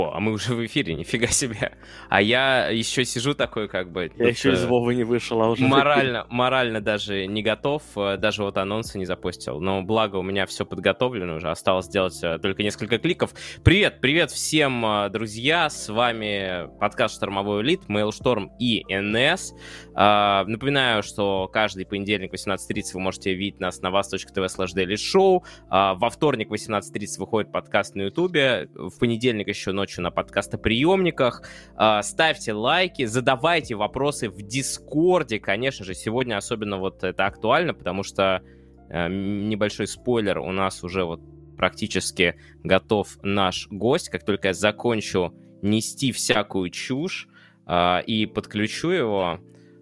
А мы уже в эфире, нифига себе. А я еще сижу такой, как бы... Я еще из Вовы не вышел, а уже... Морально даже не готов, даже вот анонсы не запустил. Но благо у меня все подготовлено уже, осталось сделать только несколько кликов. Привет всем, друзья, с вами подкаст «Штормовой элит», Mailstorm и НС. Напоминаю, что каждый понедельник в 18:30 вы можете видеть нас на vas.tv/dailyshow. Во вторник в 18:30 выходит подкаст на Ютубе. В понедельник еще ночью на подкастоприемниках. Ставьте лайки, задавайте вопросы в Дискорде. Конечно же, сегодня особенно вот это актуально, потому что небольшой спойлер, у нас уже вот практически готов наш гость. Как только я закончу нести всякую чушь и подключу его...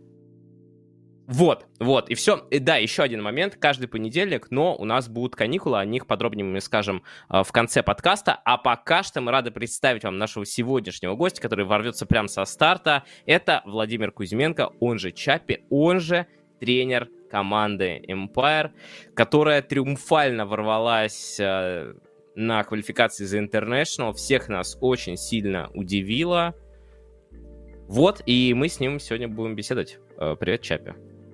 Вот, и все. И да, еще один момент. Каждый понедельник, но у нас будут каникулы, о них подробнее мы скажем в конце подкаста. А пока что мы рады представить вам нашего сегодняшнего гостя, который ворвется прямо со старта. Это Владимир Кузьменко, он же Чаппи, он же тренер команды Empire, которая триумфально ворвалась на квалификации за International. Всех нас очень сильно удивило. Вот, и мы с ним сегодня будем беседовать. Привет, Чаппи.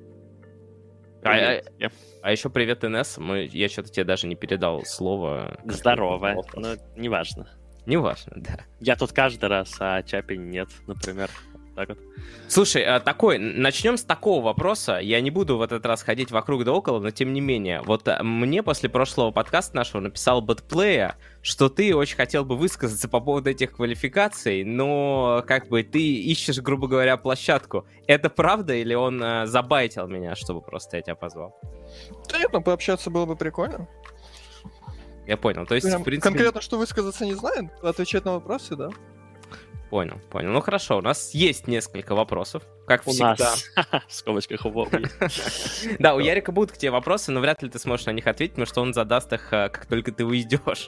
А еще привет, Инесс. Я что-то тебе даже не передал слово. Здорово, но неважно. Неважно, да. Я тут каждый раз, а Чаппи нет, например. Так вот. Слушай, начнем с такого вопроса. Я не буду в этот раз ходить вокруг да около, но тем не менее. Вот мне после прошлого подкаста нашего написал Бэтплея, что ты очень хотел бы высказаться по поводу этих квалификаций, но как бы ты ищешь, грубо говоря, площадку. Это правда или он забайтил меня, чтобы просто я тебя позвал? Да нет, пообщаться было бы прикольно. Я понял, то есть, в принципе... Конкретно, что высказаться не знаю, отвечать на вопросы, да. Понял. Ну хорошо, у нас есть несколько вопросов, как всегда. У нас, в скобочках, у Вовы. Да, у Ярика будут к тебе вопросы, но вряд ли ты сможешь на них ответить, потому что он задаст их, как только ты уйдешь.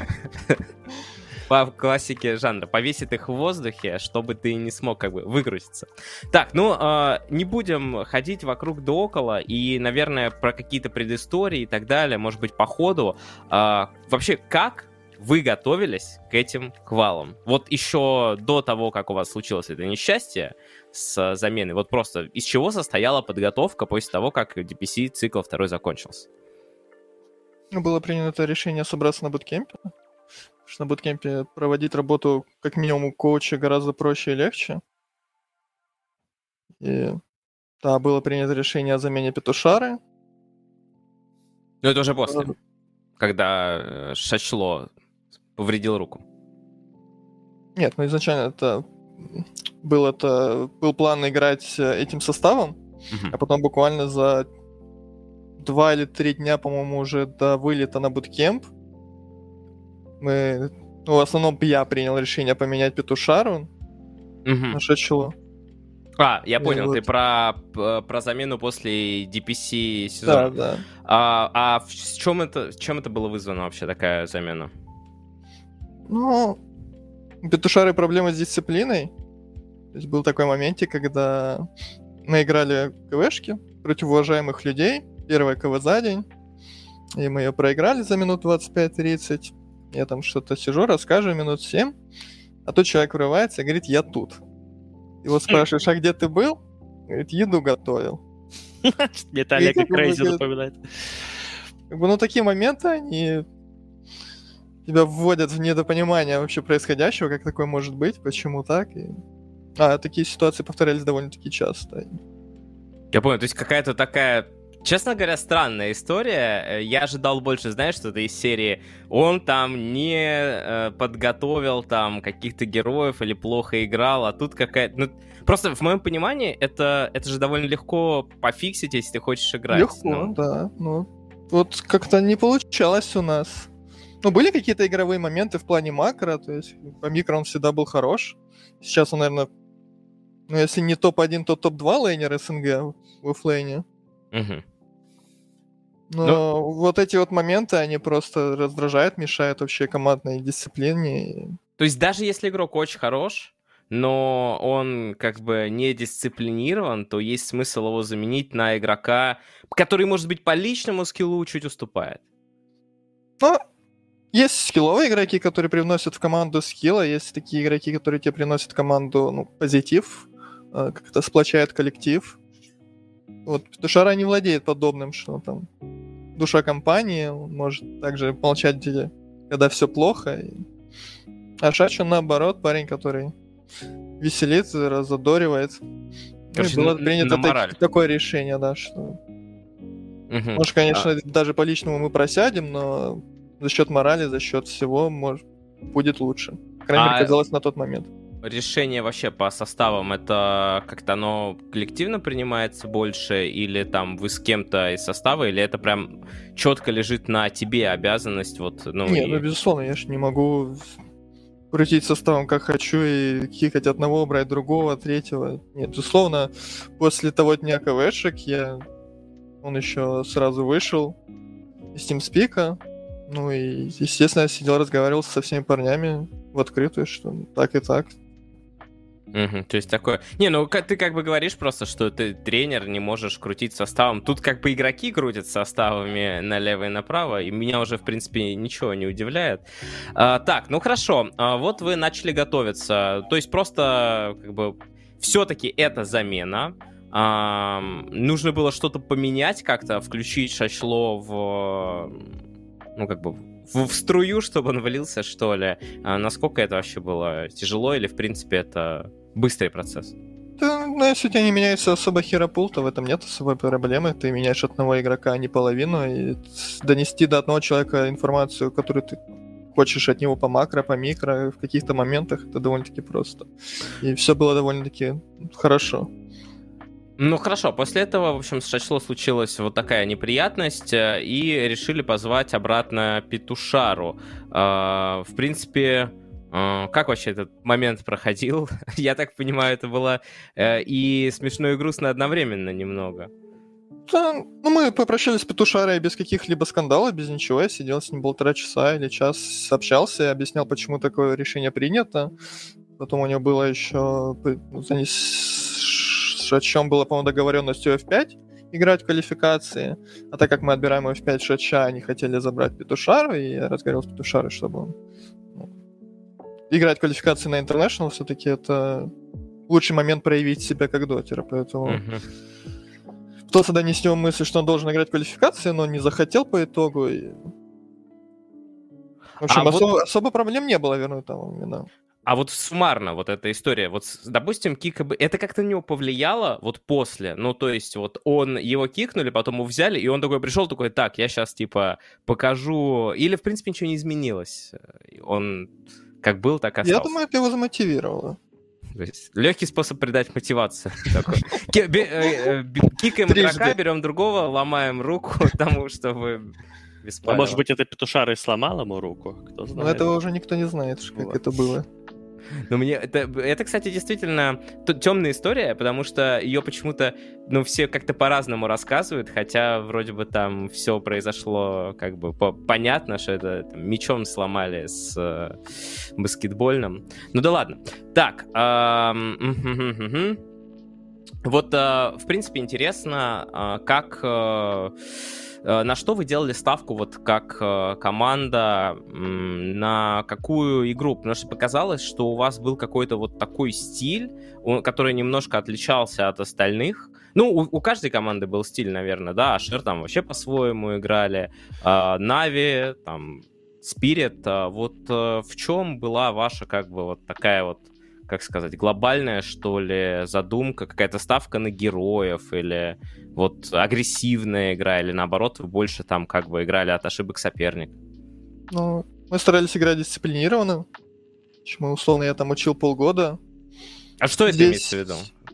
По классике жанра. Повесит их в воздухе, чтобы ты не смог как бы выгрузиться. Так, не будем ходить вокруг да около, и, наверное, про какие-то предыстории и так далее, может быть, по ходу. Вообще, как вы готовились к этим квалам? Вот еще до того, как у вас случилось это несчастье с заменой, вот просто из чего состояла подготовка после того, как DPC цикл второй закончился? Было принято решение собраться на буткемпе. Потому что на буткемпе проводить работу как минимум у коуча гораздо проще и легче. И да, было принято решение о замене Петушары. Ну это уже после, когда Шачло повредил руку. Нет, изначально был план играть этим составом, а потом буквально за 2 или 3 дня, по-моему, уже до вылета на буткемп в основном я принял решение поменять Петушару на Шачло. Я понял, ты про замену после DPC сезона. Да. А чем это было вызвано вообще, такая замена? У Петушары проблемы с дисциплиной. То есть был такой моментик, когда мы играли КВшки против уважаемых людей. Первая КВ за день. И мы ее проиграли за минут 25-30. Я там что-то сижу, рассказываю минут 7. А тут человек врывается и говорит, я тут. Его спрашиваешь, а где ты был? Говорит, еду готовил. Мне это Олега Крейзи напоминает. Такие моменты, они тебя вводят в недопонимание вообще происходящего, как такое может быть, почему так. Такие ситуации повторялись довольно-таки часто. Я понял, то есть какая-то такая, честно говоря, странная история. Я ожидал больше, знаешь, что-то из серии он там не подготовил там каких-то героев или плохо играл, а тут какая-то... просто в моем понимании это же довольно легко пофиксить, если ты хочешь играть. Легко, да. Вот как-то не получалось у нас. Были какие-то игровые моменты в плане макро, то есть по микро он всегда был хорош. Сейчас он, наверное, если не топ-1, то топ-2 лейнер СНГ в оффлейне. Но вот эти вот моменты, они просто раздражают, мешают вообще командной дисциплине. То есть даже если игрок очень хорош, но он как бы не дисциплинирован, то есть смысл его заменить на игрока, который, может быть, по личному скиллу чуть уступает. Есть скилловые игроки, которые привносят в команду скилла, есть такие игроки, которые тебе приносят в команду позитив, как-то сплочает коллектив. Вот Петушара не владеет подобным, что там душа компании, он может также молчать, когда все плохо. А Шачу, наоборот, парень, который веселит, разодоривает. Короче, было принято мораль. такое решение, да, что... Может, конечно, даже по личному мы просядем, но за счет морали, за счет всего будет лучше. По крайней мере, казалось на тот момент. Решение вообще по составам, это как-то оно коллективно принимается больше, или там вы с кем-то из состава, или это прям четко лежит на тебе обязанность? Вот, Нет, безусловно, я же не могу крутить составом как хочу и кикать одного, брать другого, третьего. Нет, безусловно, после того дня КВшек он еще сразу вышел из TeamSpeak, и, естественно, я сидел, разговаривал со всеми парнями в открытую, что так и так. То есть такое... ты как бы говоришь просто, что ты тренер, не можешь крутить составом. Тут как бы игроки крутят составами налево и направо, и меня уже, в принципе, ничего не удивляет. Так, хорошо. Вот вы начали готовиться. То есть просто как бы все-таки это замена. Нужно было что-то поменять как-то, включить Шачло в струю, чтобы он валился, что ли. Насколько это вообще было тяжело, или, в принципе, это быстрый процесс? Да, если у тебя не меняется особо херопул, то в этом нет особой проблемы. Ты меняешь одного игрока, а не половину, и донести до одного человека информацию, которую ты хочешь от него по макро, по микро, в каких-то моментах, это довольно-таки просто. И все было довольно-таки хорошо. Хорошо, после этого, в общем, с Шачло случилась вот такая неприятность, и решили позвать обратно Петушару. В принципе, как вообще этот момент проходил? Я так понимаю, это было и смешно, и грустно одновременно немного. Да, мы попрощались с Петушарой без каких-либо скандалов, без ничего. Я сидел с ним 1,5 часа или час, общался и объяснял, почему такое решение принято. Потом у него было еще... о чем была, по-моему, договоренность у F5 играть в квалификации. А так как мы отбираем у F5 Шача, они хотели забрать Петушару, и я разговаривал с Петушарой, чтобы он... играть в квалификации на International все-таки это лучший момент проявить себя как дотера, поэтому... Пытался донести ему мысль, что он должен играть в квалификации, но он не захотел по итогу. И... В общем, особо проблем не было вернуть там именно. А вот суммарно вот эта история, вот, допустим, кик, это как-то на него повлияло вот после? То есть вот его кикнули, потом его взяли, и он такой пришел, такой, так, я сейчас, покажу... Или, в принципе, ничего не изменилось? Он как был, так и остался? Я думаю, это его замотивировало. То есть легкий способ придать мотивацию. Кикаем игрока, берем другого, ломаем руку тому, чтобы... Может быть, это Петушара и сломал ему руку? Кто знает. Но этого уже никто не знает, как это было. Мне это, кстати, действительно темная история, потому что ее почему-то, все как-то по-разному рассказывают, хотя вроде бы там все произошло как бы понятно, что это мячом сломали с баскетбольным. Да ладно. Так, вот, в принципе, интересно, как... На что вы делали ставку вот как команда, на какую игру? Потому что показалось, что у вас был какой-то вот такой стиль, который немножко отличался от остальных. У каждой команды был стиль, наверное, да. Ашер там вообще по-своему играли. Нави, там, Спирит. Вот в чем была ваша как бы вот такая вот, как сказать, глобальная, что ли, задумка, какая-то ставка на героев, или вот агрессивная игра, или наоборот, вы больше там как бы играли от ошибок соперника? Мы старались играть дисциплинированно. Почему, условно, я там учил полгода. А что это имеется в виду?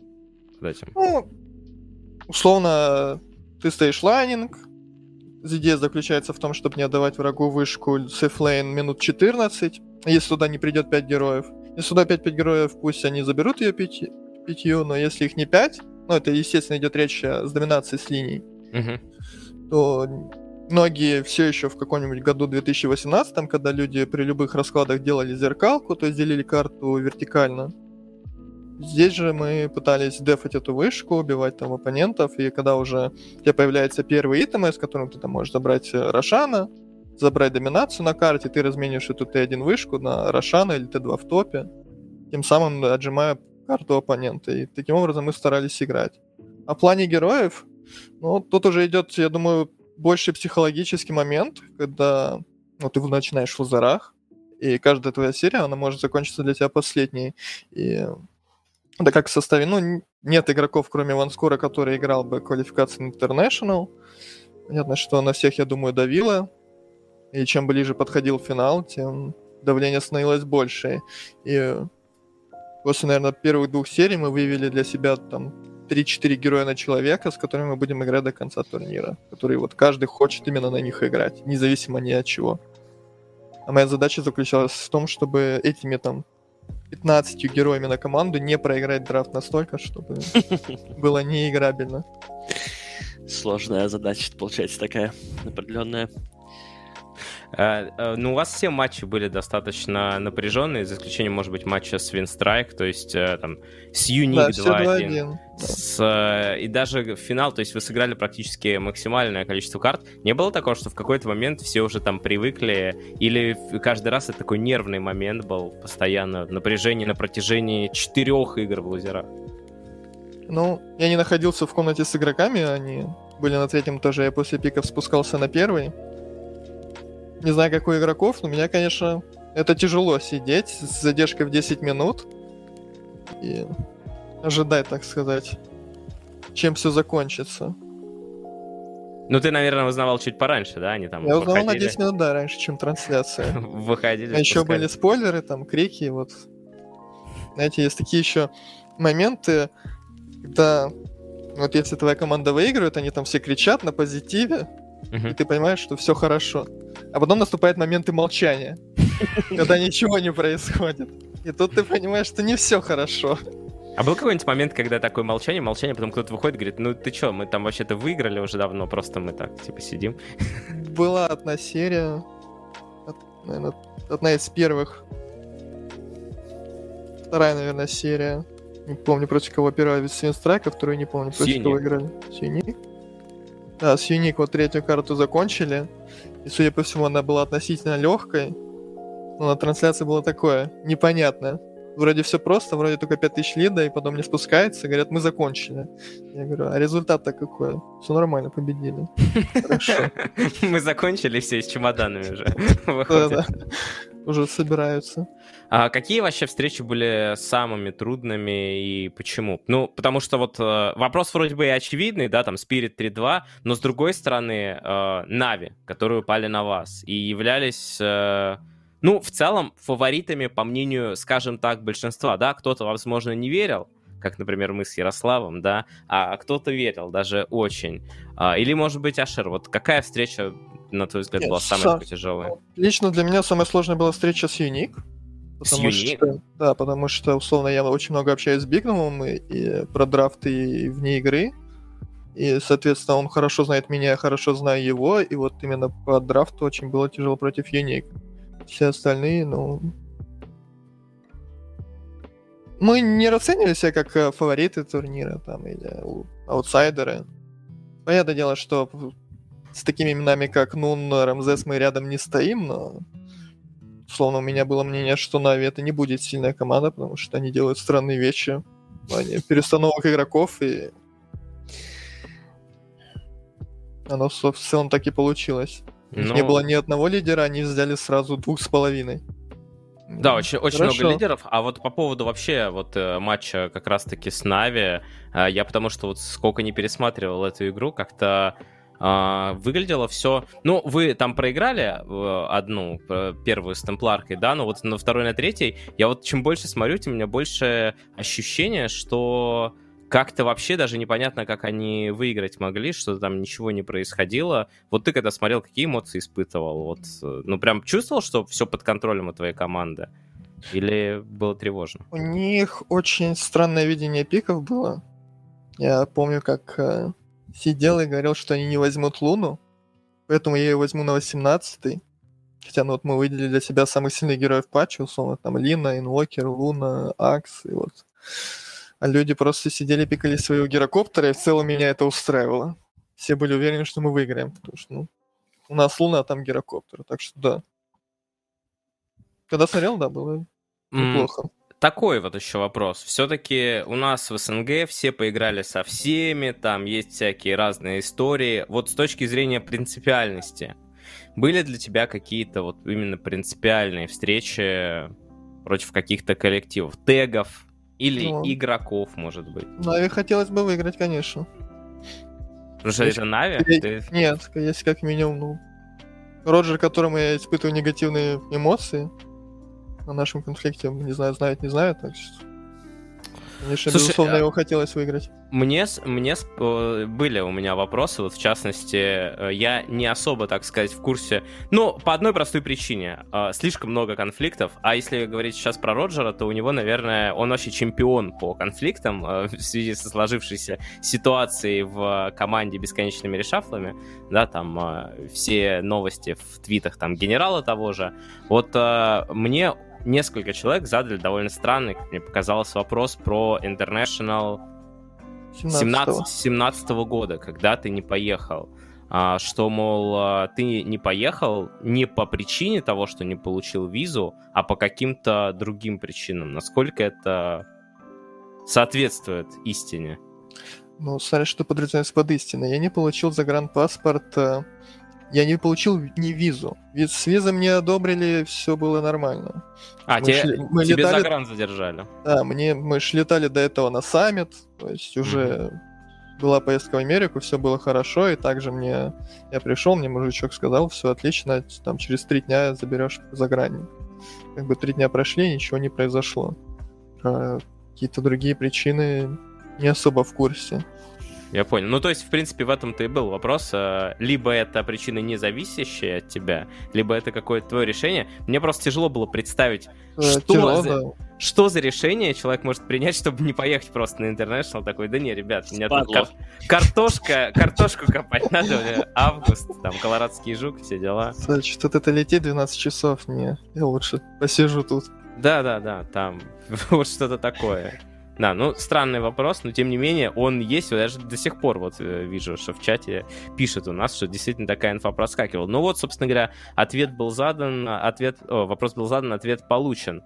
Условно, ты стоишь лайнинг. Идея заключается в том, чтобы не отдавать врагу вышку сейфлейн минут 14, если туда не придет 5 героев. Если сюда 5 героев, пусть они заберут ее 5, но если их не 5, это, естественно, идет речь с доминацией с линий, то многие все еще в каком-нибудь году 2018, когда люди при любых раскладах делали зеркалку, то есть делили карту вертикально, здесь же мы пытались дефать эту вышку, убивать там оппонентов, и когда уже у тебя появляется первый итем, с которым ты там можешь забрать Рошана, забрать доминацию на карте, ты разменишь эту Т1 вышку на Рошана или Т2 в топе, тем самым отжимая карту оппонента. И таким образом мы старались играть. А в плане героев, ну, тут уже идет, я думаю, больше психологический момент, когда ты начинаешь в лузерах, и каждая твоя серия, она может закончиться для тебя последней. И это как в составе, нет игроков, кроме Ванскора, который играл бы квалификацию International. Понятно, что на всех, я думаю, давило. И чем ближе подходил финал, тем давление становилось больше. И после, наверное, первых 2 серий мы вывели для себя там 3-4 героя на человека, с которыми мы будем играть до конца турнира. Которые вот каждый хочет именно на них играть, независимо ни от чего. А моя задача заключалась в том, чтобы этими там 15 героями на команду не проиграть драфт настолько, чтобы было неиграбельно. Сложная задача, получается, такая определенная. Ну, у вас все матчи были достаточно напряженные, за исключением, может быть, матча с Winstrike, то есть там с Unique 2-1. И даже финал, то есть вы сыграли практически максимальное количество карт. Не было такого, что в какой-то момент все уже там привыкли, или каждый раз это такой нервный момент был, постоянно напряжение на протяжении 4 игр в лузерах? Ну, я не находился в комнате с игроками, они были на 3-м этаже, я после пиков спускался на 1-й. Не знаю, как у игроков, но меня, конечно, это тяжело сидеть с задержкой в 10 минут и ожидать, так сказать, чем все закончится. Ну, ты, наверное, узнавал чуть пораньше, да? Они там я узнавал на 10 минут, да, раньше, чем трансляция. Выходили. А еще были спойлеры, там, крики, вот. Знаете, есть такие еще моменты, когда вот если твоя команда выигрывает, они там все кричат на позитиве, и ты понимаешь, что все хорошо. А потом наступают моменты молчания, когда ничего не происходит. И тут ты понимаешь, что не все хорошо. А был какой-нибудь момент, когда такое молчание, потом кто-то выходит и говорит, ну ты чё, мы там вообще-то выиграли уже давно, просто мы так, типа, сидим. Была одна серия, наверное, одна из первых. Вторая, наверное, серия. Не помню, против кого первая с Winstrike, вторую не помню, против кого играли. С Unique? Да, с Unique вот 3-ю карту закончили. И, судя по всему, она была относительно легкой. Но на трансляции было такое, непонятное. Вроде все просто, вроде только 5000 лида, и потом не спускается, говорят, мы закончили. Я говорю, а результат-то какой? Все нормально, победили. Хорошо. Мы закончили, все с чемоданами уже. Да-да, уже собираются. А какие вообще встречи были самыми трудными и почему? Ну, потому что вот вопрос вроде бы и очевидный, да, там Spirit 3-2, но с другой стороны Нави, которые упали на вас и являлись... Ну, в целом, фаворитами, по мнению, скажем так, большинства, да, кто-то, возможно, не верил, как, например, мы с Ярославом, да, а кто-то верил, даже очень. Или, может быть, Ашер, вот какая встреча, на твой взгляд, была самая тяжелая? Лично для меня самая сложная была встреча с Unique. Потому что, условно, я очень много общаюсь с Бигнумом и про драфт, и вне игры. И, соответственно, он хорошо знает меня, я хорошо знаю его, и вот именно по драфту очень было тяжело против Unique. Все остальные, мы не расценивали себя как фавориты турнира там, или аутсайдеры. Понятное дело, что с такими именами, как Нун, Рамзес, мы рядом не стоим, но условно у меня было мнение, что Нави это не будет сильная команда, потому что они делают странные вещи в плане перестановок игроков, и оно в целом так и получилось. Не было ни одного лидера, они взяли сразу 2,5. Да, очень много лидеров. А вот по поводу вообще вот матча как раз-таки с Нави, я потому что вот сколько не пересматривал эту игру, как-то выглядело все... Ну, вы там проиграли одну, первую с Темпларкой, да, но вот на второй, на третьей, я вот чем больше смотрю, тем у меня больше ощущение, что... Как-то вообще даже непонятно, как они выиграть могли, что там ничего не происходило. Вот ты когда смотрел, какие эмоции испытывал? Вот, ну, прям чувствовал, что все под контролем у твоей команды? Или было тревожно? У них очень странное видение пиков было. Я помню, как сидел и говорил, что они не возьмут Луну, поэтому я ее возьму на 18-й. Хотя, ну вот мы выделили для себя самых сильных героев патча, условно, там Лина, Инвокер, Луна, Акс, и вот... А люди просто сидели, пикали своего гирокоптера, и в целом меня это устраивало. Все были уверены, что мы выиграем, потому что, у нас Луна, а там гирокоптер. Так что да. Когда смотрел, да, было неплохо. Такой вот еще вопрос. Все-таки у нас в СНГ все поиграли со всеми, там есть всякие разные истории. Вот с точки зрения принципиальности, были для тебя какие-то вот именно принципиальные встречи против каких-то коллективов, тегов или игроков, может быть? Нави хотелось бы выиграть, конечно. Потому что это Нави? Нет, есть как минимум, Роджер, которому я испытываю негативные эмоции на нашем конфликте, не знаю, знает, не знает, так что... Конечно, слушай, безусловно, его хотелось выиграть. Мне были у меня вопросы, вот в частности, я не особо, так сказать, в курсе, по одной простой причине. Слишком много конфликтов, а если говорить сейчас про Роджера, то у него, наверное, он вообще чемпион по конфликтам в связи со сложившейся ситуацией в команде бесконечными решафлами, да, там все новости в твитах там генерала того же. Вот мне несколько человек задали довольно странный, как мне показалось, вопрос про International 17 года, когда ты не поехал. Что, мол, ты не поехал не по причине того, что не получил визу, а по каким-то другим причинам. Насколько это соответствует истине? Смотри, что подразумевается под истиной. Я не получил загранпаспорт... Я не получил ни визу. Ведь с визой мне одобрили, все было нормально. Тебе загран задержали? Да, мы же летали до этого на саммит, то есть уже была поездка в Америку, все было хорошо, и также я пришел, мне мужичок сказал, все отлично, там через 3 дня заберешь загранник. Как бы 3 дня прошли, ничего не произошло. Про какие-то другие причины не особо в курсе. Я понял. То есть, в принципе, в этом-то и был вопрос. Либо это причина, не зависящая от тебя, либо это какое-то твое решение. Мне просто тяжело было представить, что за решение человек может принять, чтобы не поехать просто на International. Такой, да не, ребят, мне тут картошку копать надо, август, там, колорадский жук, все дела. Что-то это летит 12 часов, я лучше посижу тут. Да, там вот что-то такое. Да, странный вопрос, но тем не менее он есть, я даже до сих пор вот вижу, что в чате пишет у нас, что действительно такая инфа проскакивала. Собственно говоря, вопрос был задан, ответ получен.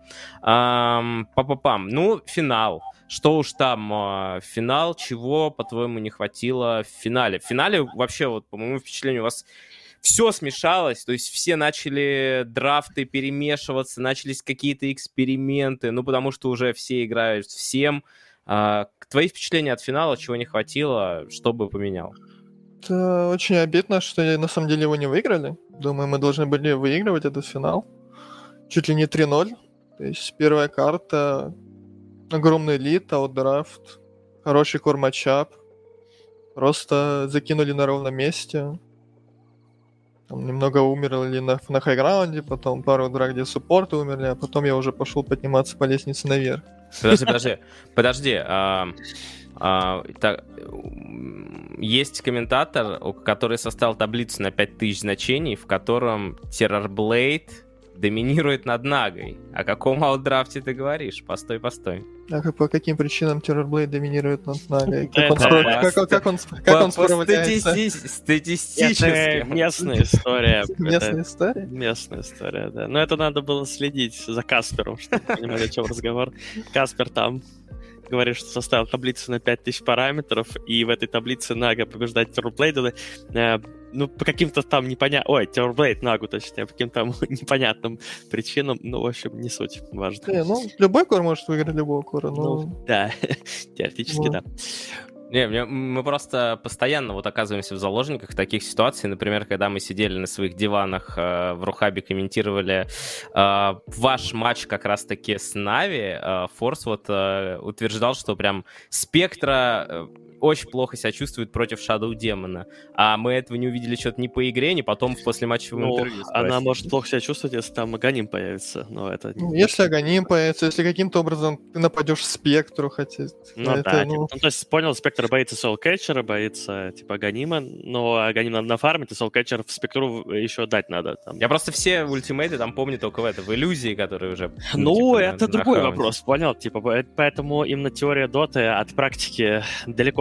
Финал. Что уж там, финал, чего, по-твоему, не хватило в финале? В финале вообще, вот, по моему впечатлению, у вас все смешалось, то есть все начали драфты перемешиваться, начались какие-то эксперименты, потому что уже все играют всем. Твои впечатления от финала, чего не хватило, что бы поменял? Это очень обидно, что на самом деле его не выиграли. Думаю, мы должны были выигрывать этот финал. Чуть ли не 3-0. То есть первая карта, огромный лид, аутдрафт, хороший кор-матчап. Просто закинули на ровном месте. Там немного умерли на хайграунде, потом пару драк, где суппорты умерли, а потом я уже пошел подниматься по лестнице наверх. Подожди. Есть комментатор, который составил таблицу на 5000 значений, в котором Terrorblade доминирует над Нагой. О каком аутдрафте ты говоришь? Постой. А по каким причинам Terrorblade доминирует над Нагой? Как он справляется? Статистически. Это местная история. Местная история, да. Но это надо было следить за Каспером, чтобы понимать, о чем разговор. Каспер там говорит, что составил таблицу на 5000 параметров, и в этой таблице Нага побеждает Terrorblade. По каким-то там непонятным... Terrorblade Нагу, точнее, по каким-то непонятным причинам. В общем, не суть важно. Любой кор может выиграть любого кора. Да, теоретически, да. Мы просто постоянно оказываемся в заложниках таких ситуаций. Например, когда мы сидели на своих диванах в Рухабе, комментировали ваш матч как раз-таки с Нави, Форс утверждал, что прям Спектра очень плохо себя чувствует против Shadow Демона. А мы этого не увидели что-то ни по игре, ни потом в послематчевом интервью. Она может плохо себя чувствовать, если там Аганим появится. Если Аганим появится, если каким-то образом ты нападешь в Спектру, хотя... То есть, понял, Спектр боится Soulcatcher, боится, Аганима, но Аганим надо нафармить, и Soulcatcher в Спектру еще дать надо. Я просто все ультимейты там помню только в иллюзии, которые уже... это другой вопрос, понял? Поэтому именно теория доты от практики далеко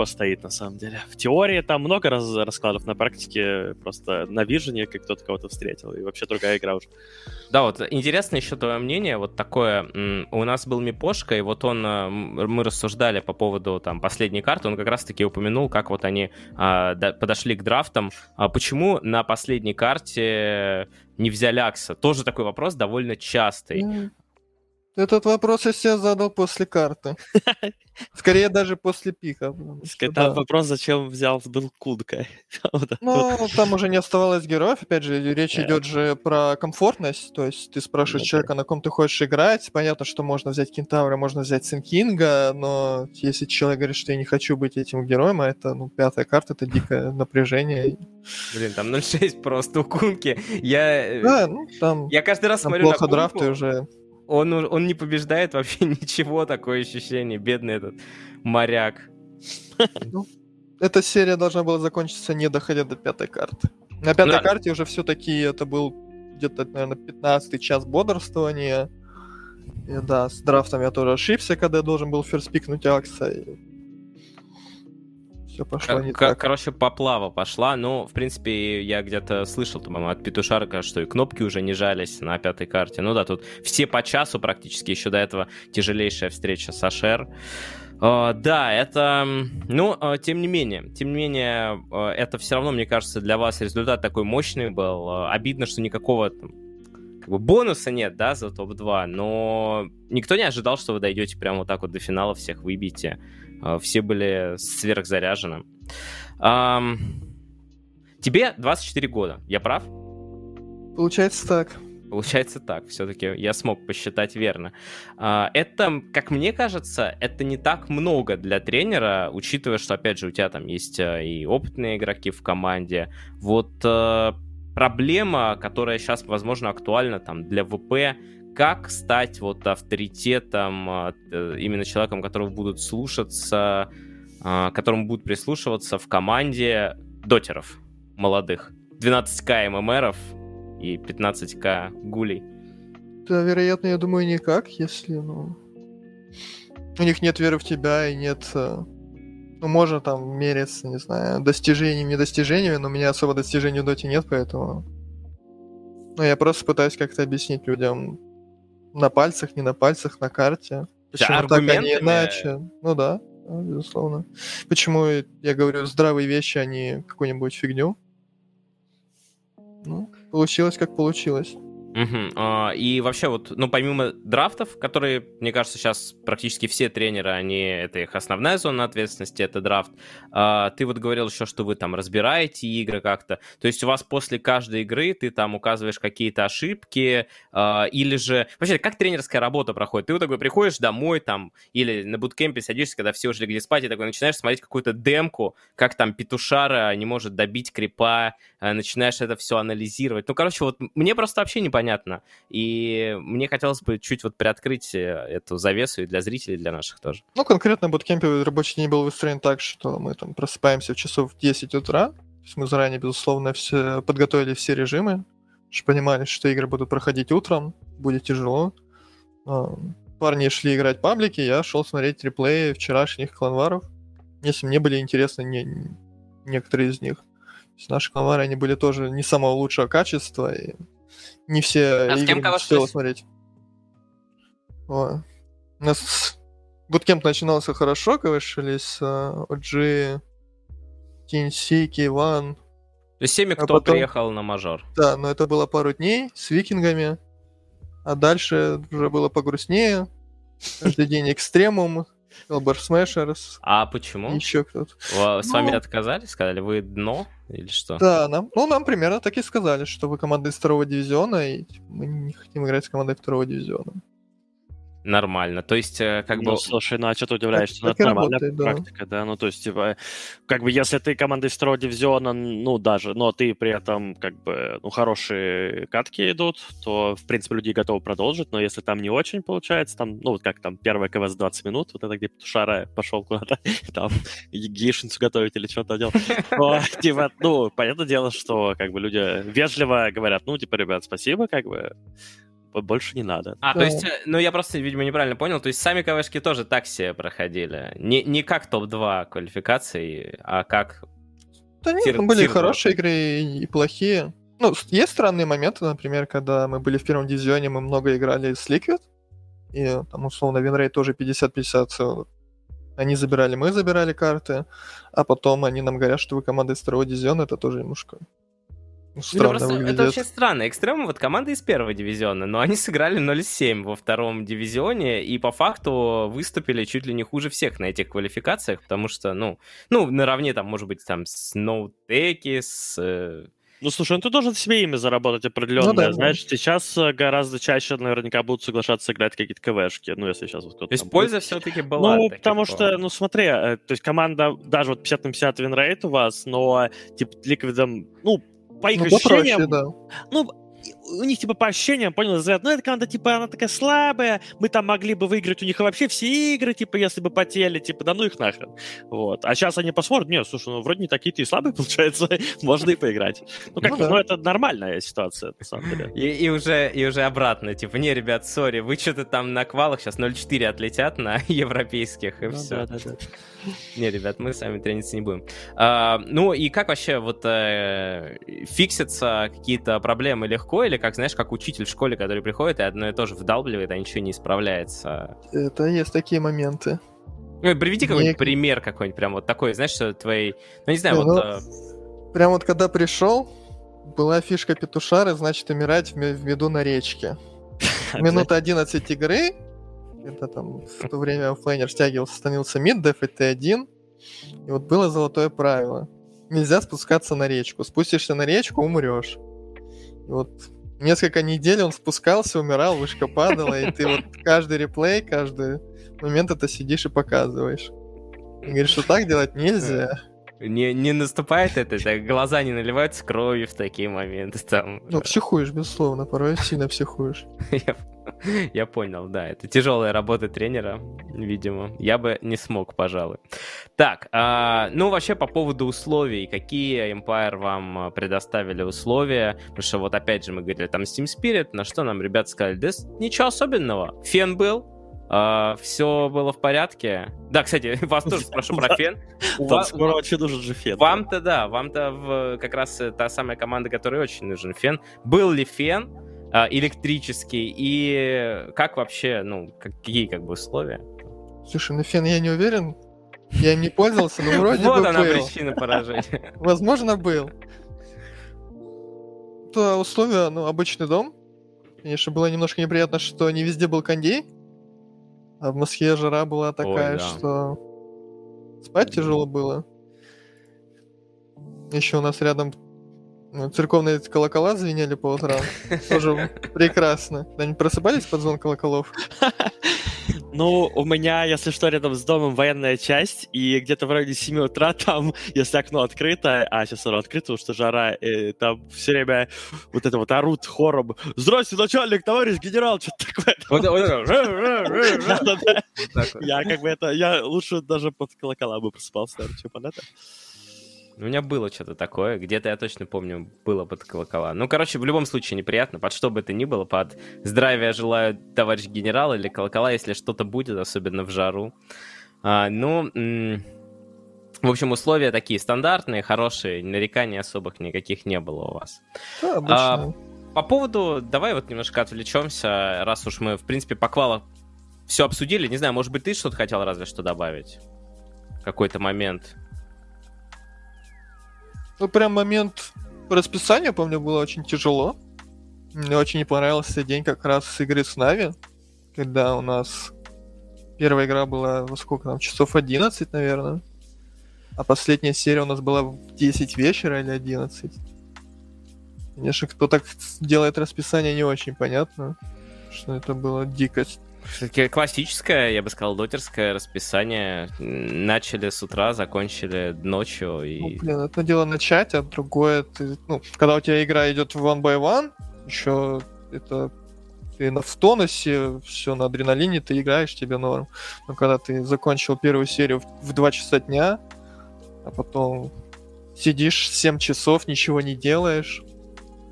стоит, на самом деле. В теории там много раскладов, на практике просто на вижене, как кто-то кого-то встретил, и вообще другая игра уже. Да, вот интересно еще твое мнение, вот такое, у нас был Мипошка, и вот мы рассуждали по поводу там последней карты, он как раз-таки упомянул, как вот они подошли к драфтам. Почему на последней карте не взяли Акса? Тоже такой вопрос довольно частый. Этот вопрос я себе задал после карты. Скорее даже после пика. Там вопрос, зачем был Кудка. Ну, там уже не оставалось героев. Опять же, речь идет же про комфортность. То есть ты спрашиваешь человека, на ком ты хочешь играть. Понятно, что можно взять Кентавра, можно взять Синкинга, но если человек говорит, что я не хочу быть этим героем, а это, 5-я карта, это дикое напряжение. Блин, там 0.6 просто у Кунки. Там я каждый раз смотрю на Кунку. Плохо драфты уже. Он не побеждает вообще ничего, такое ощущение. Бедный этот моряк. Эта серия должна была закончиться, не доходя до 5-й карты. На 5-й карте уже все-таки это был где-то, наверное, 15-й час бодрствования. И да, с драфтом я тоже ошибся, когда я должен был ферспикнуть Акса. И все пошло не так. Короче, поплава пошла. Ну, в принципе, я где-то слышал, по-моему, от Петушарка, что и кнопки уже не жались на 5-й карте. Ну да, тут все по часу практически. Еще до этого тяжелейшая встреча с Ашер. Да, это... тем не менее, это все равно, мне кажется, для вас результат такой мощный был. Обидно, что никакого бонуса нет, да, за топ-2, но никто не ожидал, что вы дойдете прямо вот так вот до финала, всех выбьете. Все были сверхзаряжены. Тебе 24 года, я прав? Получается так. Получается так, все-таки я смог посчитать верно. Это, как мне кажется, это не так много для тренера, учитывая, что, опять же, у тебя там есть и опытные игроки в команде. Вот проблема, которая сейчас, возможно, актуальна там для ВП, как стать вот авторитетом, именно человеком, которого будут слушаться, которому будут прислушиваться в команде дотеров молодых. 12к ММРов и 15к гулей. Да, вероятно, я думаю, никак, если, у них нет веры в тебя и нет... можно там мериться, не знаю, достижениями, недостижениями, но у меня особо достижений в доте нет, поэтому... я просто пытаюсь как-то объяснить людям на пальцах, не на пальцах, на карте. Почему так, а не иначе. Ну да, безусловно. Почему я говорю здравые вещи, а не какую-нибудь фигню. Получилось, как получилось. И вообще вот, помимо драфтов, которые, мне кажется, сейчас практически все тренеры, это их основная зона ответственности, это драфт. Ты вот говорил еще, что вы там разбираете игры как-то. То есть у вас после каждой игры ты там указываешь какие-то ошибки, или же... Вообще, как тренерская работа проходит? Ты вот такой приходишь домой там, или на буткемпе садишься, когда все уже легли спать, и такой начинаешь смотреть какую-то демку, как там Петушара не может добить крипа, начинаешь это все анализировать. Вот мне просто вообще непонятно. И мне хотелось бы чуть вот приоткрыть эту завесу и для зрителей, и для наших тоже. Конкретно буткемпе рабочий день был выстроен так, что мы там просыпаемся в часов в 10 утра. То есть мы заранее, безусловно, подготовили все режимы, чтобы понимали, что игры будут проходить утром, будет тяжело. Парни шли играть паблики, я шел смотреть реплеи вчерашних кланваров, если мне были интересны некоторые из них. То есть наши кланвары, они были тоже не самого лучшего качества, и не все игры не успела смотреть. У нас буткемп начинался хорошо, КВшили с OG, TNC, K1. То есть всеми, кто приехал на мажор. Да, но это было пару дней с викингами, а дальше уже было погрустнее. Каждый день экстремум, Elbar Smashers. А почему? Еще кто-то. С вами отказались? Сказали, вы дно? Или что? Да, нам примерно так и сказали, что вы команда из 2-го дивизиона, и мы не хотим играть с командой 2-го дивизиона. Нормально, то есть слушай, а что ты удивляешься? Это нормальная практика, да? То есть, если ты команда из 2-го дивизиона, но ты при этом, хорошие катки идут, то, в принципе, люди готовы продолжить, но если там не очень получается, первая КВ за 20 минут, вот это где Петушара пошел куда-то, там, гейшинцу готовить или что-то делать, понятное дело, что, люди вежливо говорят, ребят, спасибо, больше не надо. То есть, ну, я просто, видимо, неправильно понял, то есть сами КВшки тоже так себе проходили, не как топ-2 квалификации, а как... Да нет, там были хорошие игры и плохие. Ну, есть странные моменты, например, когда мы были в первом дивизионе, мы много играли с Liquid, и там, условно, винрейт тоже 50-50. Они забирали, мы забирали карты, а потом они нам говорят, что вы команда из второго дивизиона, это тоже немножко странно выглядит. Это очень странно. Экстрем вот команда из первого дивизиона, но они сыграли 0-7 во втором дивизионе и по факту выступили чуть ли не хуже всех на этих квалификациях, потому что, ну наравне там, может быть, там с Ноутеки, с... Ну, слушай, ты должен себе имя заработать определенное, да, знаешь, сейчас гораздо чаще наверняка будут соглашаться играть какие-то КВшки, ну, если сейчас вот кто-то... То есть польза все-таки была? Ну, потому что, ну, смотри, то есть команда, даже вот 50 на 50 винрейт у вас, но, типа, Liquid'ом, ну, по их ощущениям... да. Ну, у них, типа, по ощущениям, понял, ну, эта команда, типа, она такая слабая, мы там могли бы выиграть у них вообще все игры, типа, если бы потели, типа, да ну их нахрен. Вот. А сейчас они посмотрят, нет, слушай, ну, вроде не такие-то и слабые, получается, можно и поиграть. Ну, как бы, ну, это нормальная ситуация, на самом деле. И уже обратно, типа, не, ребят, сори, вы что-то там на квалах сейчас 0-4 отлетят на европейских, и все. Да. Не, ребят, мы с вами трениться не будем. Ну, и как вообще вот фиксятся какие-то проблемы легко, или как, знаешь, как учитель в школе, который приходит и одно и то же вдалбливает, а ничего не исправляется? Это есть такие моменты. Ну, приведи какой-нибудь пример какой-нибудь, прям вот такой, знаешь, что твои... Ну, не знаю, Прям вот когда пришел, была фишка петушары, значит, умирать в меду на речке. Минута 11 игры, когда там в то время оффлейнер стягивался, становился мид, дефать Т1, и вот было золотое правило. Нельзя спускаться на речку. Спустишься на речку — умрешь. И вот несколько недель он спускался, умирал, вышка падала, и ты вот каждый реплей, каждый момент это сидишь и показываешь. И говоришь, что так делать нельзя. Не наступает это, глаза не наливаются кровью в такие моменты там. Ну, психуешь, безусловно, порой сильно психуешь. Я понял, да, это тяжелая работа тренера, видимо. Я бы не смог, пожалуй. Так, ну вообще по поводу условий, какие Empire вам предоставили условия? Потому что вот опять же мы говорили, там Steam Spirit, на что нам ребята сказали, да ничего особенного, фен был, все было в порядке. Да, кстати, вас тоже спрошу про фен. Скоро очень нужен же фен. Вам-то как раз та самая команда, которой очень нужен фен. Был ли фен электрический, и как вообще, ну, какие как бы условия? Слушай, на фен я не уверен. Я им не пользовался, но вроде бы был. Вот она причина поражения. Возможно, был. То условия, ну, обычный дом. Конечно, было немножко неприятно, что не везде был кондей. А в Москве жара была такая, что спать тяжело было. Еще у нас рядом церковные колокола звенели по утрам. Тоже прекрасно. Они просыпались под звон колоколов? Ну, у меня, если что, рядом с домом военная часть, и где-то в районе 7 утра там, если окно открыто, а сейчас оно открыто, потому что жара, там все время вот это вот орут хором: «Здрасте, начальник, товарищ генерал», что-то такое. Я как бы это, я лучше даже под колокола бы просыпался, наверное, чем под это. У меня было что-то такое, где-то я точно помню, было под колокола. Ну, короче, в любом случае неприятно, под что бы это ни было, под здравия желаю, товарищ генерал, или колокола, если что-то будет, особенно в жару. В общем, условия такие стандартные, хорошие, нареканий особых никаких не было у вас. Да, обычно. По поводу, давай вот немножко отвлечемся, раз уж мы, в принципе, по квалам все обсудили. Не знаю, может быть, ты что-то хотел разве что добавить? Какой-то момент. Ну, прям момент по расписанию, помню, было очень тяжело. Мне очень не понравился день как раз с игры с Нави, когда у нас первая игра была во сколько там, часов 11, наверное. А последняя серия у нас была в 10 вечера или 11. Конечно, кто так делает расписание, не очень понятно, что это была дикость. Классическое, я бы сказал, дотерское расписание. Начали с утра, закончили ночью. И... Ну, блин, одно дело начать, а другое... когда у тебя игра идет в one by one, еще это ты в тонусе, все на адреналине, ты играешь, тебе норм. Но когда ты закончил первую серию в 2 часа дня, а потом сидишь 7 часов, ничего не делаешь,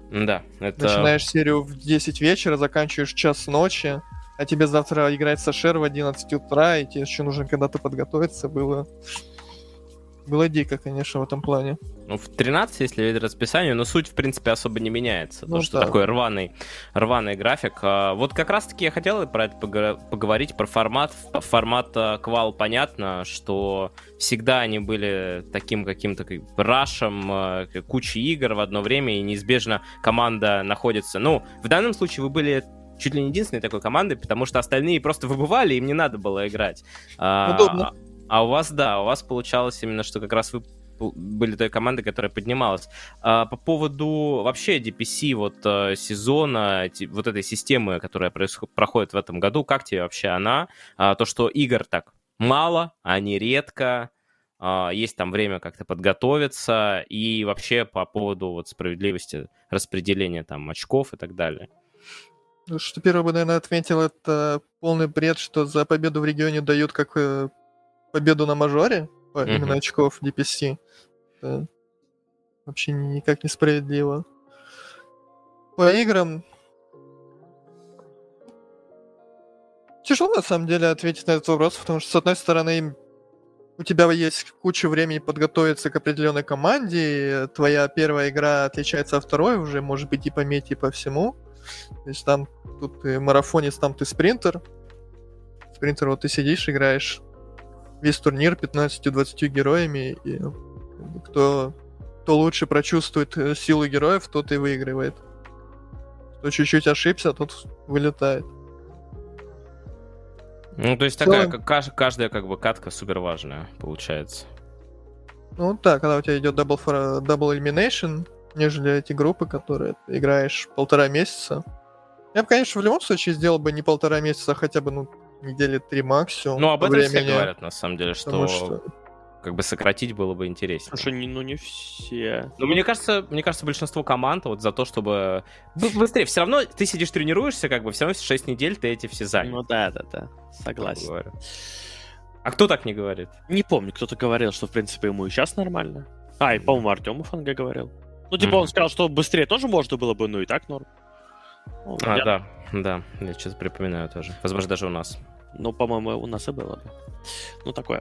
Да, это... Начинаешь серию в 10 вечера, заканчиваешь в час ночи, а тебе завтра играть с Ашер в 11 утра, и тебе еще нужно когда-то подготовиться. Было дико, конечно, в этом плане. Ну, в 13, если верить расписанию, но суть, в принципе, особо не меняется. Ну, То, что да. такой рваный график. Вот как раз-таки я хотел про это поговорить, про формат. Формат квал понятно, что всегда они были таким каким-то рашем, кучей игр в одно время, и неизбежно команда находится... Ну, в данном случае вы были чуть ли не единственной такой командой, потому что остальные просто выбывали, им не надо было играть. Удобно. А у вас, да, у вас получалось именно, что как раз вы были той командой, которая поднималась. По поводу вообще DPC вот сезона, вот этой системы, которая проходит в этом году, как тебе вообще она? То, что игр так мало, они редко, есть там время как-то подготовиться, и вообще по поводу вот справедливости распределения там очков и так далее. Что первое бы, наверное, отметил, это полный бред, что за победу в регионе дают как победу на мажоре, именно очков DPC. Это вообще никак не справедливо. По играм... Тяжело, на самом деле, ответить на этот вопрос, потому что, с одной стороны, у тебя есть куча времени подготовиться к определенной команде, и твоя первая игра отличается от второй уже, может быть, и по мете, и по всему. То есть там тут ты марафонец, там ты спринтер. Спринтер, вот ты сидишь, играешь весь турнир 15-20 героями, и кто лучше прочувствует силу героев, тот и выигрывает. Кто чуть-чуть ошибся, тот вылетает. Ну, то есть такая, каждая как бы катка супер важная, получается. Ну да, когда у тебя идет double elimination, нежели эти группы, которые ты играешь 1,5 месяца. Я бы, конечно, в любом случае сделал бы не 1,5 месяца, а хотя бы, недели 3 максимум. Ну, об этом все говорят, на самом деле, что как бы сократить было бы интереснее. Слушай, не все. Ну, мне кажется, большинство команд вот за то, чтобы... Быстрее, все равно ты сидишь, тренируешься, как бы, все равно 6 недель ты эти все занял. Ну да, согласен. А кто так не говорит? Не помню, кто-то говорил, что, в принципе, ему и сейчас нормально. И, по-моему, Артём ФНГ говорил. Ну, типа, он сказал, что быстрее тоже можно было бы, ну и так норм. Ну, да, я что-то припоминаю тоже. Возможно, даже у нас. Ну, по-моему, у нас и было бы. Ну, такое.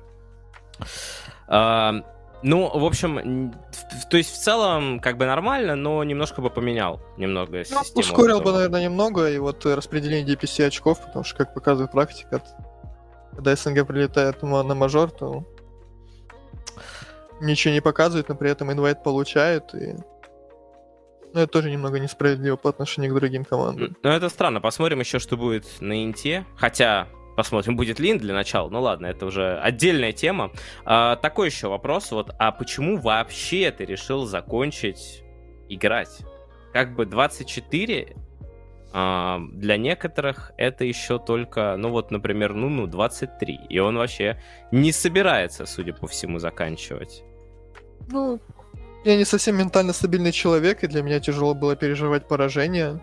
Ну, в общем, то есть в целом как бы нормально, но немножко бы поменял систему. Ускорил бы, наверное, немного, и вот распределение DPC очков, потому что, как показывает практика, когда СНГ прилетает на мажор, то ничего не показывает, но при этом инвайт получают, и... Ну, это тоже немного несправедливо по отношению к другим командам. Ну, это странно. Посмотрим еще, что будет на Инте. Хотя, посмотрим, будет ли Инт для начала. Ну ладно, это уже отдельная тема. Такой еще вопрос. А почему вообще ты решил закончить играть? Как бы 24 для некоторых это еще только, например, 23. И он вообще не собирается, судя по всему, заканчивать. Ну... Я не совсем ментально стабильный человек, и для меня тяжело было переживать поражение.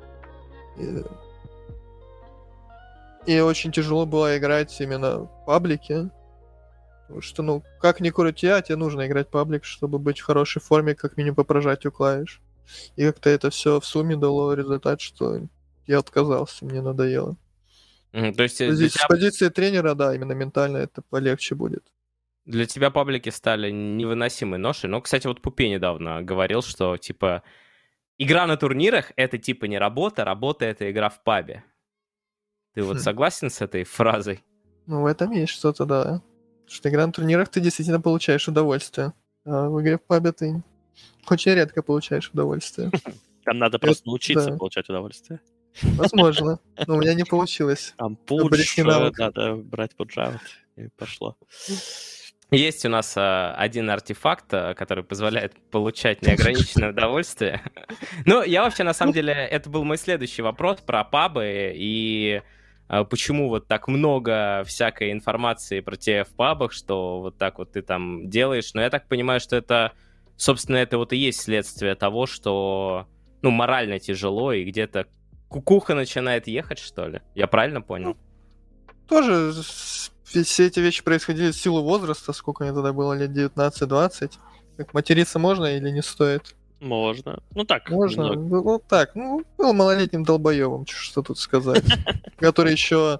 И очень тяжело было играть именно в паблике. Потому что, как ни крути, тебе нужно играть в паблик, чтобы быть в хорошей форме, как минимум по прожатию клавиш. И как-то это все в сумме дало результат, что я отказался, мне надоело. То есть с позиции тренера, да, именно ментально это полегче будет. Для тебя паблики стали невыносимой ношей. Но, кстати, вот Пупе недавно говорил, что, типа, игра на турнирах — это, типа, не работа, работа — это игра в пабе. Ты вот согласен с этой фразой? Ну, в этом есть что-то, да. Потому что игра на турнирах ты действительно получаешь удовольствие. А в игре в пабе ты очень редко получаешь удовольствие. Там надо просто научиться получать удовольствие. Возможно. Но у меня не получилось. Там пудж надо брать пуджаут, и пошло. Есть у нас один артефакт, который позволяет получать неограниченное удовольствие. Ну, я вообще, на самом деле, это был мой следующий вопрос про пабы и почему вот так много всякой информации про тебя в пабах, что вот так вот ты там делаешь. Но я так понимаю, что это, собственно, это вот и есть следствие того, что, морально тяжело и где-то кукуха начинает ехать, что ли? Я правильно понял? Тоже все эти вещи происходили в силу возраста, сколько мне тогда было, лет 19-20. Как материться можно или не стоит? Можно. Ну так, Можно? немного. Ну так, ну, был малолетним долбоебом, что тут сказать. Который еще...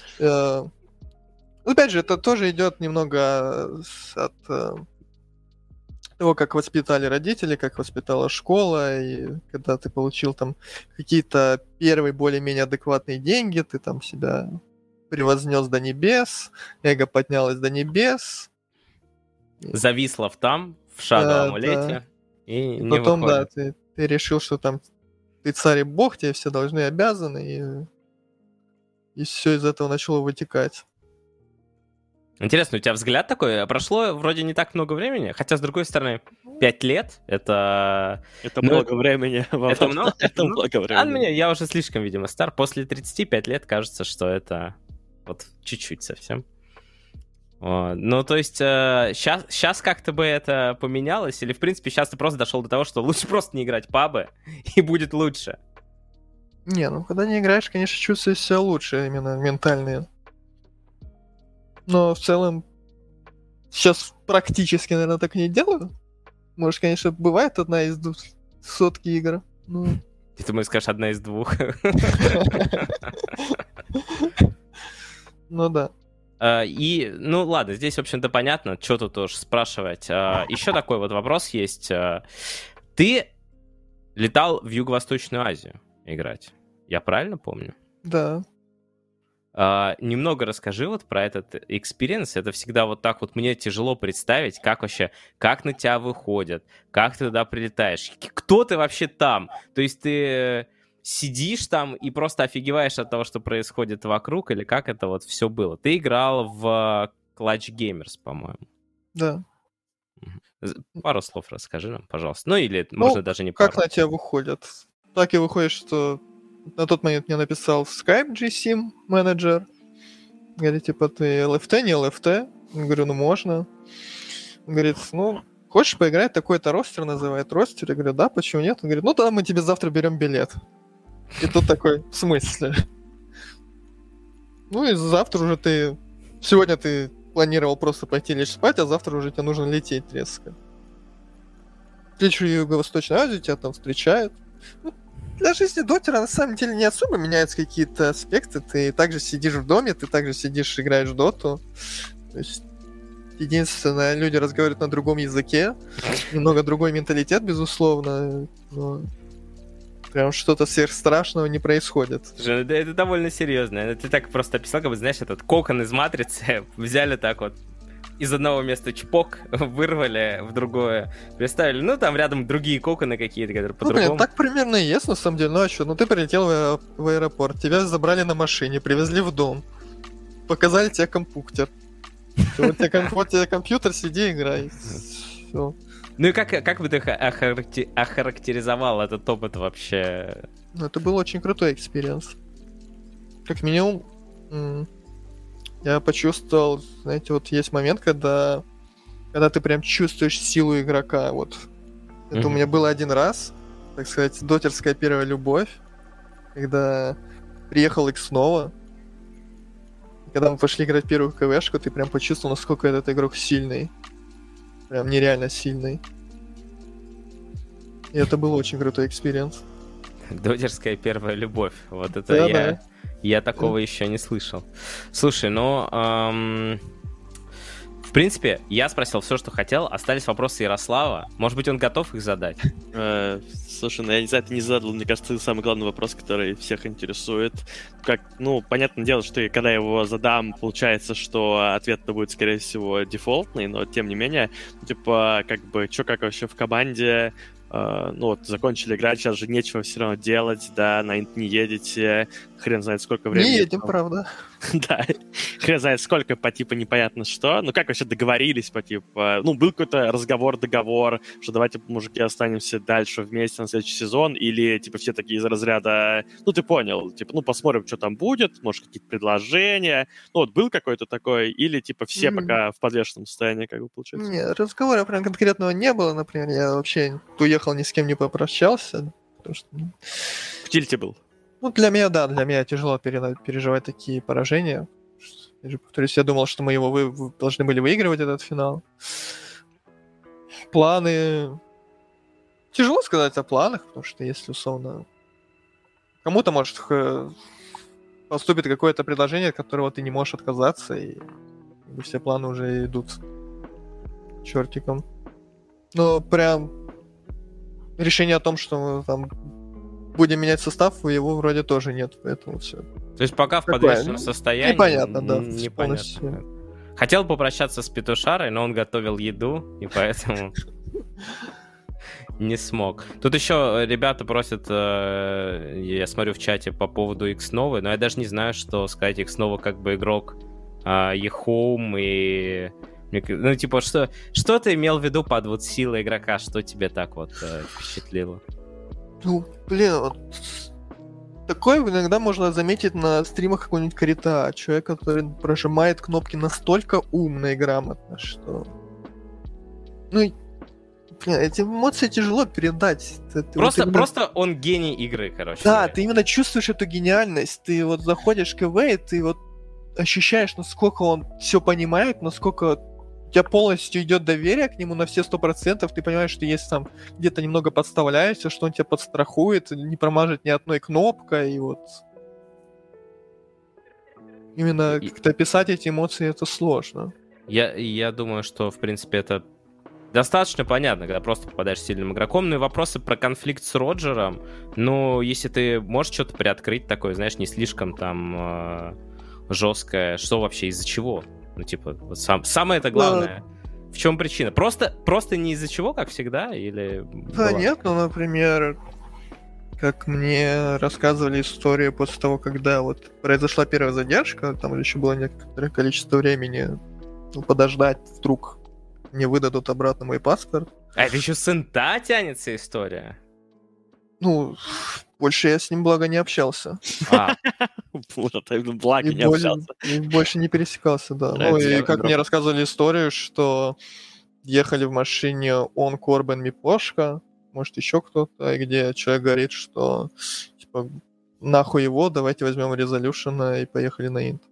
Опять же, это тоже идет немного от того, как воспитали родители, как воспитала школа, и когда ты получил там какие-то первые более-менее адекватные деньги, ты там себя превознес до небес, эго поднялось до небес. Завислов там, в шаговом Да. амулете, и И не потом, да, выходит. ты решил, что там ты царь и бог, тебе все должны, обязаны, и все из этого начало вытекать. Интересно, у тебя взгляд такой? Прошло вроде не так много времени, хотя, с другой стороны, 5 лет — это... Это Ну, много времени. Это много? Это много А времени. мне, я уже слишком, видимо, стар. После 35 лет кажется, что это вот чуть-чуть совсем. Вот. Ну, то есть, сейчас как-то бы это поменялось? Или, в принципе, сейчас ты просто дошел до того, что лучше просто не играть в пабы, и будет лучше? Не, ну когда не играешь, конечно, чувствуешь себя лучше, именно ментально. Но в целом сейчас практически, наверное, так не делаю. Может, конечно, бывает одна из сотки игр. Ну, И ты, скажешь, одна из двух. ну да. И, ну ладно, здесь, в общем-то, понятно, что тут уж спрашивать. Еще такой вот вопрос есть. Ты летал в Юго-Восточную Азию играть, я правильно помню? Да. Немного расскажи вот про этот экспириенс. Это всегда вот так вот мне тяжело представить, как вообще, как на тебя выходят, как ты туда прилетаешь, кто ты вообще там. То есть ты сидишь там и просто офигеваешь от того, что происходит вокруг, или как это вот все было? Ты играл в Clutch Gamers, по-моему. Да. Пару слов расскажи нам, пожалуйста. Ну или можно даже не как пару. на тебя выходят? Так и выходит, что на тот момент мне написал Skype GSIM менеджер. Говорит, типа, ты LFT, не LFT? Я говорю, ну можно. Он говорит, ну, хочешь поиграть? Такой-то ростер называет ростер. Я говорю, да, почему нет? Он говорит, ну тогда мы тебе завтра берем билет. И тут такой, в смысле? Ну и завтра уже ты... Сегодня ты планировал просто пойти лечь спать, а завтра уже тебе нужно лететь резко. Лечу в Юго-Восточную Азию, тебя там встречают. Ну, для жизни дотера на самом деле не особо меняются какие-то аспекты. Ты также сидишь в доме, ты также сидишь, играешь в доту. То есть единственное, люди разговаривают на другом языке. Немного другой менталитет, безусловно. Но прям что-то сверхстрашного не происходит. Слушай, это довольно серьезно. Ты так просто описал, как бы, знаешь, этот кокон из матрицы взяли так вот из одного места чпок, вырвали в другое, представили. Ну, там рядом другие коконы какие-то, которые по-другому. Ну, блин, так примерно и есть, на самом деле. Ну, а что? Ну, ты прилетел в аэропорт, тебя забрали на машине, привезли в дом, показали тебе компьютер. Вот тебе компьютер, сиди, играй. Все. Ну и как бы ты охарактеризовал этот опыт вообще? Ну, это был очень крутой экспириенс. Как минимум, я почувствовал, знаете, вот есть момент, когда ты прям чувствуешь силу игрока, вот. Это у меня было один раз, так сказать, дотерская первая любовь, когда приехал X снова. Когда мы пошли играть первую КВшку, ты прям почувствовал, насколько этот игрок сильный. Прям нереально сильный. И это был очень крутой экспириенс. Дотерская первая любовь. Вот это я такого еще не слышал. Слушай, ну... В принципе, я спросил все, что хотел. Остались вопросы Ярослава. Может быть, он готов их задать? Слушай, ну я не знаю, ты не задал, мне кажется, самый главный вопрос, который всех интересует. Как, ну, понятное дело, что когда я его задам, получается, что ответ-то будет, скорее всего, дефолтный, но тем не менее, типа, как бы, что как вообще в команде? Ну вот, закончили играть, сейчас же нечего все равно делать, да, на инт не едете, хрен знает сколько времени. Не едем, правда. Да, хрен знает сколько, по типу непонятно что. Ну как вообще договорились, по типу, ну был какой-то договор, что давайте, мужики, останемся дальше вместе на следующий сезон, или типа все такие из разряда, ну ты понял, типа, ну посмотрим, что там будет, может какие-то предложения. Ну вот был какой-то такой, или типа все пока в подвешенном состоянии, как бы получается? Нет, разговора прям конкретного не было, например, я вообще уехал, ни с кем не попрощался, потому что... В тильте был. Ну, для меня, да, для меня тяжело переживать такие поражения. Я же повторюсь, я думал, что мы его должны были выигрывать, этот финал. Планы Тяжело сказать о планах, потому что если условно кому-то, может, поступит какое-то предложение, от которого ты не можешь отказаться, и все планы уже идут чертиком. Но прям решение о том, что мы там будем менять состав, его вроде тоже нет, поэтому все. То есть пока в Такое, подвешенном состоянии. Непонятно, да. Непонятно. Хотел попрощаться с Петушарой, но он готовил еду, и поэтому не смог. Тут еще ребята просят, я смотрю в чате по поводу X-Nova, но я даже не знаю, что сказать. X-Nova как бы игрок eHome и... Ну, типа, что ты имел в виду под вот силой игрока? Что тебе так вот впечатлило? Ну, блин, вот такое иногда можно заметить на стримах какого-нибудь Карита. Человек, который прожимает кнопки настолько умно и грамотно, что... Ну, блин, эти эмоции тяжело передать. Просто он гений игры, короче. Да, ты именно чувствуешь эту гениальность. Ты вот заходишь в КВ, и ты вот ощущаешь, насколько он все понимает, насколько у тебя полностью идет доверие к нему на все 100%, ты понимаешь, что если там где-то немного подставляешься, что он тебя подстрахует, не промажет ни одной кнопкой, и вот... Именно как-то описать эти эмоции, это сложно. Я думаю, что, в принципе, это достаточно понятно, когда просто попадаешь сильным игроком. Ну и вопросы про конфликт с Роджером, ну, если ты можешь что-то приоткрыть такое, знаешь, не слишком там жесткое, что вообще, из-за чего? Ну, типа, вот самое это главное. В чем причина? Просто не из-за чего, как всегда? Или... Да нет, ну, например, как мне рассказывали историю после того, когда вот произошла первая задержка, там еще было некоторое количество времени подождать, вдруг мне выдадут обратно мой паспорт. А это еще с инта тянется история? Ну, больше я с ним, благо, не общался. Благо не общался. Больше не пересекался, да. Ну и как мне рассказывали историю, что ехали в машине он, Корбен, Мипошка, может еще кто-то, и где человек говорит, что типа нахуй его, давайте возьмем Резолюшена и поехали на инт.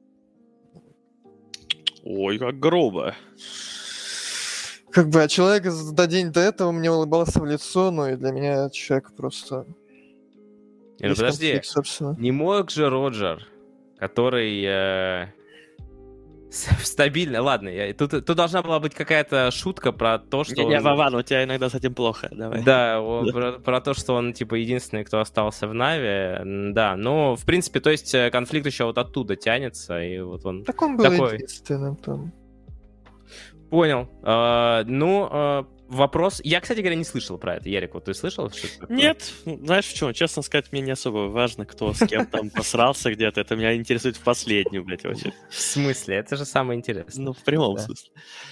Ой, как грубо. Как бы, а человек за день до этого мне улыбался в лицо, ну и для меня человек просто... Ну подожди, не мог же Роджер, который стабильно... Ладно, тут должна была быть какая-то шутка про то, что... Не, Вован, у тебя иногда с этим плохо, давай. Да, про то, что он, типа, единственный, кто остался в Нави, да, но, в принципе, то есть конфликт еще вот оттуда тянется, и вот он... Так он был такой... единственным там. Понял. Вопрос... Я, кстати говоря, не слышал про это. Ярик, вот ты слышал? Нет. Знаешь, в чем? Честно сказать, мне не особо важно, кто с кем там посрался где-то. Это меня интересует в последнюю, блядь, очередь. В смысле? Это же самое интересное. Ну, в прямом смысле.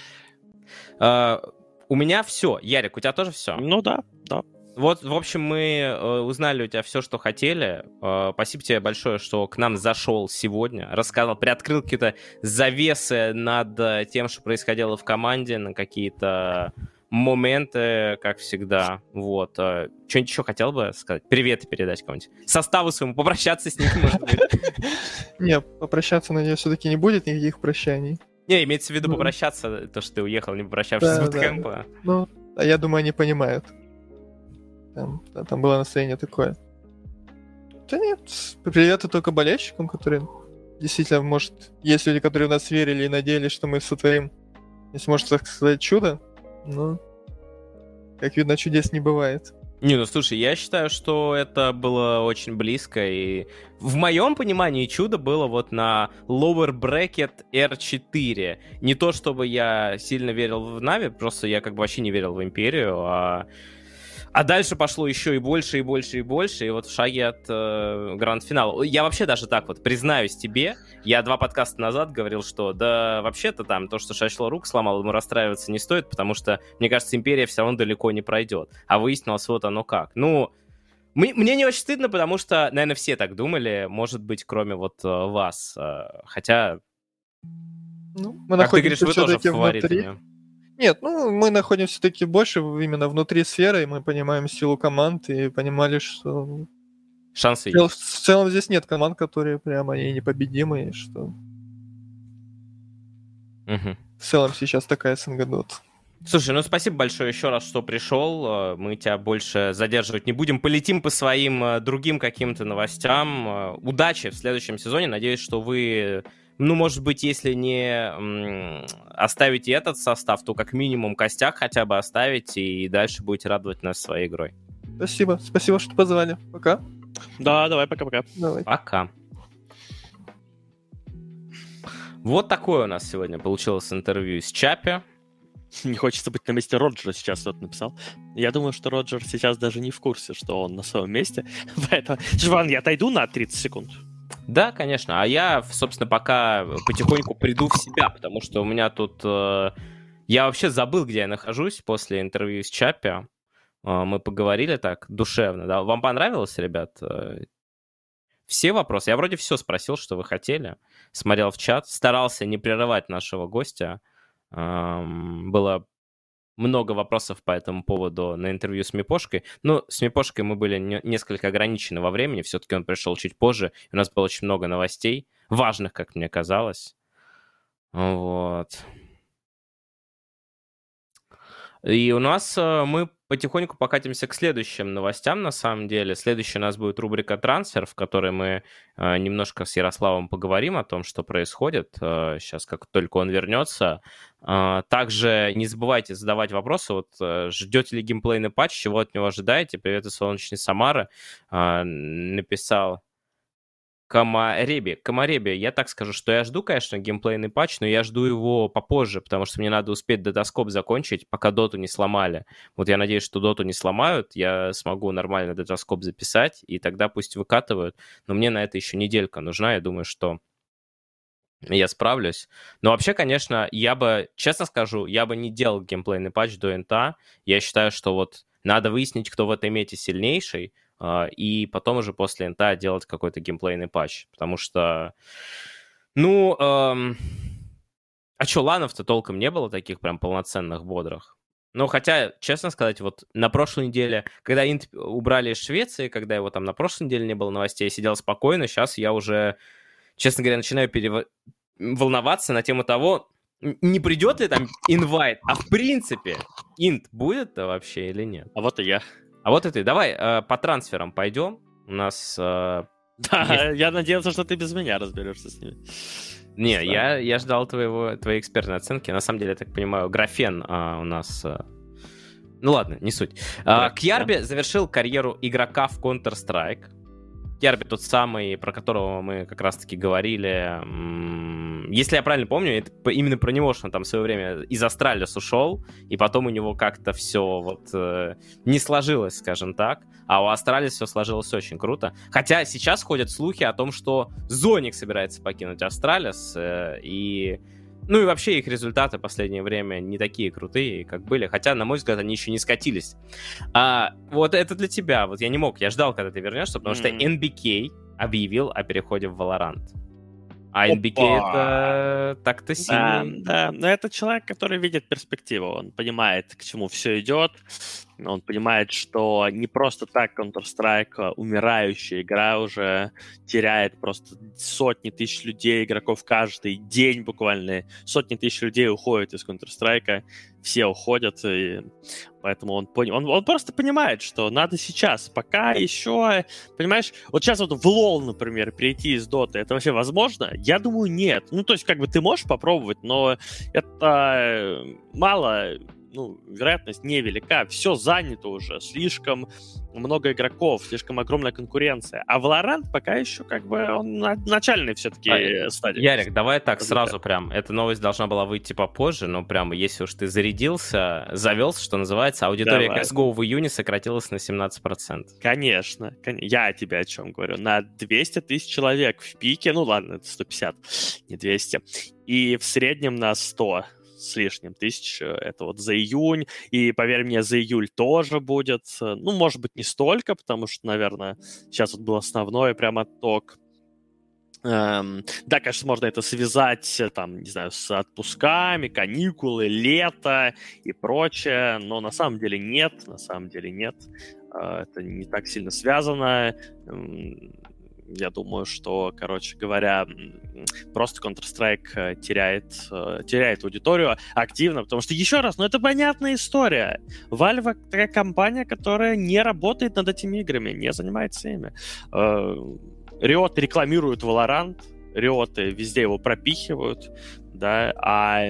У меня все. Ярик, у тебя тоже все? Ну да. Вот, в общем, мы узнали у тебя все, что хотели. Спасибо тебе большое, что к нам зашел сегодня. Рассказал, приоткрыл какие-то завесы над тем, что происходило в команде, на какие-то моменты, как всегда. Вот. Что-нибудь еще хотел бы сказать? Привет передать кому-нибудь. Составу своему, попрощаться с ним, может быть. Не, попрощаться, надеюсь, все-таки не будет никаких прощаний. Не, имеется в виду попрощаться, то, что ты уехал, не попрощавшись с буткэмпа. Ну, а я думаю, они понимают. Там было настроение такое. Да нет, приветы только болельщикам, которые действительно, может, есть люди, которые в нас верили и надеялись, что мы сотворим, если можно так сказать, чудо, но, как видно, чудес не бывает. Не, ну слушай, я считаю, что это было очень близко, и в моем понимании чудо было вот на lower bracket R4. Не то, чтобы я сильно верил в Нави, просто я как бы вообще не верил в Империю, а дальше пошло еще и больше, и больше, и больше, и вот в шаге от гранд-финала. Я вообще даже так вот признаюсь тебе, я 2 подкаста назад говорил, что да вообще-то там то, что Шашло рук сломал, ему расстраиваться не стоит, потому что, мне кажется, Империя все равно далеко не пройдет. А выяснилось вот оно как. Ну, мне не очень стыдно, потому что, наверное, все так думали, может быть, кроме вот вас. Хотя, ну, мы как ты говоришь, вы тоже фаворитами. Нет, ну, мы находимся все-таки больше именно внутри сферы, и мы понимаем силу команд, и понимали, что... Шансы есть. В целом здесь нет команд, которые прямо и непобедимые, что... В целом сейчас такая СНГ-дот. Слушай, ну спасибо большое еще раз, что пришел. Мы тебя больше задерживать не будем. Полетим по своим другим каким-то новостям. Удачи в следующем сезоне. Надеюсь, что вы, ну, может быть, если не оставите этот состав, то как минимум костяк хотя бы оставите и дальше будете радовать нас своей игрой. Спасибо. Спасибо, что позвали. Пока. Да, давай, пока-пока. Давай. Пока. Вот такое у нас сегодня получилось интервью с Чапи. Не хочется быть на месте Роджера сейчас, кто-то написал. Я думаю, что Роджер сейчас даже не в курсе, что он на своем месте. Поэтому, Жван, я отойду на 30 секунд. Да, конечно. А я, собственно, пока потихоньку приду в себя, потому что у меня тут... Я вообще забыл, где я нахожусь после интервью с Чапи. Мы поговорили так душевно. Да? Вам понравилось, ребят? Все вопросы? Я вроде все спросил, что вы хотели. Смотрел в чат. Старался не прерывать нашего гостя. Было много вопросов по этому поводу на интервью с Мипошкой. Ну, с Мипошкой мы были несколько ограничены во времени. Все-таки он пришел чуть позже. У нас было очень много новостей. Важных, как мне казалось. Вот. И у нас мы потихоньку покатимся к следующим новостям, на самом деле. Следующая у нас будет рубрика «Трансфер», в которой мы немножко с Ярославом поговорим о том, что происходит сейчас, как только он вернется. Также не забывайте задавать вопросы. Вот ждете ли геймплейный патч, чего от него ожидаете? Привет из солнечной Самары. Написал Комареби, я так скажу, что я жду, конечно, геймплейный патч, но я жду его попозже, потому что мне надо успеть датаскоп закончить, пока доту не сломали. Вот я надеюсь, что доту не сломают, я смогу нормально датаскоп записать, и тогда пусть выкатывают. Но мне на это еще неделька нужна, я думаю, что я справлюсь. Но вообще, конечно, я бы, честно скажу, я бы не делал геймплейный патч до инта. Я считаю, что вот надо выяснить, кто в этой мете сильнейший, и потом уже после инта делать какой-то геймплейный патч. Потому что, ну, а что, ланов-то толком не было таких прям полноценных, бодрых. Ну, хотя, честно сказать, вот на прошлой неделе, когда инт убрали из Швеции, когда его там на прошлой неделе не было новостей, я сидел спокойно, сейчас я уже, честно говоря, начинаю волноваться на тему того, не придет ли там инвайт, а в принципе инт будет-то вообще или нет. А вот и я. А вот и ты. Давай по трансферам пойдем. У нас... Да, я надеялся, что ты без меня разберешься с ними. Не, я ждал твоей экспертной оценки. На самом деле, я так понимаю, Графен у нас... Ну ладно, не суть. Кьярби завершил карьеру игрока в Counter-Strike. Кьярби тот самый, про которого мы как раз-таки говорили. Если я правильно помню, это именно про него, что он там в свое время из Астралис ушел, и потом у него как-то все вот не сложилось, скажем так. А у Астралис все сложилось очень круто. Хотя сейчас ходят слухи о том, что Зоник собирается покинуть Астралис, и... Ну и вообще их результаты в последнее время не такие крутые, как были. Хотя, на мой взгляд, они еще не скатились. Вот это для тебя. Вот я не мог, я ждал, когда ты вернешься, потому что NBK объявил о переходе в Valorant. А NBK это так-то сильный. Да, но это человек, который видит перспективу. Он понимает, к чему все идет. Он понимает, что не просто так Counter-Strike, умирающая игра, уже теряет просто сотни тысяч людей, игроков каждый день буквально. Сотни тысяч людей уходят из Counter-Strike, все уходят, и поэтому он просто понимает, что надо сейчас, пока еще, понимаешь, вот сейчас вот в LoL, например, перейти из Dota, это вообще возможно? Я думаю, нет. Ну, то есть, как бы ты можешь попробовать, но это мало... Ну, вероятность невелика, все занято уже, слишком много игроков, слишком огромная конкуренция. А Valorant пока еще как бы он на начальной все-таки стадии. Ярик, давай так сразу прям, эта новость должна была выйти попозже, но прям если уж ты зарядился, завелся, что называется, аудитория CSGO в июне сократилась на 17%. Конечно, я тебе о чем говорю. На 200 тысяч человек в пике, ну ладно, это 150, не 200, и в среднем на 100 с лишним тысяч, это вот за июнь, и, поверь мне, за июль тоже будет, ну, может быть, не столько, потому что, наверное, сейчас вот был основной прям отток. Да, конечно, можно это связать, там, не знаю, с отпусками, каникулы, лето и прочее, но на самом деле нет, это не так сильно связано. я думаю, что, короче говоря, просто Counter-Strike теряет аудиторию активно, потому что, еще раз, это понятная история. Valve — такая компания, которая не работает над этими играми, не занимается ими. Riot рекламирует Valorant, Riot везде его пропихивают, да, а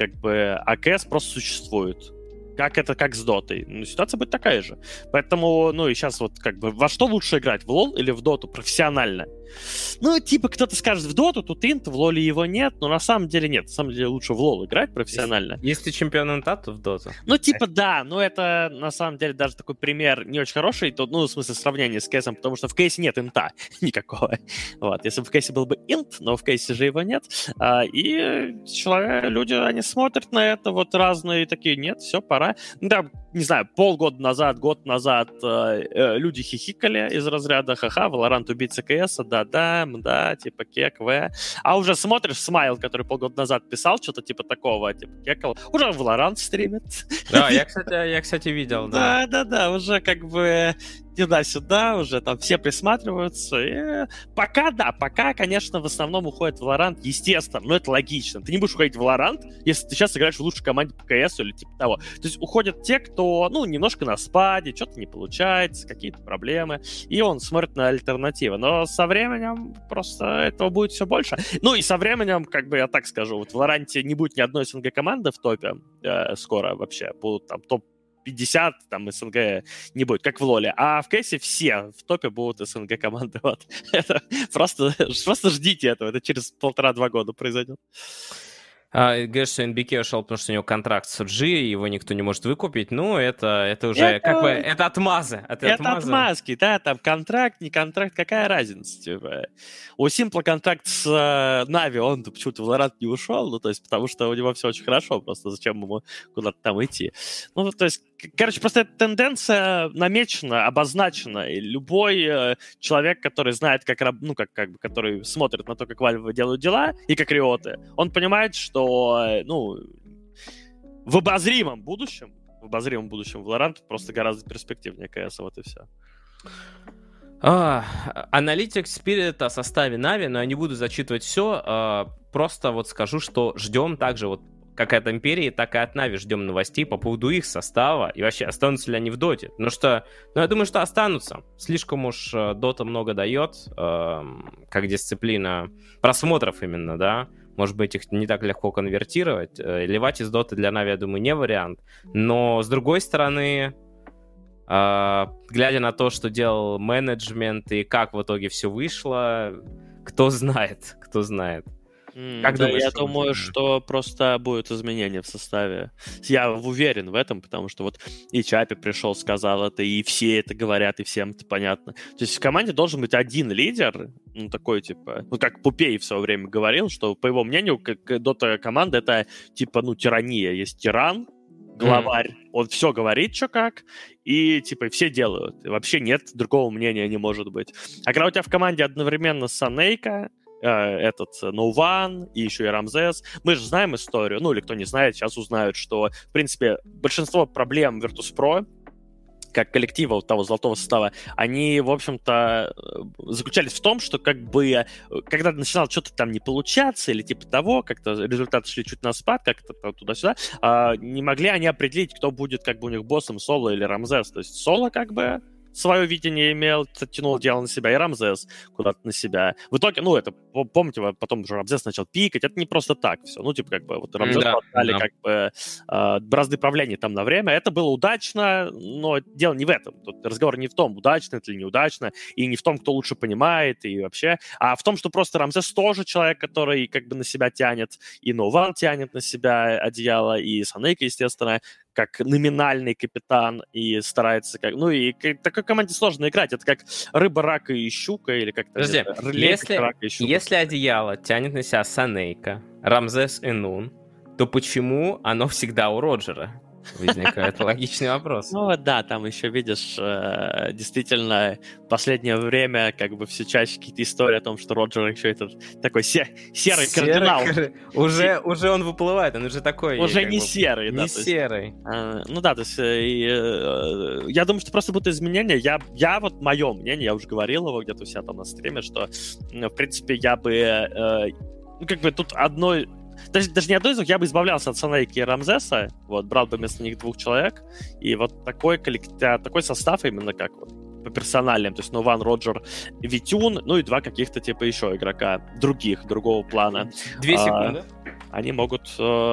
CS просто существует. Как с Дотой. Ситуация будет такая же. Поэтому, и сейчас во что лучше играть? В LoL или в Доту профессионально? Кто-то скажет в Доту, тут инт, в Лоле его нет, но на самом деле нет. На самом деле лучше в Лол играть профессионально. Если ты чемпион инта, то в Доту. Да, но это на самом деле даже такой пример не очень хороший, в смысле сравнения с кейсом, потому что в кейсе нет инта никакого. Вот. Если бы в кейсе был бы инт, но в кейсе же его нет, и люди, они смотрят на это разные такие, нет, все, пора. Не знаю, полгода назад, год назад люди хихикали из разряда ха-ха, Valorant убийца КС, да, типа кек, А уже смотришь Смайл, который полгода назад писал что-то типа такого, типа кекал, уже Valorant стримит. Да, я, кстати, видел, да. Да, уже туда-сюда, уже там все присматриваются. И пока, конечно, в основном уходит в Valorant, естественно, но это логично. Ты не будешь уходить в Valorant, если ты сейчас играешь в лучшей команде по КС или типа того. То есть уходят те, кто, немножко на спаде, что-то не получается, какие-то проблемы, и он смотрит на альтернативы. Но со временем просто этого будет все больше. И со временем, я так скажу, в Valorant не будет ни одной СНГ команды в топе скоро вообще. Будут там топ 50, там, СНГ не будет, как в Лоле. А в Кейсе все в топе будут СНГ команды. Вот. Это просто ждите этого. Это через 1,5-2 года произойдет. Говоришь, что NBK ушел, потому что у него контракт с OG, его никто не может выкупить. Это уже это отмазы. Это отмазки, да, там контракт, не контракт, какая разница, типа. У Симпла контракт с Нави, он почему-то в Valorant не ушел, потому что у него все очень хорошо, просто зачем ему куда-то там идти. Просто эта тенденция намечена, обозначена, и любой человек, который знает, который смотрит на то, как Valve делают дела, и как Riot, он понимает, что в обозримом будущем Valorant просто гораздо перспективнее КС, вот и все. Аналитик Spirit о составе Нави, но я не буду зачитывать все, просто скажу, что ждем также как от Империи, так и от Нави ждем новостей по поводу их состава и вообще останутся ли они в Доте. Потому что, я думаю, что останутся. Слишком уж Дота много дает, как дисциплина просмотров именно, да. Может быть, их не так легко конвертировать. Ливать из Доты для Нави, я думаю, не вариант. Но, с другой стороны, глядя на то, что делал менеджмент и как в итоге все вышло, кто знает. Как думаешь, я думаю, что просто будут изменения в составе. Я уверен в этом, потому что и Чапи пришел, сказал это, и все это говорят, и всем это понятно. То есть в команде должен быть один лидер, такой, типа, как Пупей в свое время говорил, что, по его мнению, Дота команда — это, типа, тирания. Есть тиран, главарь, он все говорит, что как, и, типа, все делают. И вообще нет, другого мнения не может быть. А когда у тебя в команде одновременно Санейка, No One и еще и Рамзес. Мы же знаем историю, или кто не знает, сейчас узнают, что, в принципе, большинство проблем Virtus.pro, как коллектива того золотого состава, они, в общем-то, заключались в том, что когда начинало что-то там не получаться или типа того, как-то результаты шли чуть на спад, как-то туда-сюда, не могли они определить, кто будет у них боссом, Соло или Рамзес. То есть Соло свое видение имел, тянул дело на себя, и Рамзес куда-то на себя. В итоге, это, помните, потом уже Рамзес начал пикать, это не просто так все. Рамзесу отдали бразды правления там на время. Это было удачно, но дело не в этом. Тут разговор не в том, удачно это или неудачно, и не в том, кто лучше понимает, и вообще, а в том, что просто Рамзес тоже человек, который на себя тянет, и No One тянет на себя одеяло, и Санейка, естественно, как номинальный капитан, и старается и такой команде сложно играть. Это как рыба, рак и щука, или как-то... Подожди, если одеяло тянет на себя Санейка, Рамзес и Нун, то почему оно всегда у Роджера? Возникает логичный вопрос. Ну да, там еще, видишь, действительно, в последнее время как бы все чаще какие-то истории о том, что Роджер еще этот такой серый кардинал. Уже он выплывает, он уже такой... Уже не серый, да. Не серый. Ну да, то есть я думаю, что просто будут изменения. Я вот, мое мнение, я уже говорил его где-то у себя там на стриме, что, в принципе, я бы... Ну, как бы тут одной... Даже не одной из них, я бы избавлялся от Санейки и Рамзеса, вот, брал бы вместо них 2 человек, и вот такой состав именно как вот по персональным, то есть, ну, Ван, Роджер, Витюн, ну и 2 каких-то типа еще игрока другого плана. 2 секунды. Они могут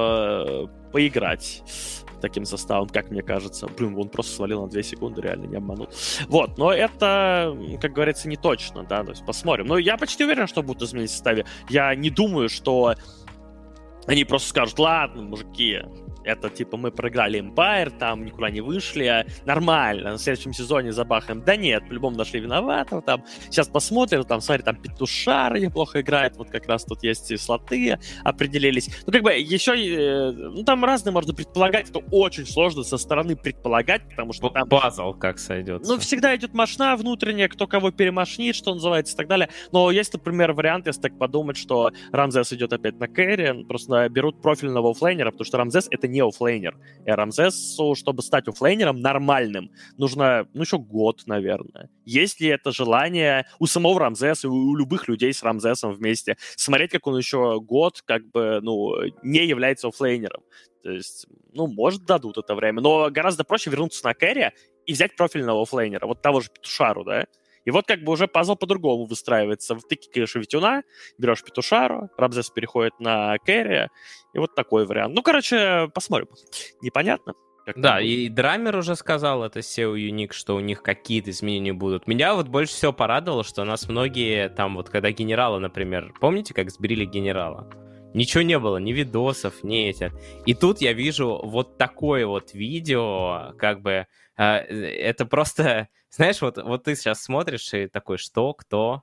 поиграть таким составом, как мне кажется. Блин, он просто свалил на 2 секунды, реально не обманул. Вот, но это, как говорится, не точно, да, то есть посмотрим. Но я почти уверен, что будут изменить в составе. Я не думаю, что они просто скажут: ладно, мужики, это типа мы проиграли Empire, там никуда не вышли, нормально, на следующем сезоне забахаем. Да нет, по-любому нашли виноватого, там, сейчас посмотрим, там, смотри, там Петушар неплохо играет, вот как раз тут есть и слоты определились. Ну, как бы, еще, ну, там разные можно предполагать, это очень сложно со стороны предполагать, потому что там... Пазл как сойдется. Ну, всегда идет мошна внутренняя, кто кого перемошнит, что называется, и так далее. Но есть, например, вариант, если так подумать, что Рамзес идет опять на кэрри, просто берут профильного оффлейнера, потому что Рамзес — это не оффлейнер. И Рамзесу, чтобы стать оффлейнером нормальным, нужно, ну, еще год, наверное. Есть ли это желание у самого Рамзеса, у любых людей с Рамзесом вместе, смотреть, как он еще год, как бы, ну, не является оффлейнером. То есть, ну, может, дадут это время. Но гораздо проще вернуться на кэрри и взять профильного оффлейнера, вот того же Петушару, да? И вот как бы уже пазл по-другому выстраивается. Ты кикаешь Витюна, берешь Петушару, Рамзес переходит на кэрри, и вот такой вариант. Ну, короче, посмотрим. Непонятно. Да, и Драмер уже сказал, это SEO Unique, что у них какие-то изменения будут. Меня вот больше всего порадовало, что у нас многие там вот, когда генерала, например, помните, как сбрили генерала? Ничего не было, ни видосов, ни эти. И тут я вижу вот такое вот видео, как бы, это просто, знаешь, вот ты сейчас смотришь и такой: что, кто,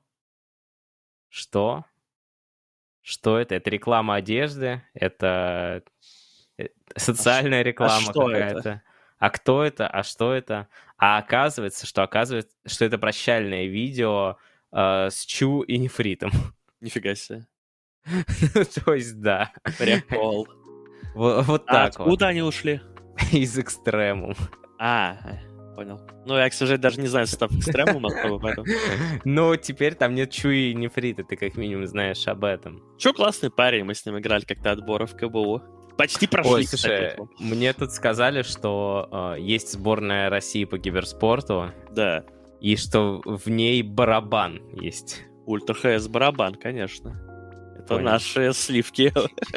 что это? Это реклама одежды, это социальная реклама какая-то. А кто это? А что это? А оказывается, что это прощальное видео с Чу и Нефритом. Нифига себе. То есть, да. Прикол. Вот так вот. Откуда они ушли? Из Экстремум. Понял. Ну, я, к сожалению, даже не знаю состав Экстремума, поэтому... Ну, теперь там нет Чу и Нефрита, ты как минимум знаешь об этом. Чу классный парень, мы с ним играли как-то отборы в КБУ. Почти прошли. Ой, слушай, мне тут сказали, что есть сборная России по киберспорту. Да. И что в ней барабан есть. Ультра ХС барабан, конечно. Это Понял. Наши сливки.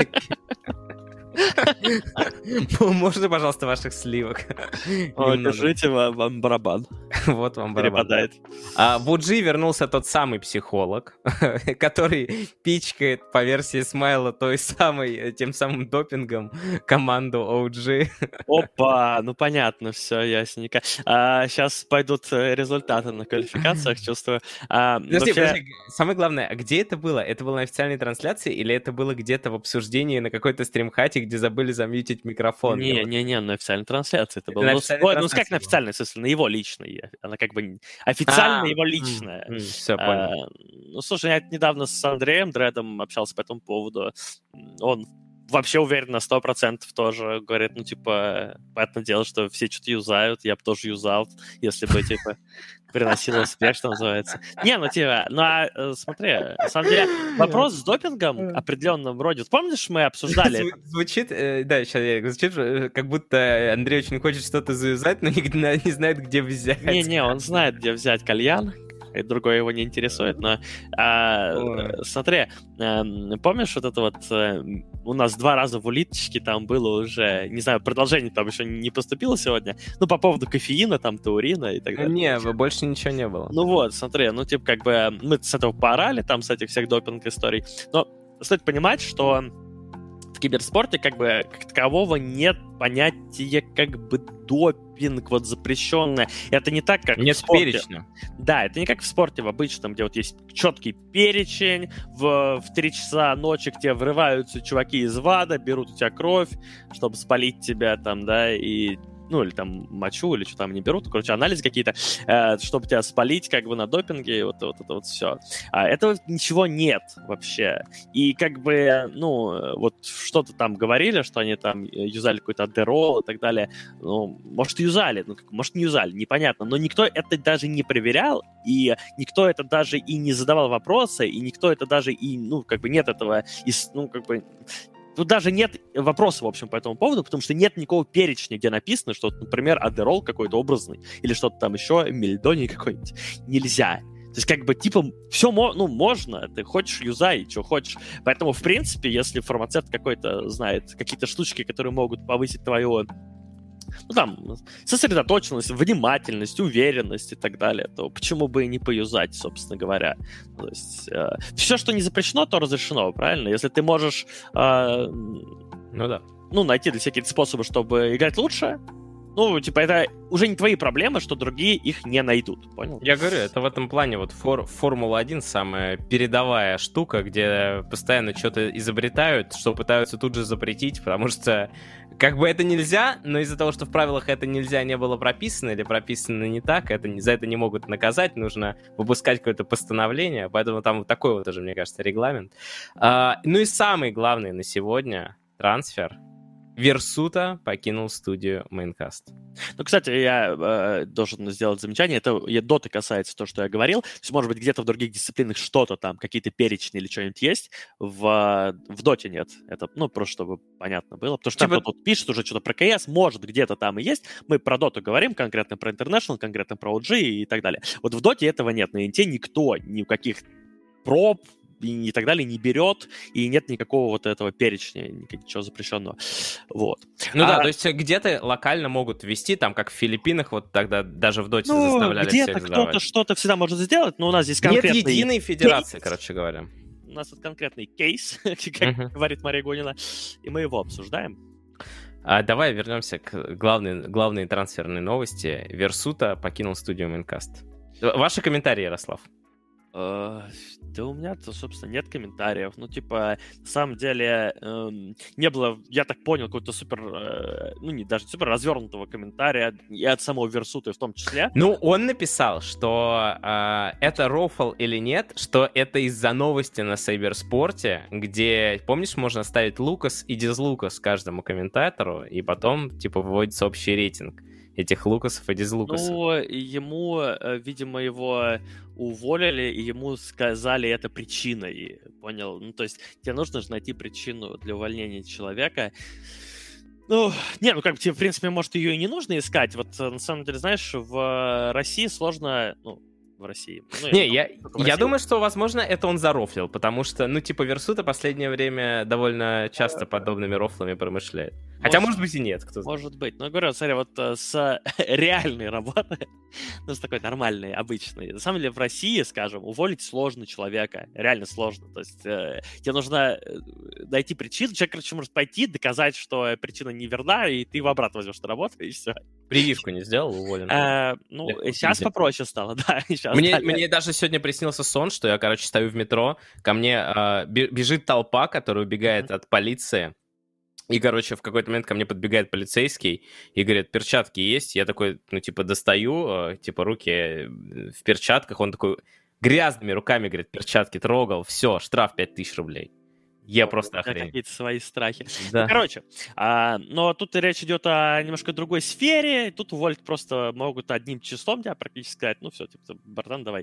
Можно, пожалуйста, ваших сливок? Держите вам барабан. Вот вам барабан. Перепадает. В OG вернулся тот самый психолог, который пичкает по версии Смайла тем самым допингом команду OG. Опа, ну понятно, все, ясненько. Сейчас пойдут результаты на квалификациях, чувствую. Подожди, самое главное, а где это было? Это было на официальной трансляции или это было где-то в обсуждении на какой-то стримхате, где забыли замьютить микрофон? Не, на официальной трансляции это было. Ну, как на официальной, собственно, на его личной. Она как бы официально его личная. Все, понял. Ну, слушай, я недавно с Андреем Дредом общался по этому поводу. Он вообще уверен на 100% тоже. Говорит, ну, типа, понятное дело, что все что-то юзают. Я бы тоже юзал, если бы, типа, приносил успех, что называется. Не, ну, типа, смотри, на самом деле, вопрос с допингом определенном роде. Помнишь, мы обсуждали... Звучит, да, сейчас звучит, как будто Андрей очень хочет что-то завязать, но не знает, где взять. Не, он знает, где взять кальян. И другое его не интересует, но смотри, помнишь вот это вот у нас 2 раза в улиточке там было уже, не знаю, продолжение там еще не поступило сегодня, ну, по поводу кофеина, там, таурина и так далее. Не, больше ничего не было. Ну вот, смотри, ну, типа, как бы мы с этого поорали, там, с этих всех допинг-историй, но стоит понимать, что в киберспорте как бы как такового нет понятия как бы допинг, вот запрещенное. Это не так, как нет в спорте. перечня. Да, это не как в спорте в обычном, где вот есть четкий перечень, в 3 часа ночи к тебе врываются чуваки из ВАДА, берут у тебя кровь, чтобы спалить тебя там, да, и ну, или там мочу, или что там не берут, короче, анализы какие-то, чтобы тебя спалить как бы на допинге, вот это вот все. А этого ничего нет вообще. И как бы, ну, вот что-то там говорили, что они там юзали какой-то адерол и так далее. Ну, может, юзали, ну, может, не юзали, непонятно. Но никто это даже не проверял, и никто это даже и не задавал вопросы, и никто это даже и, ну, как бы нет этого, ну, как бы... Тут даже нет вопросов, в общем, по этому поводу, потому что нет никакого перечня, где написано, что, например, адерол какой-то образный или что-то там еще, мельдоний какой-нибудь. Нельзя. То есть, как бы, типа, все можно, ты хочешь, юзай, что хочешь. Поэтому, в принципе, если фармацевт какой-то знает какие-то штучки, которые могут повысить твою, ну, там, сосредоточенность, внимательность, уверенность и так далее, то почему бы и не поюзать, собственно говоря. То есть все, что не запрещено, то разрешено, правильно? Если ты можешь ну да. Ну, найти для себя какие-то способы, чтобы играть лучше, ну, типа, это уже не твои проблемы, что другие их не найдут, понял? Я говорю, это в этом плане вот Формула-1 самая передовая штука, где постоянно что-то изобретают, что пытаются тут же запретить, потому что как бы это нельзя, но из-за того, что в правилах это нельзя не было прописано или прописано не так, за это не могут наказать, нужно выпускать какое-то постановление, поэтому там вот такой вот уже, мне кажется, регламент. Ну и самый главный на сегодня трансфер. Версута покинул студию Майнкаст. Ну, кстати, я должен сделать замечание. Это доты касается то, что я говорил. То есть, может быть, где-то в других дисциплинах что-то там, какие-то перечни или что-нибудь есть. В доте нет. Это, ну, просто чтобы понятно было. Потому что там кто-то пишет уже что-то про КС. Может, где-то там и есть. Мы про доту говорим, конкретно про International, конкретно про OG и так далее. Вот в доте этого нет. На инте никто ни в каких проб и так далее не берет, и нет никакого вот этого перечня, ничего запрещенного. Вот. Ну да, то есть где-то локально могут ввести, там, как в Филиппинах, вот тогда даже в доте заставляли всех сдавать. Где-то кто-то что-то всегда может сделать, но у нас здесь конкретный... Нет единой федерации, короче говоря. У нас тут конкретный кейс, как говорит Мария Гунина, и мы его обсуждаем. Давай вернемся к главной трансферной новости. Версута покинул студию Майнкаст. Ваши комментарии, Ярослав? Да у меня-то, собственно, нет комментариев. Ну, типа, на самом деле, не было, я так понял, какого-то супер, ну, не даже супер развернутого комментария, и от самого Версуты в том числе. Ну, он написал, что это рофл или нет, что это из-за новости на Сайберспорте, где, помнишь, можно ставить Лукас и Дизлукас каждому комментатору, и потом, типа, выводится общий рейтинг этих Лукасов и Дизлукасов. Ну, ему, видимо, его уволили, и ему сказали это причиной, понял? Ну, то есть тебе нужно же найти причину для увольнения человека. Ну, не, ну, как бы тебе, в принципе, может, ее и не нужно искать. Вот, на самом деле, знаешь, в России сложно... Ну, в России. Ну, не, я думаю, что, возможно, это он зарофлил, потому что, ну, типа, Версута последнее время довольно часто подобными рофлами промышляет. Хотя, может быть, и нет, кто знает. Может быть. Но я говорю, смотри, вот с реальной работы, ну, с такой нормальной, обычной. На самом деле, в России, скажем, уволить сложно человека. Реально сложно. То есть тебе нужно найти причину. Человек, короче, может пойти, доказать, что причина неверна, и ты его обратно возьмешь на работу, и все. Прививку не сделал, уволен. Ну, сейчас попроще стало, да. Мне даже сегодня приснился сон, что я, короче, стою в метро, ко мне бежит толпа, которая убегает от полиции, и, короче, в какой-то момент ко мне подбегает полицейский и говорит, перчатки есть? Я такой, ну, типа, достаю, типа, руки в перчатках, он такой грязными руками, говорит, перчатки трогал, все, штраф 5000 рублей. Я просто охренел. Какие-то свои страхи. Да. Ну, короче, но тут речь идет о немножко другой сфере. Тут уволить просто могут одним числом тебя практически сказать. Ну, все, типа, братан, давай.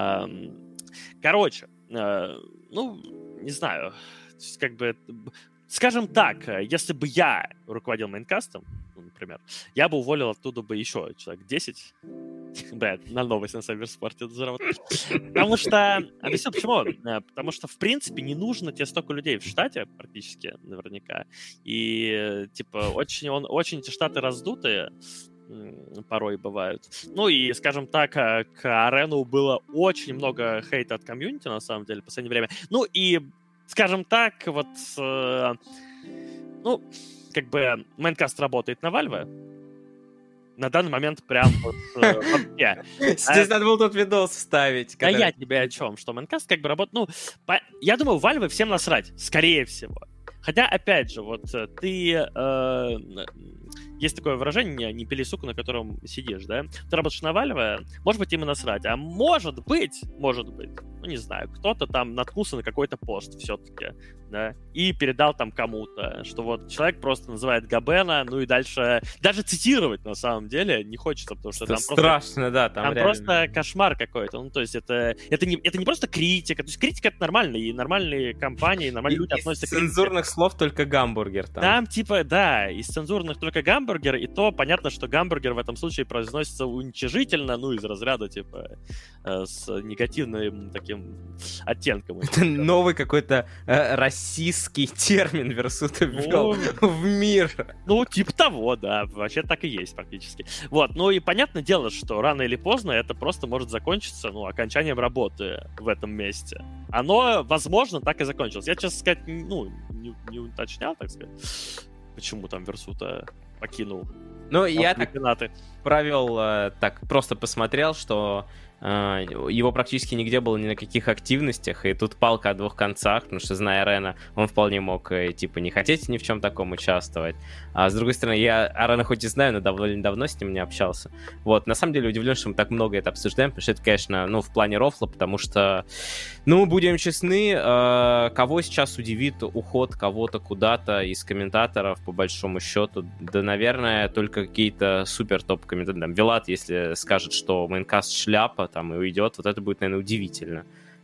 Короче, ну, не знаю. Как бы, скажем так, если бы я руководил Майнкастом, ну, например, я бы уволил оттуда бы еще человек 10. Блядь, на новость на Сайберспорте заработал. Потому что... Объясню, почему. Потому что, в принципе, не нужно тебе столько людей в штате, практически, наверняка. И, типа, очень эти штаты раздутые порой бывают. Ну и, скажем так, к Арену было очень много хейта от комьюнити, на самом деле, в последнее время. Ну и, скажем так, вот... Ну, как бы, Майнкаст работает на Valve. На данный момент прям вот вообще. Здесь надо было тот видос вставить. Да я тебе о чем, что Майнкаст как бы работает... Ну, я думаю, Valve всем насрать, скорее всего. Хотя, опять же, вот ты... Есть такое выражение, не пили суку, на котором сидишь, да? Ты работаешь на Valve, может быть, им и насрать. А может быть, ну, не знаю, кто-то там наткнулся на какой-то пост все-таки, да, и передал там кому-то, что вот человек просто называет Габена, ну и дальше даже цитировать, на самом деле, не хочется, потому что это там страшно, просто... да, там реально... просто кошмар какой-то. Ну, то есть это не просто критика. То есть критика — это нормально, и нормальные компании, нормальные люди относятся к критике. Из цензурных слов только гамбургер там. Там, типа, да, из цензурных только гамбургер, и то понятно, что гамбургер в этом случае произносится уничижительно, ну, из разряда, типа, с негативным таким оттенком. Это новый какой-то российский термин Версута ввел в мир. Ну, типа того, да, вообще так и есть практически. Вот, ну и понятное дело, что рано или поздно это просто может закончиться, ну, окончанием работы в этом месте. Оно, возможно, так и закончилось. Я, честно сказать, ну, не уточнял, так сказать, почему там Версута покинул. Ну, я так провел, так просто посмотрел, что его практически нигде было ни на каких активностях, и тут палка о двух концах, потому что, зная Рена, он вполне мог, типа, не хотеть ни в чем таком участвовать. А с другой стороны, я Рена хоть и знаю, но довольно давно с ним не общался. Вот, на самом деле удивлен, что мы так много это обсуждаем, потому что это, конечно, ну, в плане рофла, потому что, ну, будем честны, кого сейчас удивит уход кого-то куда-то из комментаторов, по большому счету? Да, наверное, только какие-то супер топ-комментаторы. Там, Вилат, если скажет, что Майнкаст шляпа, там, и уйдет, вот это будет, наверное, удивительно.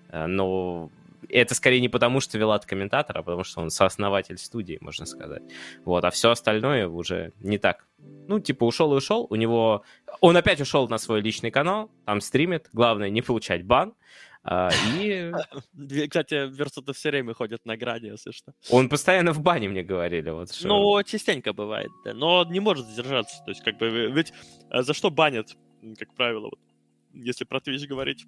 Но это скорее не потому, что Вилат комментатор, а потому что он сооснователь студии, можно сказать. Вот, а все остальное уже не так. Ну, типа, ушел и ушел. У него... Он опять ушел на свой личный канал, там стримит. Главное, не получать бан. И... Кстати, Версута все время ходит на грани, если что. Он постоянно в бане, мне говорили. Вот, что... Ну, частенько бывает, да. Но не может сдержаться. То есть, как бы, ведь за что банят, как правило, вот, если про Twitch говорить,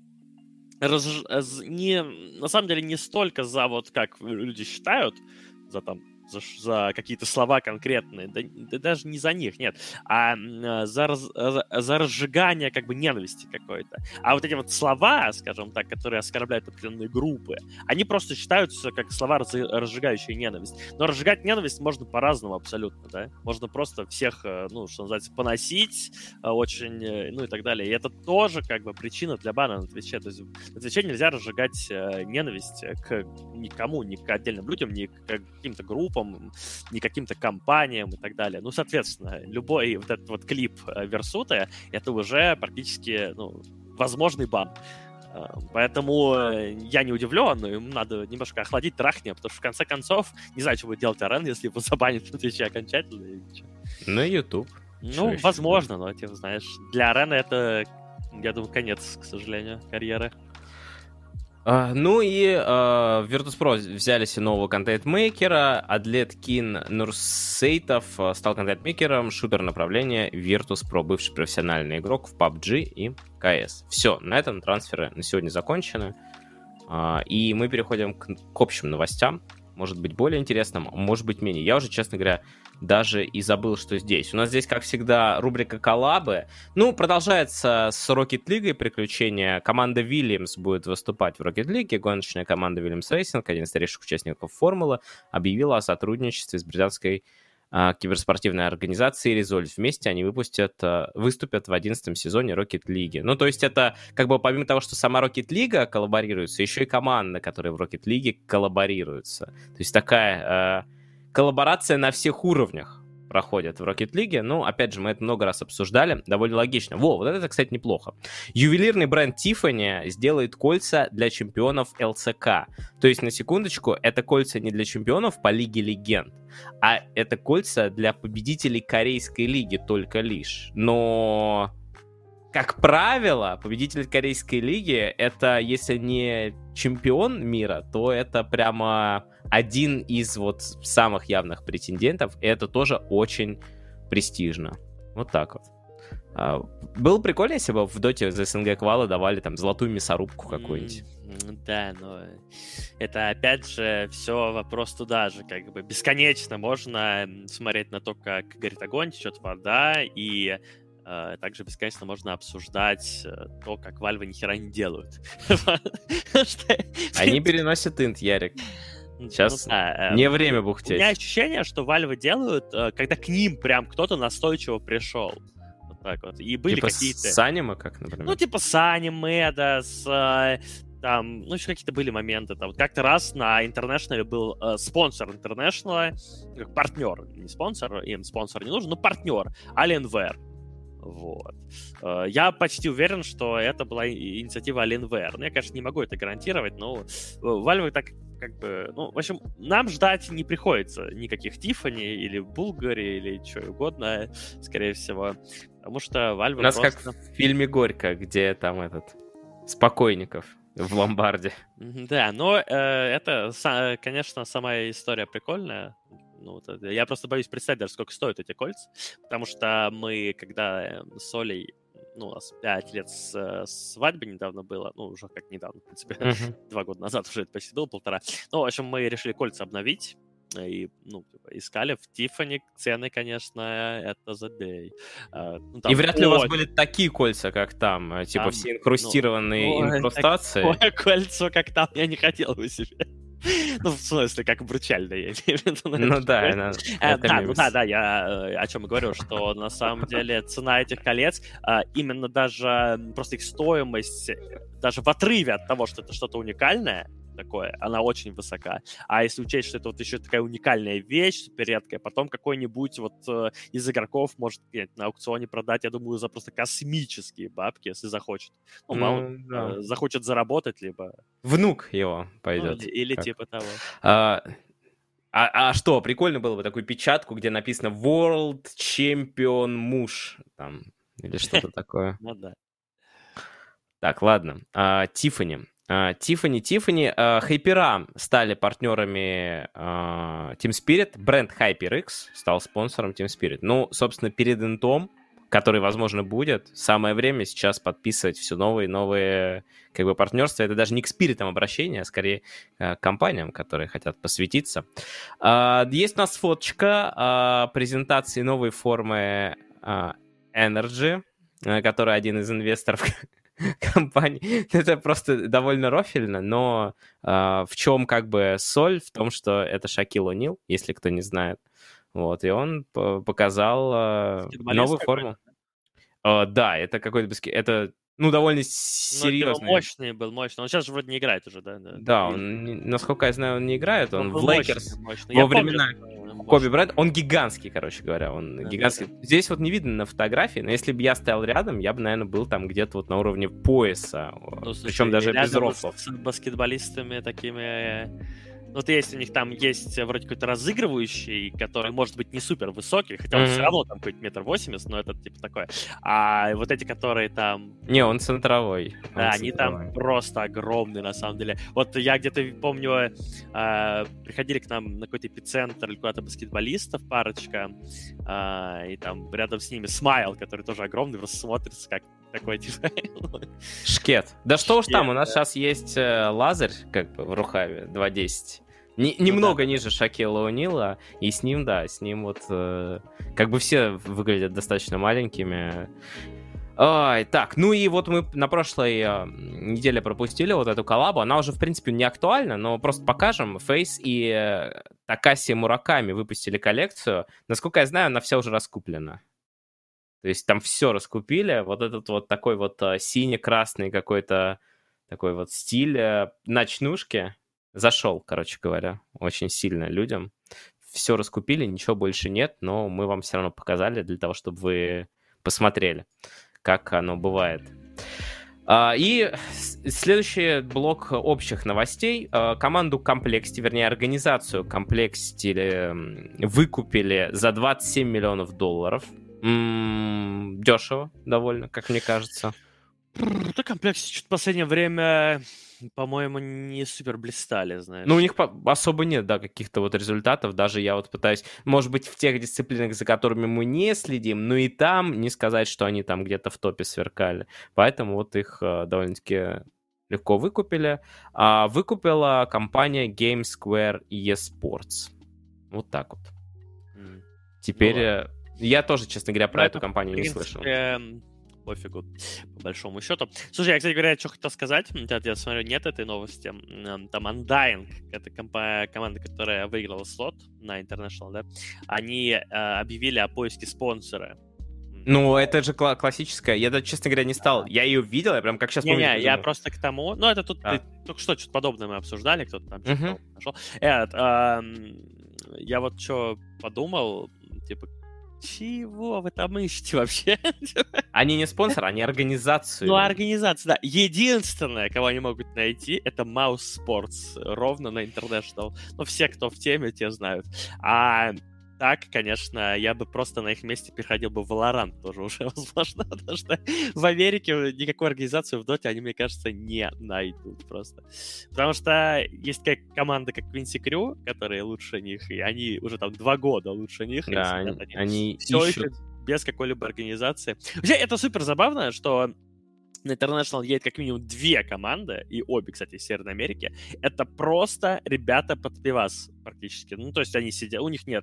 на самом деле не столько за вот как люди считают, за там за какие-то слова конкретные, да даже не за них, нет, а за разжигание как бы ненависти какой-то. А вот эти вот слова, скажем так, которые оскорбляют определенные группы, они просто считаются как слова, разжигающие ненависть. Но разжигать ненависть можно по-разному абсолютно, да? Можно просто всех, ну, что называется, поносить очень, ну и так далее. И это тоже как бы причина для бана на Твиче. То есть на Твиче нельзя разжигать ненависть к никому, ни к отдельным людям, ни к каким-то группам, ни каким-то компаниям и так далее. Ну, соответственно, любой вот этот вот клип Версуты — это уже практически, ну, возможный бан. Поэтому я не удивлен, но ему надо немножко охладить трахни, потому что в конце концов, не знаю, что будет делать Арен, если его забанят на Твиче окончательно. Ну, YouTube. Ну, возможно, но, ты знаешь, для Арена это, я думаю, конец, к сожалению, карьеры. Ну и Virtus.pro взяли себе нового контент-мейкера. Адлеткин Нурсейтов стал контент-мейкером шутер направления Virtus.pro, бывший профессиональный игрок в PUBG и CS. Все, на этом трансферы на сегодня закончены. И мы переходим к общим новостям. Может быть, более интересным, может быть, менее. Я уже, честно говоря, даже и забыл, что здесь. У нас здесь, как всегда, рубрика «Коллабы». Ну, продолжается с Rocket League приключения. Команда Williams будет выступать в Rocket League. Гоночная команда Williams Racing, один из старейших участников Формулы, объявила о сотрудничестве с британской киберспортивной организацией Resolve. Вместе они выступят в 11-м сезоне Rocket League. Ну, то есть это, как бы, помимо того, что сама Rocket League коллаборируется, еще и команда, которые в Rocket League коллаборируются. То есть такая коллаборация на всех уровнях проходит в Rocket League. Ну, опять же, мы это много раз обсуждали. Довольно логично. Вот это, кстати, неплохо. Ювелирный бренд Tiffany сделает кольца для чемпионов ЛЦК. То есть, на секундочку, это кольца не для чемпионов по Лиге Легенд, а это кольца для победителей Корейской лиги только лишь. Но, как правило, победитель Корейской лиги — это, если не чемпион мира, то это прямо один из вот самых явных претендентов, и это тоже очень престижно. Вот так вот. Было прикольно, если бы в доте за СНГ квалы давали там золотую мясорубку какую-нибудь. Да, но это опять же все вопрос туда же, как бы бесконечно можно смотреть на то, как горит огонь, течет вода, и также бесконечно можно обсуждать то, как Valve ни хера не делают. Они переносят инт, Ярик. Сейчас не время бухтеть. У меня ощущение, что Valve делают, когда к ним прям кто-то настойчиво пришел. Вот так вот. И были типа какие-то... с аниме, как, например? Ну, типа с аниме, да, с... Там, ну, еще какие-то были моменты. Там, как-то раз на International был спонсор International, как партнер, не спонсор, им спонсор не нужен, но партнер, Alienware. Вот. Я почти уверен, что это была инициатива Alienware. Ну, я, конечно, не могу это гарантировать, но Valve так как бы... Ну, в общем, нам ждать не приходится никаких Tiffany или Bulgari или чего угодно, скорее всего. Потому что Valve У нас просто... как в фильме «Горько», где там этот... Спокойников в ломбарде. Да, но это, конечно, сама история прикольная. Ну, я просто боюсь представить даже, сколько стоят эти кольца, потому что мы, когда с Олей, ну, у нас 5 лет свадьбы недавно было, ну, уже как недавно, в принципе, 2 года назад уже это почти было, 1,5. Ну, в общем, мы решили кольца обновить, и, ну, искали в Tiffany цены, конечно, это the day. Ну, и вряд ли у вас были такие кольца, как там, типа там, все инкрустированные инкрустации. Такое кольцо, как там, я не хотел бы себе. Ну, в смысле, как обручальное, я имею в виду. Ну да, да, я о чем и говорю, что на самом деле цена этих колец, именно даже просто их стоимость, даже в отрыве от того, что это что-то уникальное, такое, она очень высока. А если учесть, что это вот еще такая уникальная вещь, супер редкая, потом какой-нибудь вот из игроков может на аукционе продать, я думаю, за просто космические бабки, если захочет. Ну, да. Захочет заработать, либо... Внук его пойдет. Ну, или типа того. А что, прикольно было бы такую печатку, где написано World Champion муж, там, или что-то такое. Ну да. Так, ладно. Tiffany. Хайпера стали партнерами Team Spirit. Бренд HyperX стал спонсором Team Spirit. Ну, собственно, перед интом, который, возможно, будет, самое время сейчас подписывать все новые и новые как бы партнерства. Это даже не к спиритам обращения, а скорее к компаниям, которые хотят посвятиться. Есть у нас фоточка презентации новой формы Energy, которая один из инвесторов компании. Это просто довольно рофильно, но в чем как бы соль? В том, что это Шакил О'Нил, если кто не знает. Вот, и он показал новую форму. Да, это какой-то... Это, ну, довольно серьезный. Мощный был, мощный. Он сейчас же вроде не играет уже, да? Да, он, насколько я знаю, он не играет. Он в Лейкерс во времена Коби Брайанта. Он гигантский, короче говоря. Он гигантский. Да. Здесь вот не видно на фотографии, но если бы я стоял рядом, я бы, наверное, был там где-то вот на уровне пояса. Ну, причем даже без рофлов. С баскетболистами такими... Вот есть у них там есть вроде какой-то разыгрывающий, который может быть не супер высокий, хотя он все равно там какой-то 1,80 м, но это типа такое. А вот эти, которые там... Не, он центровой. Да, они там просто огромные, на самом деле. Вот я где-то помню, приходили к нам на какой-то эпицентр или куда-то баскетболистов парочка, и там рядом с ними Смайл, который тоже огромный, просто смотрится как такой типа... Шкет. Да что уж там, у нас сейчас есть Лазарь, как бы в рукаве, 2.10. Немного ниже Шакила О'Нила, и с ним, да, с ним вот как бы все выглядят достаточно маленькими. Ой, так, ну и вот мы на прошлой неделе пропустили вот эту коллабу. Она уже, в принципе, не актуальна, но просто покажем. Фейс и Такаси Мураками выпустили коллекцию. Насколько я знаю, она вся уже раскуплена. То есть там все раскупили. Вот этот вот такой вот сине-красный какой-то такой вот стиль ночнушки зашел, короче говоря, очень сильно людям. Все раскупили, ничего больше нет, но мы вам все равно показали для того, чтобы вы посмотрели, как оно бывает. И следующий блок общих новостей. Команду Complexity, вернее, организацию Complexity выкупили за $27 миллионов. Дешево довольно, как мне кажется. Да, комплексы что-то в последнее время, по-моему, не супер блистали, знаешь. Ну, у них особо нет, да, каких-то вот результатов. Даже я вот пытаюсь, может быть, в тех дисциплинах, за которыми мы не следим, но и там не сказать, что они там где-то в топе сверкали. Поэтому вот их довольно-таки легко выкупили. Выкупила компания Game Square eSports. Вот так вот. Теперь я тоже, честно говоря, про эту компанию не слышал. Пофигу, по большому счету. Слушай, я, кстати говоря, что хотел сказать. Я смотрю, нет этой новости. Там Undying, это команда, которая выиграла слот на International, да? Они объявили о поиске спонсора. Ну, это же классическая. Я даже, честно говоря, не стал. Я ее видел, я прям как сейчас помню. Не, я просто к тому... Ну, это тут только что подобное мы обсуждали, кто-то там что-то нашел. Я вот что подумал, типа, чего вы там ищете вообще? Они не спонсор, они организацию. Ну, организация, да. Единственное, кого они могут найти, это Mouse Sports, ровно на International. Ну, все, кто в теме, те знают. А так, конечно, я бы просто на их месте переходил бы в Valorant тоже уже, возможно, потому что в Америке никакой организации в Доте они, мне кажется, не найдут просто. Потому что есть такая команда, как Quincy Crew, которые лучше них, и они уже там 2 года лучше них. Да, они все ищут... еще без какой-либо организации. Вообще, это супер забавно, что на International едет как минимум 2 команды, и обе, кстати, из Северной Америки. Это просто ребята под пивас практически. Ну, то есть они сидят, у них нет,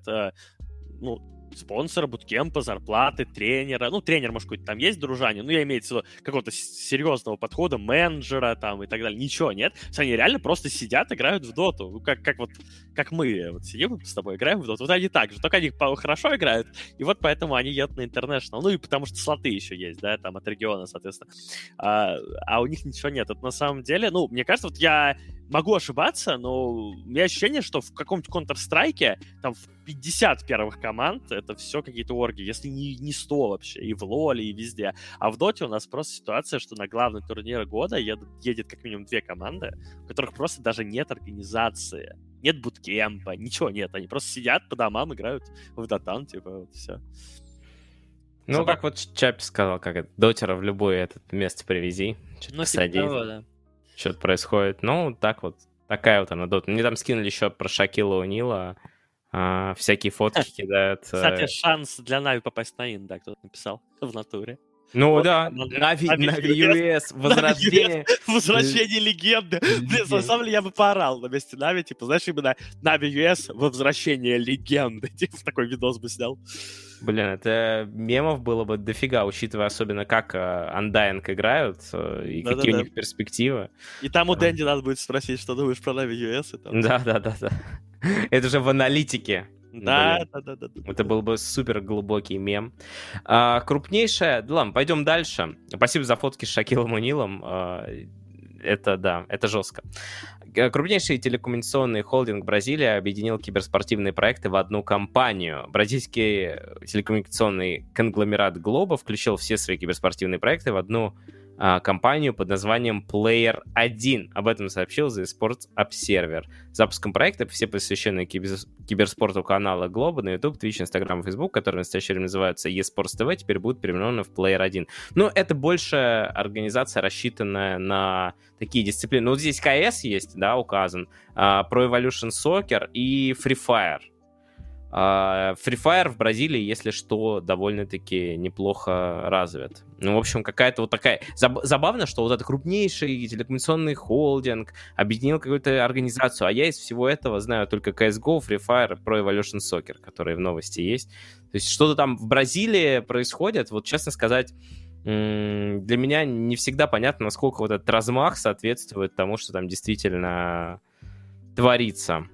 спонсора, буткемпа, зарплаты, тренера. Ну, тренер, может, какой-то там есть дружане, но я имею в виду какого-то серьезного подхода, менеджера там и так далее. Ничего нет. То есть они реально просто сидят, играют в доту. Ну, как мы вот сидим с тобой, играем в доту. Вот они так же, только они хорошо играют, и вот поэтому они едут на International. Ну, и потому что слоты еще есть, да, там от региона, соответственно. А у них ничего нет. Это на самом деле, ну, мне кажется, вот я могу ошибаться, но у меня ощущение, что в каком-то Counter-Strike там в 50 первых команд это все какие-то орги, если не 100 вообще, и в Лоле, и везде. А в Доте у нас просто ситуация, что на главный турнир года едет как минимум 2 команды, у которых просто даже нет организации, нет буткемпа, ничего нет. Они просто сидят по домам, играют в Дотан, типа, вот все. Ну, как вот Чапи сказал, как это, дотера в любое это место привези, что-то посади. Да. Что-то происходит. Ну, так вот. Такая вот она дота. Мне там скинули еще про Шакила О'Нила. Всякие фотки кидают. Кстати, шанс для Нави попасть на ин, да, кто-то написал в натуре. Ну вот, да, Нави US, возрождение. Возвращение легенды. Блин, на самом деле я бы поорал на месте Нави, типа, знаешь, именно Нави US, возвращение легенды. Типа, такой видос бы снял. Блин, это мемов было бы дофига, учитывая особенно, как Undying играют и какие у них перспективы. И там у Дэнди надо будет спросить, что думаешь про Нави US. Да. Это же в аналитике. Да. Это был бы супер глубокий мем. Крупнейшая... Ладно, пойдем дальше. Спасибо за фотки с Шакилом О'Нилом. Это жестко. Крупнейший телекоммуникационный холдинг Бразилии объединил киберспортивные проекты в одну компанию. Бразильский телекоммуникационный конгломерат Globo включил все свои киберспортивные проекты в одну компанию под названием Player 1. Об этом сообщил The Sports Observer. Запуском проекта все посвященные киберспорту канала Globo на YouTube, Twitch, Instagram и Facebook, которые в настоящее время называются eSports TV, теперь будут переименованы в Player 1. Ну, это больше организация, рассчитанная на такие дисциплины. Ну, вот здесь CS есть, да, указан, Pro Evolution Soccer и Free Fire. Free Fire в Бразилии, если что, довольно-таки неплохо развит. Ну, в общем, какая-то вот такая... Забавно, что вот этот крупнейший телекоммуникационный холдинг объединил какую-то организацию, а я из всего этого знаю только CSGO, Free Fire, Pro Evolution Soccer, которые в новости есть. То есть что-то там в Бразилии происходит, вот честно сказать, для меня не всегда понятно, насколько вот этот размах соответствует тому, что там действительно творится.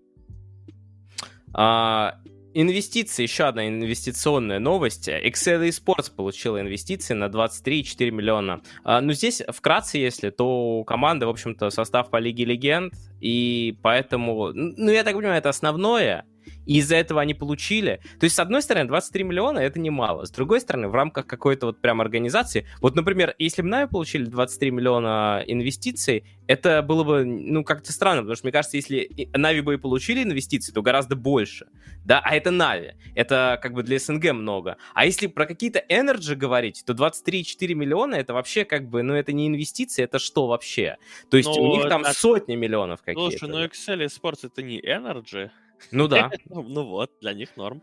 Инвестиции, еще одна инвестиционная новость. Excel Esports получила инвестиции на 23,4 миллиона. Ну, здесь вкратце, если, то команда, в общем-то, состав по Лиге Легенд, и поэтому, ну, я так понимаю, это основное, и из-за этого они получили. То есть, с одной стороны, 23 миллиона — это немало. С другой стороны, в рамках какой-то вот прям организации... Вот, например, если бы Na'Vi получили 23 миллиона инвестиций, это было бы, ну, как-то странно, потому что, мне кажется, если Na'Vi бы и получили инвестиции, то гораздо больше, да, а это Na'Vi, это как бы для СНГ много. А если про какие-то Energy говорить, то 23,4 миллиона — это вообще как бы, ну, это не инвестиции, это что вообще? То есть у них там сотни миллионов какие-то. Слушай, ну Excel Sports это не Energy. Ну да. Ну вот, для них норм.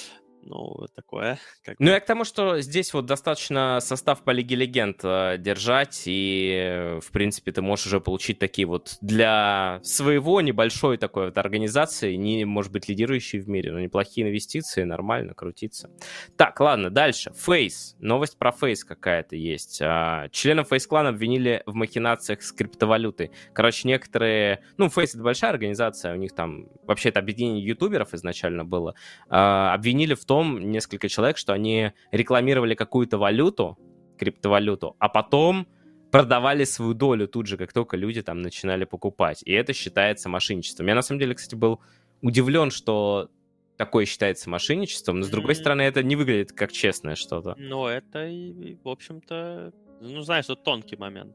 Ну, такое. Ну, я к тому, что здесь вот достаточно состав по Лиге Легенд держать, и, в принципе, ты можешь уже получить такие вот для своего небольшой такой вот организации, не, может быть, лидирующей в мире, но неплохие инвестиции, нормально крутиться. Так, ладно, дальше. Фейс. Новость про Фейс какая-то есть. Членов Фейс-клана обвинили в махинациях с криптовалютой. Короче, некоторые... Ну, Фейс — это большая организация, у них там... Вообще, это объединение ютуберов изначально было. Обвинили в том несколько человек, что они рекламировали какую-то валюту, криптовалюту, а потом продавали свою долю тут же, как только люди там начинали покупать. И это считается мошенничеством. Я, на самом деле, кстати, был удивлен, что такое считается мошенничеством, но, с другой стороны, это не выглядит как честное что-то. Ну, это, в общем-то, ну, знаешь, это тонкий момент.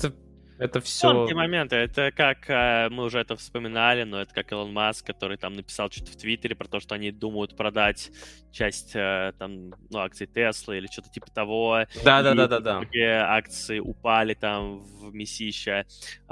Это все... Тонкие моменты. Это как, мы уже это вспоминали, но это как Илон Маск, который там написал что-то в Твиттере про то, что они думают продать часть там, ну, акций Теслы или что-то типа того. Да. Акции упали там в месище,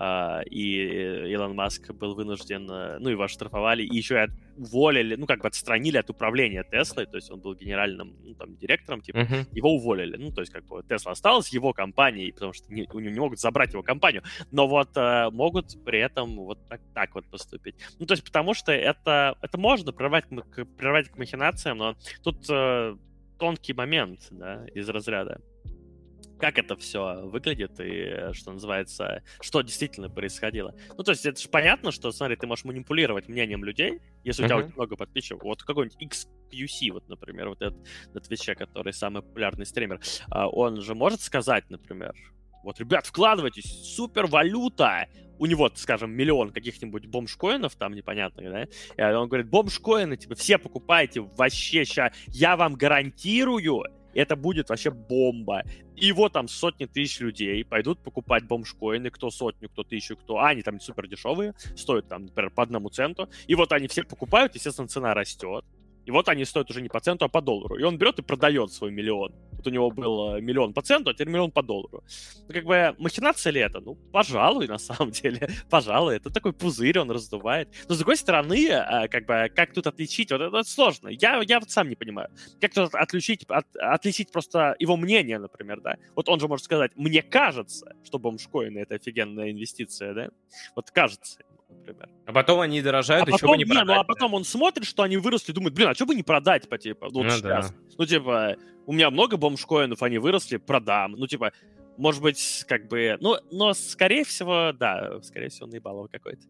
и Илон Маск был вынужден, ну, его оштрафовали, и еще и уволили, ну, как бы отстранили от управления Теслой, то есть он был генеральным, ну, там, директором, типа, его уволили. Ну, то есть, как бы, Тесла осталась его компанией, потому что у него не могут забрать его компанию, но вот могут при этом вот так вот поступить. Ну, то есть, потому что это можно прервать к махинациям, но тут тонкий момент, да, из разряда. Как это все выглядит и, что называется, что действительно происходило. Ну, то есть, это же понятно, что, смотри, ты можешь манипулировать мнением людей, если у тебя очень много подписчиков. Вот какой-нибудь XQC, вот, например, вот этот на Твиче, который самый популярный стример, он же может сказать, например, вот, ребят, вкладывайтесь, супер валюта! У него, скажем, миллион каких-нибудь бомж-коинов там непонятных, да? И он говорит, бомж-коины, типа, все покупайте вообще ща, я вам гарантирую, это будет вообще бомба. И вот там сотни тысяч людей пойдут покупать бомж-коины, кто сотню, кто тысячу, кто... они там супер дешевые, стоят там, например, по 1 центу. И вот они все покупают, естественно, цена растет. И вот они стоят уже не по центу, а по доллару. И он берет и продает свой миллион. Вот у него был миллион по центу, а теперь миллион по доллару. Ну, как бы, махинация ли это? Ну, пожалуй, на самом деле. Пожалуй, это такой пузырь, он раздувает. Но, с другой стороны, как бы, как тут отличить? Вот это сложно. Я вот сам не понимаю. Как тут отличить просто его мнение, например, да? Вот он же может сказать, мне кажется, что бомж-коины — это офигенная инвестиция, да? Вот кажется, например. А потом они дорожают, еще бы не продать. Ну, а потом он смотрит, что они выросли, думает, блин, а что бы не продать, типа, вот сейчас? Да. Ну, типа, у меня много бомж-коинов, они выросли, продам. Ну, типа, может быть, как бы... Ну, но, скорее всего, да, скорее всего, наебалово какой-то.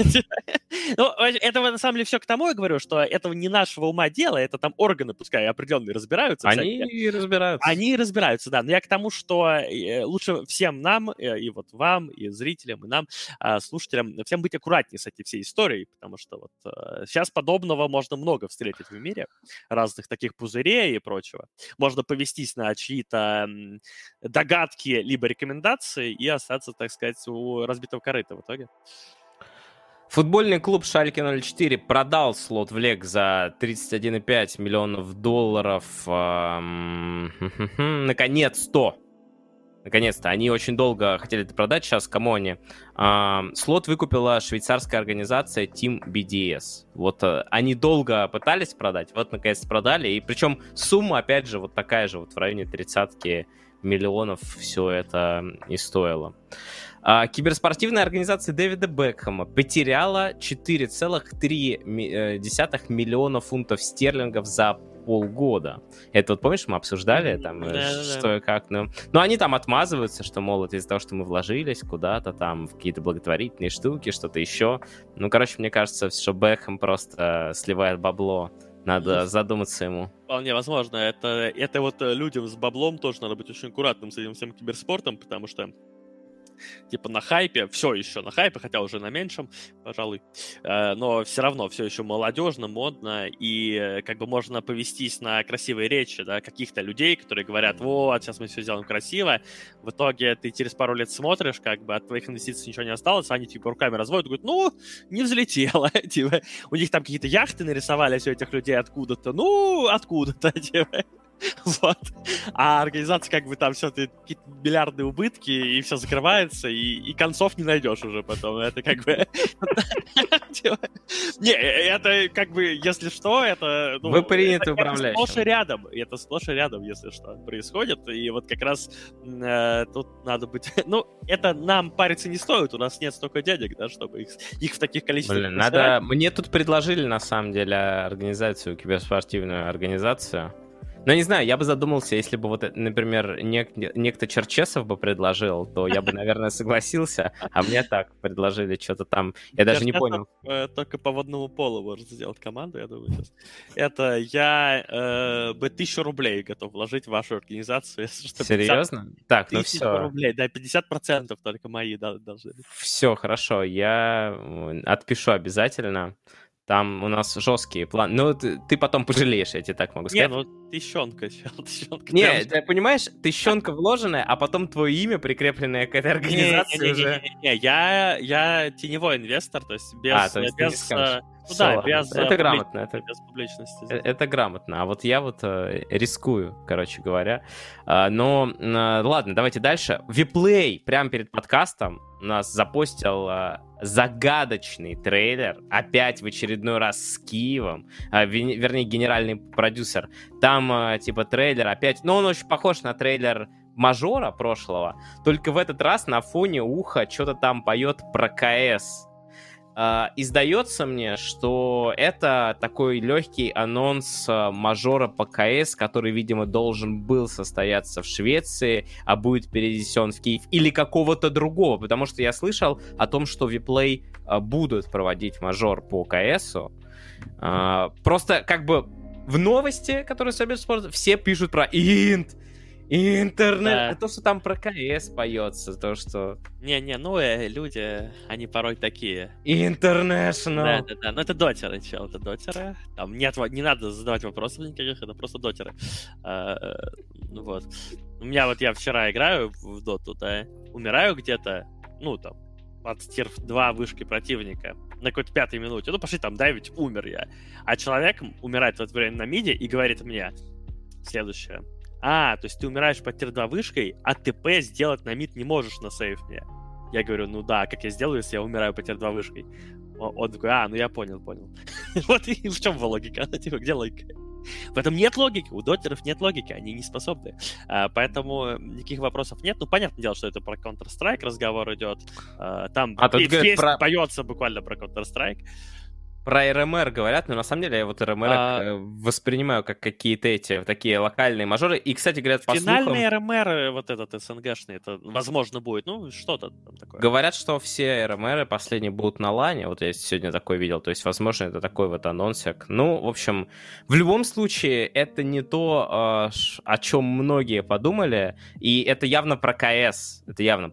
Ну, это, на самом деле, все к тому, я говорю, что этого не нашего ума дело, это там органы, пускай определенные разбираются. Они разбираются. Они разбираются, да. Но я к тому, что лучше всем нам, и вот вам, и зрителям, и нам, слушателям, всем быть аккуратнее с этой всей историей, потому что вот сейчас подобного можно много встретить в мире, разных таких пузырей и прочего. Можно повестись на чьи-то догадки либо рекомендации и остаться, так сказать, у разбитого корыта в итоге. Футбольный клуб Шальке 04 продал слот в Лег за $31,5 миллионов. Наконец-то! Наконец-то. Они очень долго хотели это продать. Сейчас кому они? Слот выкупила швейцарская организация Team BDS. Вот они долго пытались продать, вот наконец-то продали. И причем сумма, опять же, вот такая же, вот в районе 30 миллионов все это и стоило. Киберспортивная организация Дэвида Бекхэма потеряла 4,3 миллиона фунтов стерлингов за полгода. Это вот, помнишь, мы обсуждали там, что и как. Но они там отмазываются, что, мол, это из-за того, что мы вложились куда-то там в какие-то благотворительные штуки, что-то еще. Ну, короче, мне кажется, что Бекхэм просто сливает бабло. Надо задуматься ему. Вполне возможно. Это вот людям с баблом тоже надо быть очень аккуратным с этим всем киберспортом, потому что типа на хайпе, все еще на хайпе, хотя уже на меньшем, пожалуй, но все равно все еще молодежно, модно, и как бы можно повестись на красивые речи, да, каких-то людей, которые говорят, вот, сейчас мы все сделаем красиво, в итоге ты через пару лет смотришь, как бы от твоих инвестиций ничего не осталось, они типа руками разводят, говорят, ну, не взлетело, типа, у них там какие-то яхты нарисовались у этих людей откуда-то, ну, откуда-то, типа. Вот. А организация как бы там все какие-то миллиардные убытки, и все закрывается, и концов не найдешь уже потом. Это как бы... Не, это как бы, если что, это... Вы приняты управляющим. Это сплошь и рядом, если что, происходит. И вот как раз тут надо быть... Ну, это нам париться не стоит, у нас нет столько денег, да, чтобы их в таких количествах... Блин, надо... Мне тут предложили, на самом деле, организацию, киберспортивную организацию. Но не знаю, я бы задумался, если бы, вот, например, некто Черчесов бы предложил, то я бы, наверное, согласился, а мне так предложили что-то там, я даже не понял. Только по водному полу может сделать команду, я думаю, сейчас. Это я бы 1000 рублей готов вложить в вашу организацию, если что. Серьезно? Так, ну все. 1000 рублей, да, 50% только мои должны быть. Все, хорошо, я отпишу обязательно. Там у нас жесткие планы. Ну, ты потом пожалеешь, я тебе так могу сказать. Не, ну, тыщенка. Не, ты понимаешь, тыщенка вложенная, а потом твое имя, прикрепленное к этой организации уже... Не, я теневой инвестор, то есть без... Ну да, без... Это грамотно. Без публичности. Это грамотно. А вот я вот рискую, короче говоря. Но ладно, давайте дальше. Виплей прямо перед подкастом нас запостил загадочный трейлер, опять в очередной раз с Киевом, вернее, генеральный продюсер. Там, типа, трейлер опять... Ну, он очень похож на трейлер Мажора прошлого, только в этот раз на фоне уха что-то там поет про КС. И сдается мне, что это такой легкий анонс Мажора по КС, который, видимо, должен был состояться в Швеции, а будет перенесен в Киев, или какого-то другого, потому что я слышал о том, что Виплей будут проводить Мажор по КСу. Просто как бы в новости, которые собираются, все пишут про интернет, а то, что там про КС поется, то, что... Не, ну, люди, они порой такие. International. Да, ну это дотеры, чел, это дотеры. Там нет, не надо задавать вопросов никаких, это просто дотеры. Вот. У меня вот, я вчера играю в доту, да, умираю где-то, ну, там, от тир 2 вышки противника на какой-то 5-й минуте, ну, пошли там дайвить, умер я. А человек умирает в это время на миде и говорит мне следующее. То есть ты умираешь под тир 2 вышкой, а ТП сделать на мид не можешь на сейф мне. Я говорю, ну да, как я сделаю, если я умираю под тир 2 вышкой? Он такой, ну я понял. Вот и в чем логика? Типа, где логика? В этом нет логики, у дотеров нет логики, они не способны. Поэтому никаких вопросов нет. Ну, понятное дело, что это про Counter-Strike разговор идет. Там песня поется буквально про Counter-Strike. Про РМР говорят, но на самом деле я вот РМР воспринимаю как какие-то эти такие локальные мажоры. И, кстати, говорят, по слухам... Финальный РМР, вот этот СНГшный, это возможно будет. Ну, что-то там такое. Говорят, что все РМРы последние будут на лане. Вот я сегодня такой видел. То есть, возможно, это такой вот анонсик. Ну, в общем, в любом случае, это не то, о чем многие подумали. И это явно про КС.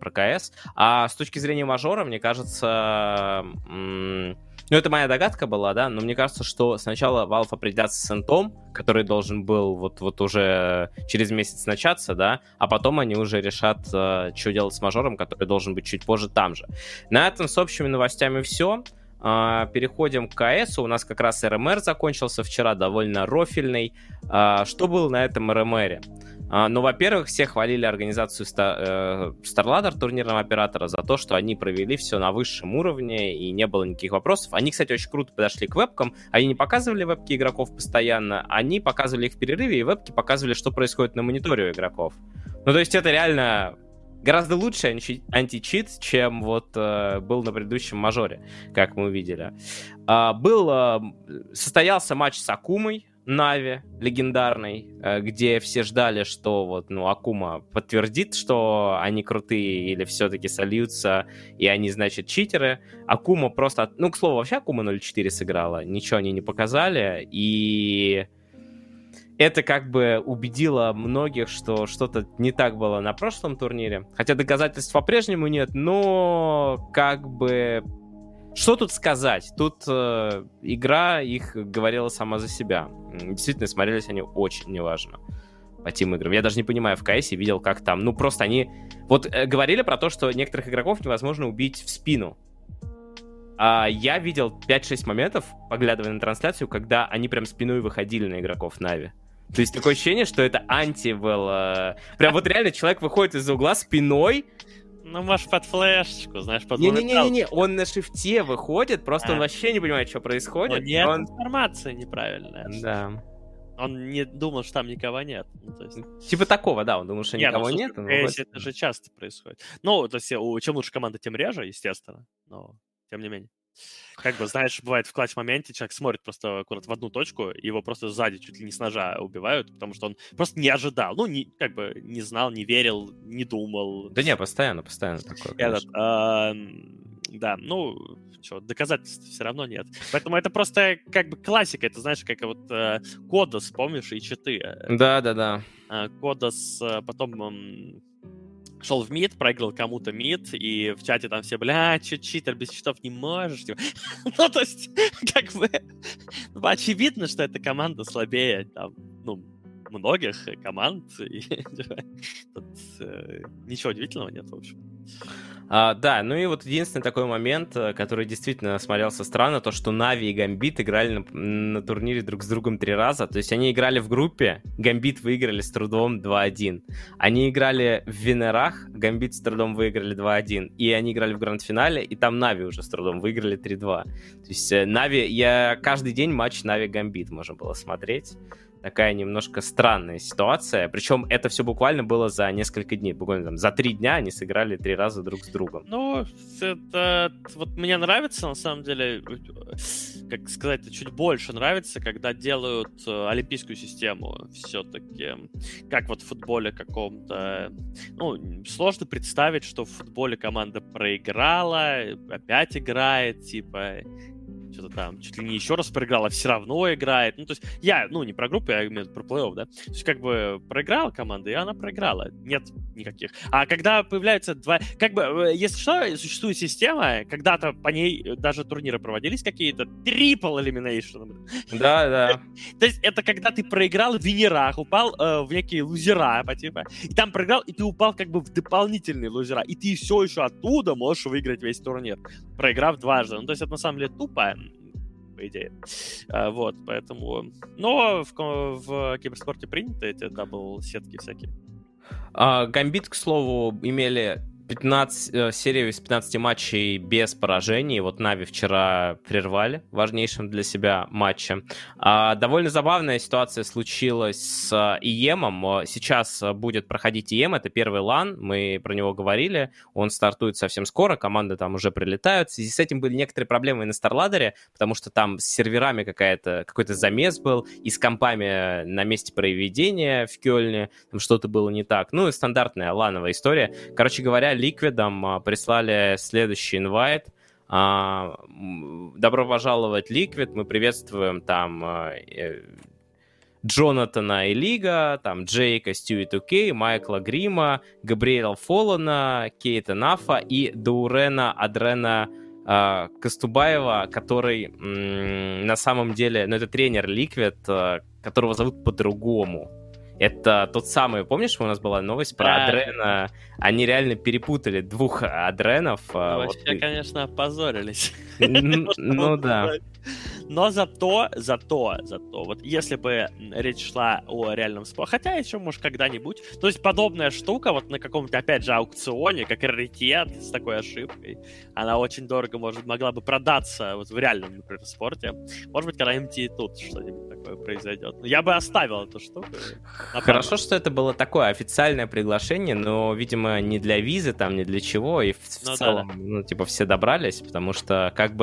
А с точки зрения мажора, мне кажется... Ну, это моя догадка была, да, но мне кажется, что сначала Valve определятся с Энтом, который должен был вот уже через месяц начаться, да, а потом они уже решат, что делать с мажором, который должен быть чуть позже там же. На этом с общими новостями все. Переходим к КС. У нас как раз РМР закончился вчера, довольно рофильный. Что было на этом РМРе? Ну, во-первых, все хвалили организацию StarLadder, турнирного оператора, за то, что они провели все на высшем уровне и не было никаких вопросов. Они, кстати, очень круто подошли к вебкам. Они не показывали вебки игроков постоянно, они показывали их в перерыве, и вебки показывали, что происходит на мониторе у игроков. Ну, то есть это реально гораздо лучше античит, чем вот был на предыдущем мажоре, как мы увидели. Состоялся матч с Акумой, Нави легендарный, где все ждали, что вот, Акума подтвердит, что они крутые или все-таки сольются, и они, значит, читеры. Акума просто... к слову, вообще Акума 0.4 сыграла, ничего они не показали, и это как бы убедило многих, что что-то не так было на прошлом турнире. Хотя доказательств по-прежнему нет, но как бы... Что тут сказать? Тут игра их говорила сама за себя. Действительно, смотрелись они очень неважно по тим-играм. Я даже не понимаю, в КСе видел, как там... Ну, просто они... Вот говорили про то, что некоторых игроков невозможно убить в спину. А я видел 5-6 моментов, поглядывая на трансляцию, когда они прям спиной выходили на игроков Нави. То есть такое ощущение, что это анти было. Прям вот реально человек выходит из-за угла спиной. Ну, может, под флешечку, знаешь, под Не-не-не, он на шифте выходит, просто он вообще не понимает, что происходит. Но нет, информация неправильная. Да. Он не думал, что там никого нет. Ну, то есть... Типа такого, да, он думал, что никого нет. Это же часто происходит. Ну, то есть, чем лучше команда, тем реже, естественно, но тем не менее. Как бы, знаешь, бывает в клатч-моменте человек смотрит просто аккурат в одну точку, и его просто сзади чуть ли не с ножа убивают, потому что он просто не ожидал. Ну, как бы не знал, не верил, не думал. Да не, постоянно такое. Да, ну, что, доказательств все равно нет. Поэтому это просто как бы классика. Это, знаешь, как вот Кодос, помнишь, и читы. Да. Кодос потом... шел в мид, проиграл кому-то мид, и в чате там все, что читер, без читов не можешь. Ну, то есть, как бы, очевидно, что эта команда слабее, там, ну, многих команд. И, тут ничего удивительного нет, в общем. Да, ну и вот единственный такой момент, который действительно смотрелся странно, то, что Нави и Гамбит играли на турнире друг с другом 3 раза. То есть они играли в группе, Гамбит выиграли с трудом 2-1. Они играли в Венерах, Гамбит с трудом выиграли 2-1. И они играли в гранд-финале, и там Нави уже с трудом выиграли 3-2. То есть Нави, каждый день матч Нави-Гамбит можно было смотреть. Такая немножко странная ситуация. Причем это все буквально было за несколько дней. Буквально там за 3 дня они сыграли 3 раза друг с другом. Ну, это... Вот мне нравится, на самом деле, как сказать, это чуть больше нравится, когда делают олимпийскую систему все-таки. Как вот в футболе каком-то... Ну, сложно представить, что в футболе команда проиграла, опять играет, типа... Что-то там чуть ли не еще раз проиграла, все равно играет. Ну, то есть я, не про группу, я имею в виду про плей-офф, да. То есть как бы проиграла команда, и она проиграла. Нет никаких. А когда появляются два... Как бы, если что, существует система, когда-то по ней даже турниры проводились какие-то, triple elimination. Да. То есть это когда ты проиграл в Венерах, упал в некие лузера, типа, и там проиграл, и ты упал как бы в дополнительные лузера, и ты все еще оттуда можешь выиграть весь турнир, проиграв дважды. Ну, то есть это на самом деле тупо, по идее. Вот, поэтому... Но в киберспорте приняты эти дабл-сетки всякие. Гамбит, к слову, имели 15 серию из 15 матчей без поражений. Вот Нави вчера прервали в важнейшем для себя матче. Довольно забавная ситуация случилась с ИЕМом. Сейчас будет проходить ИЕМ, это первый лан, мы про него говорили. Он стартует совсем скоро, команды там уже прилетают. В связи с этим были некоторые проблемы и на StarLadder, потому что там с серверами какой-то замес был, и с компами на месте проведения в Кёльне там что-то было не так. Ну и стандартная лановая история. Короче говоря, Ликвидам прислали следующий инвайт. Добро пожаловать, Liquid. Мы приветствуем там Джонатана и Лига, там Джейка, Стюи 2K, Майкла Грима, Габриэла Фоллана, Кейта Нафа и Даурена Адрена Кастубаева, который на самом деле, это тренер Liquid, которого зовут по-другому. Это тот самый, помнишь, у нас была новость про Адрена? Они реально перепутали 2 Адренов. Вообще, конечно, опозорились. Ну да. Но зато, вот если бы речь шла о реальном споре, хотя еще, может, когда-нибудь, то есть подобная штука вот на каком-то, опять же, аукционе, как раритет с такой ошибкой, она очень дорого могла бы продаться вот в реальном, например, спорте. Может быть, когда-нибудь и тут что-нибудь такое произойдет. Я бы оставил эту штуку. Хорошо, что это было такое официальное приглашение, но, видимо, не для визы, там, не для чего, и в целом, все добрались, потому что, как бы,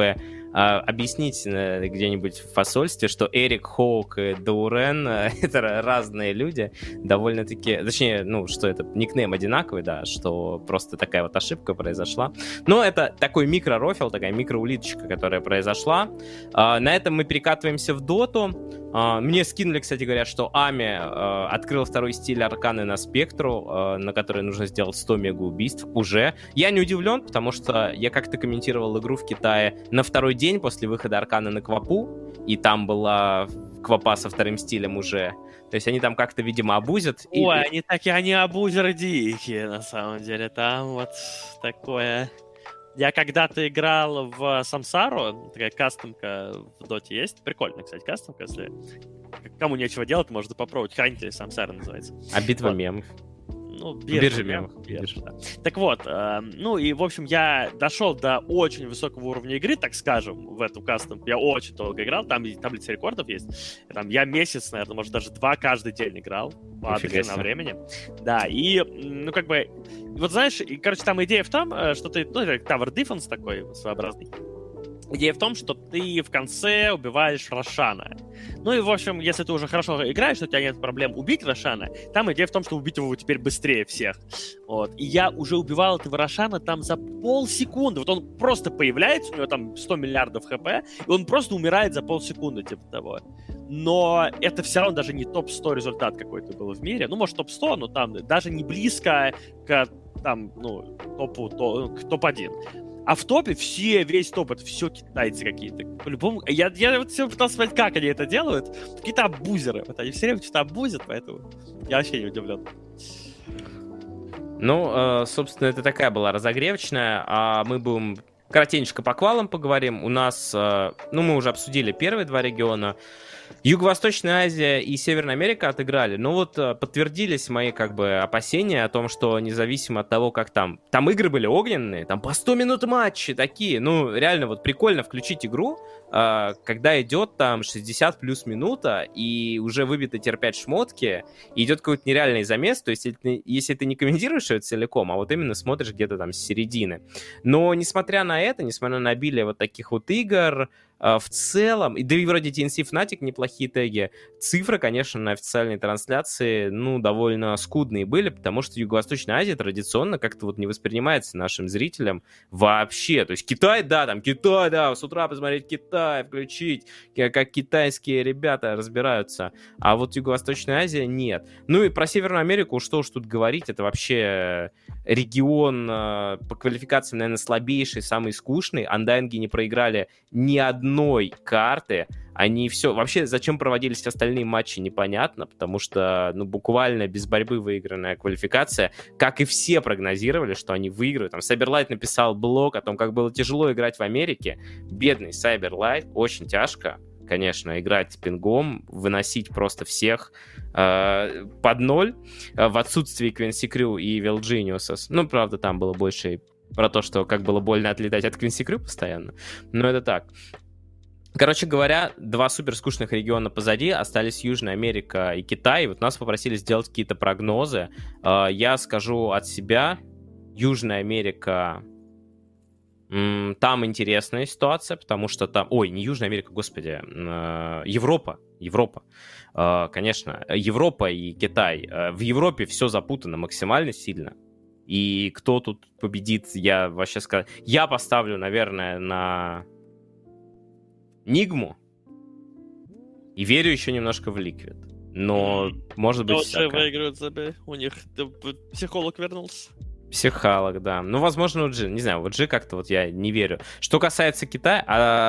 объясните где-нибудь в посольстве, что Эрик Хоук и Даурен это разные люди, довольно-таки, точнее, что это никнейм одинаковый, да, что просто такая вот ошибка произошла. Но это такой микро-рофл, такая микроулиточка, которая произошла. На этом мы перекатываемся в доту. Мне скинули, кстати говоря, что Ами открыл второй стиль Арканы на Спектру, на который нужно сделать 100 мегаубийств уже. Я не удивлен, потому что я как-то комментировал игру в Китае на второй день после выхода Арканы на Квапу, и там была Квапа со вторым стилем уже. То есть они там как-то, видимо, абузят. Ой, они абузеры дикие, на самом деле. Там вот такое... Я когда-то играл в Самсару, такая кастомка в доте есть. Прикольная, кстати, кастомка, если кому нечего делать, можно попробовать. Хранители Самсары называется. А битва мемов? Биржа мемов. Да. Так вот, и, в общем, я дошел до очень высокого уровня игры, так скажем, в эту кастомку. Я очень долго играл, там таблица рекордов есть. Там я месяц, наверное, может, даже 2 каждый день играл по определенному времени. Да, и, вот знаешь, там идея в том, что ты, Tower Defense такой своеобразный. Идея в том, что ты в конце убиваешь Рошана. И, в общем, если ты уже хорошо играешь, то у тебя нет проблем убить Рошана. Там идея в том, что убить его теперь быстрее всех. Вот. И я уже убивал этого Рошана там за полсекунды. Вот он просто появляется, у него там 100 миллиардов хп, и он просто умирает за полсекунды, типа того. Но это все равно даже не топ-100 результат какой-то был в мире. Может, топ-100, но там даже не близко к топу, к топ-1. А в топе весь топ, это все китайцы какие-то. По-любому, я вот все пытался понять, как они это делают. Какие-то абузеры. Вот они все время что-то абузят, поэтому я вообще не удивлен. Собственно, это такая была разогревочная, а мы будем коротенько по квалам поговорим. У нас, мы уже обсудили первые 2 региона. Юго-Восточная Азия и Северная Америка отыграли. Подтвердились мои опасения о том, что независимо от того, как там игры были огненные, там по 100 минут матчи такие. Реально прикольно включить игру, когда идет там 60 плюс минута, и уже выбиты терпять шмотки, и идет какой-то нереальный замес. То есть, если ты не комментируешь ее целиком, а вот именно смотришь где-то там с середины. Но несмотря на это, несмотря на обилие вот таких вот игр, в целом, да и вроде TNC Fnatic неплохие теги, цифры, конечно, на официальной трансляции, довольно скудные были, потому что Юго-Восточная Азия традиционно как-то не воспринимается нашим зрителям вообще. То есть Китай, с утра посмотреть Китай, включить, как китайские ребята разбираются, а вот Юго-Восточная Азия нет. И про Северную Америку, что уж тут говорить, это вообще регион по квалификации, наверное, слабейший, самый скучный. Андайнги не проиграли ни одной карты. Они все... Вообще, зачем проводились остальные матчи, непонятно, потому что, буквально без борьбы выигранная квалификация, как и все прогнозировали, что они выиграют. Там Сайберлайт написал блог о том, как было тяжело играть в Америке. Бедный Сайберлайт, очень тяжко, конечно, играть с пингом, выносить просто всех под 0 в отсутствии Quincy Crew и Evil Geniuses. Правда, там было больше про то, что как было больно отлетать от Quincy Crew постоянно. Но это так. Короче говоря, 2 суперскучных региона позади, остались Южная Америка и Китай. И вот нас попросили сделать какие-то прогнозы. Я скажу от себя, Южная Америка... Там интересная ситуация, потому что там... Ой, не Южная Америка, господи. Европа. Конечно, Европа и Китай. В Европе все запутано максимально сильно. И кто тут победит, я вообще скажу... Я поставлю, наверное, на Нигму. И верю еще немножко в Ликвид. Но, может быть... Тоже выиграют, у них психолог вернулся. Психолог, да. Возможно, у G. Не знаю, вот G как-то я не верю. Что касается Китая,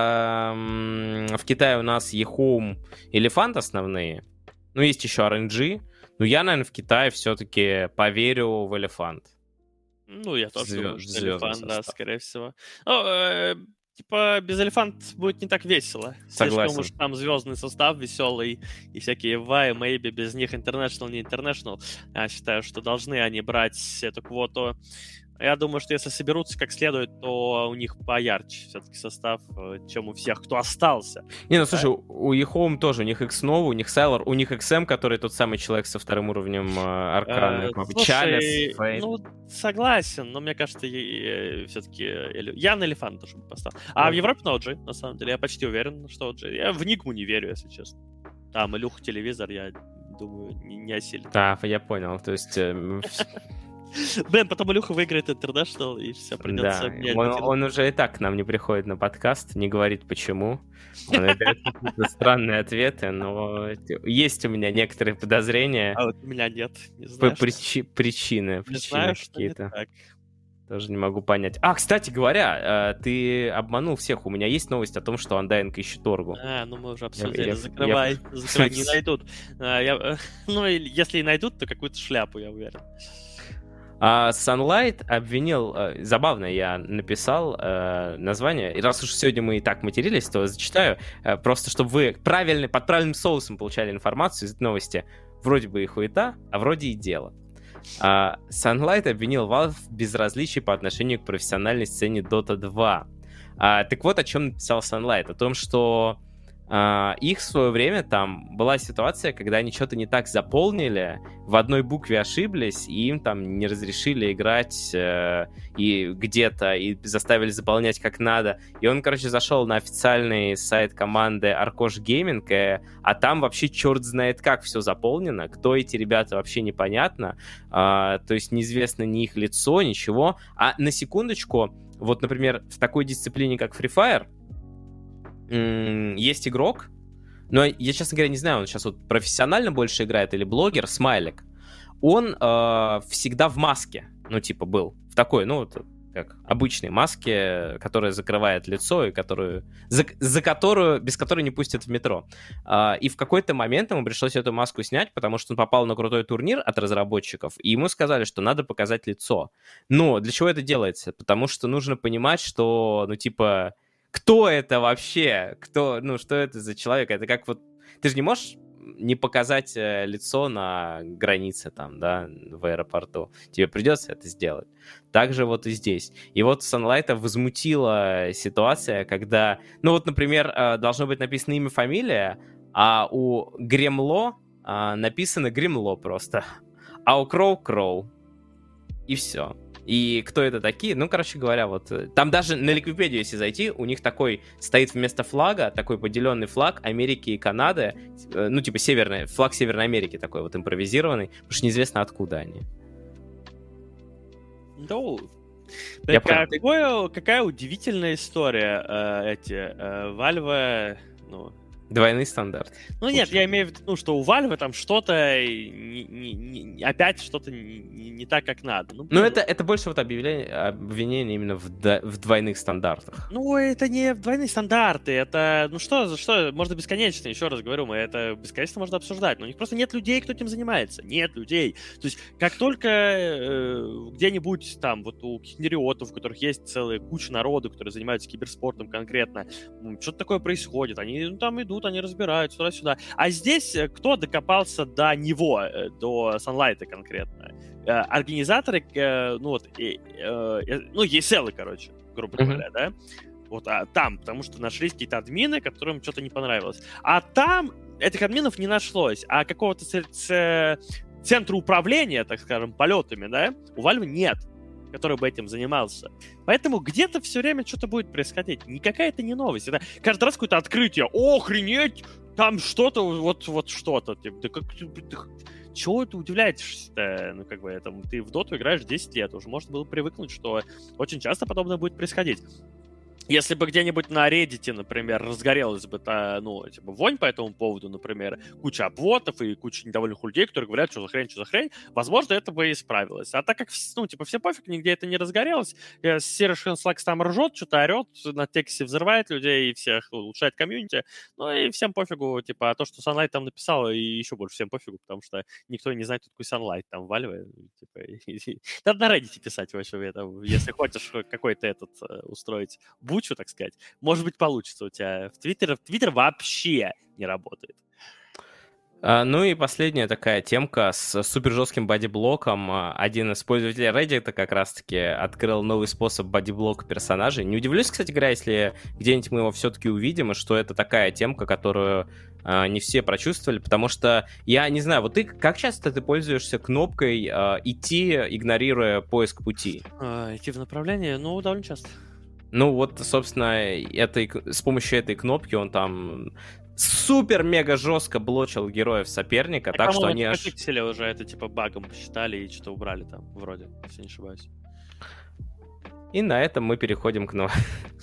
в Китае у нас eHome и Elephant основные. Есть еще RNG. Я, наверное, в Китае все-таки поверю в Elephant. Я тоже думаю, что Elephant, да, скорее всего. Без Elephant будет не так весело. Согласен. Слишком уж там звездный состав веселый, и всякие Вай, Maybe, без них International, не International. Я считаю, что должны они брать эту квоту Я думаю, что если соберутся как следует, то у них поярче все-таки состав, чем у всех, кто остался. Не, ну слушай, у eHome тоже, у них X-Nova, у них Sailor, у них XM, который тот самый человек со вторым уровнем Арканы, Чалис, Фейт. Ну, согласен, но мне кажется, все-таки я на Элефант тоже бы поставил. А в Европе на OG, на самом деле, я почти уверен, что OG. Я в Нигму не верю, если честно. Там Илюха телевизор, я думаю, не осилит. Да, я понял, то есть... Блин, потом Илюха выиграет International, и все придется... Да, он уже и так к нам не приходит на подкаст, не говорит почему. Он дает какие-то странные ответы, но есть у меня некоторые подозрения. А вот у меня нет, не знаю. Причины какие-то. Тоже не могу понять. Кстати говоря, ты обманул всех. У меня есть новость о том, что Undying ищет Оргу. Ну мы уже обсудили. Закрывай, не найдут. Ну, если и найдут, то какую-то шляпу, я уверен. Sunlight обвинил... Забавно, я написал название. И раз уж сегодня мы и так матерились, то зачитаю. Просто чтобы вы под правильным соусом получали информацию из этой новости. Вроде бы и хуета, а вроде и дело. Sunlight обвинил Valve в безразличии по отношению к профессиональной сцене Dota 2. Так вот, о чем написал Sunlight. О том, что их в свое время там была ситуация, когда они что-то не так заполнили, в одной букве ошиблись, и им там не разрешили играть и где-то, и заставили заполнять как надо. И он, короче, зашел на официальный сайт команды Arkosh Gaming, а там вообще черт знает как все заполнено, кто эти ребята вообще непонятно, то есть неизвестно ни их лицо, ничего. А на секундочку, вот, например, в такой дисциплине, как Free Fire, есть игрок, но я, честно говоря, не знаю, он сейчас вот профессионально больше играет или блогер, Смайлик. Он всегда в маске, ну, типа, был. В такой, ну, вот, как обычной маске, которая закрывает лицо и которую, без которой не пустят в метро. И в какой-то момент ему пришлось эту маску снять, потому что он попал на крутой турнир от разработчиков, и ему сказали, что надо показать лицо. Но для чего это делается? Потому что нужно понимать, что, ну, типа... Кто это вообще? Что это за человек? Это как вот... Ты же не можешь не показать лицо на границе там, да, в аэропорту. Тебе придется это сделать. Так же вот и здесь. И вот Sunlight возмутила ситуация, когда... Ну вот, например, должно быть написано имя, фамилия, а у Гремло написано Гремло просто. А у Кроу — Кроу. И все. И кто это такие? Ну, короче говоря, вот там даже на Ликвипедию, если зайти, у них такой стоит вместо флага, такой поделенный флаг Америки и Канады, ну, типа флаг Северной Америки такой вот импровизированный, потому что неизвестно, откуда они. Ну, какая удивительная история Valve, ну... Двойный стандарт. Ну нет, я имею в виду, что у Valve там что-то опять что-то не так, как надо. Ну это больше вот обвинение именно в двойных стандартах. Ну это не двойные стандарты, это, ну что, можно бесконечно, еще раз говорю, мы это бесконечно можно обсуждать, но у них просто нет людей, кто этим занимается, нет людей. То есть как только где-нибудь там вот у кикнериотов, у которых есть целая куча народу, которые занимаются киберспортом конкретно, что-то такое происходит, они там идут, они разбирают туда-сюда. А здесь кто докопался до него, до Sunlight конкретно? Организаторы, ESL, короче, грубо говоря, да? Вот там, потому что нашлись какие-то админы, которым что-то не понравилось. А там этих админов не нашлось, а какого-то центра управления, так скажем, полетами, да, у Valve нет, который бы этим занимался. Поэтому где-то все время что-то будет происходить. Никакая это не новость. Это каждый раз какое-то открытие. Охренеть! Там что-то, вот что-то. Да как... Чего ты удивляешься-то? Ну, как бы, ты в доту играешь 10 лет. Уже можно было привыкнуть, что очень часто подобное будет происходить. Если бы где-нибудь на Reddit, например, разгорелась бы вонь по этому поводу, например, куча обводов и куча недовольных людей, которые говорят, что за хрень, возможно, это бы исправилось. А так как, все пофиг, нигде это не разгорелось, Serge Slacks там ржет, что-то орет, на тексте взрывает людей и всех улучшает комьюнити, ну и всем пофигу, а то, что Sunlight там написал, и еще больше всем пофигу, потому что никто не знает, кто такой Sunlight там в Valve. Надо на Reddit писать, в общем, если хочешь какой-то устроить бучу, так сказать. Может быть, получится у тебя. В Твиттер вообще не работает. Ну и последняя такая темка с супер жестким бодиблоком. Один из пользователей Reddit как раз-таки открыл новый способ бодиблока персонажей. Не удивлюсь, кстати говоря, если где-нибудь мы его все-таки увидим, и что это такая темка, которую не все прочувствовали, потому что я не знаю, вот ты как часто ты пользуешься кнопкой идти, игнорируя поиск пути? Идти в направлении, ну, довольно часто. Ну вот, собственно, с помощью этой кнопки он там супер-мега жестко блочил героев соперника, так что они аж... Пофиксили уже это, типа, багом посчитали и что-то убрали там, вроде, если не ошибаюсь. И на этом мы переходим к новостям.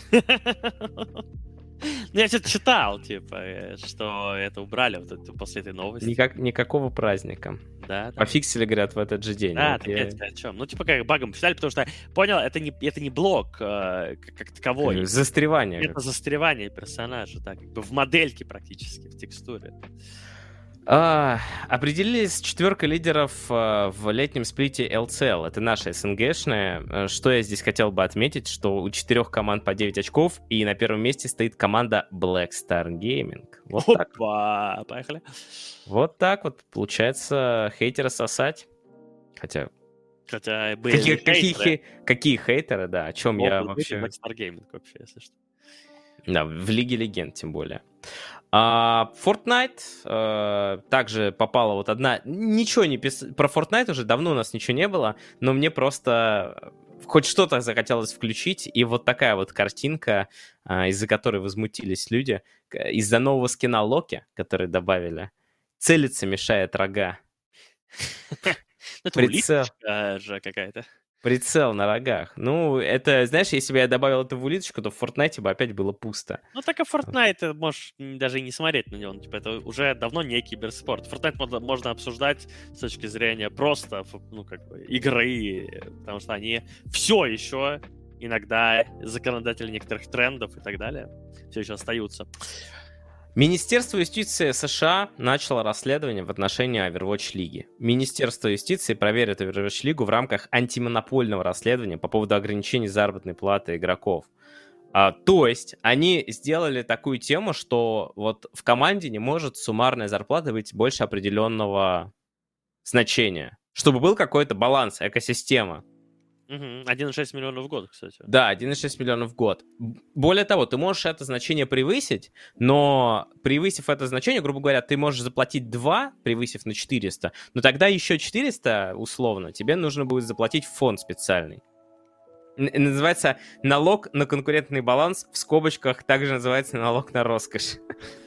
Ну, я что-то читал, типа, что это убрали вот это, после этой новости. Никакого праздника. Да. Пофиксили, говорят, в этот же день. Да, так я о чем? Ну, типа, как багом посчитали, потому что, понял, это не блок как таковой. Застревание. Это застревание персонажа, так, как бы в модельке практически, в текстуре. Определились 4 лидеров в летнем сплите LCL. Это наша СНГшная. Что я здесь хотел бы отметить, что у 4 команд по 9 очков, и на первом месте стоит команда Black Star Gaming. Вот так. Опа, поехали. Вот так вот получается хейтеры сосать. Хотя были какие хейтеры, да, о чем я вообще... Black Star Gaming вообще, если что. Да, в Лиге Легенд тем более. Fortnite также попала вот одна... Ничего не писал... Про Fortnite уже давно у нас ничего не было, но мне просто хоть что-то захотелось включить, и вот такая вот картинка, из-за которой возмутились люди, из-за нового скина Локи, который добавили. Целиться мешает рога. Это улиточка же какая-то. Прицел на рогах. Ну, это, знаешь, если бы я добавил это в улиточку, то в Fortnite бы опять было пусто. Ну, так и Fortnite, можешь даже и не смотреть на него. Типа, это уже давно не киберспорт. Fortnite можно обсуждать с точки зрения просто, ну, как бы, игры, потому что они все еще иногда законодатели некоторых трендов и так далее все еще остаются. Министерство юстиции США начало расследование в отношении Overwatch Лиги. Министерство юстиции проверит Overwatch Лигу в рамках антимонопольного расследования по поводу ограничений заработной платы игроков. То есть они сделали такую тему, что вот в команде не может суммарная зарплата быть больше определенного значения, чтобы был какой-то баланс, экосистема. 1,6 миллионов в год, кстати. Да, 1,6 миллионов в год. Более того, ты можешь это значение превысить, но превысив это значение, грубо говоря, ты можешь заплатить 2, превысив на 400, но тогда еще 400, условно, тебе нужно будет заплатить в фонд специальный. Называется налог на конкурентный баланс, в скобочках также называется налог на роскошь.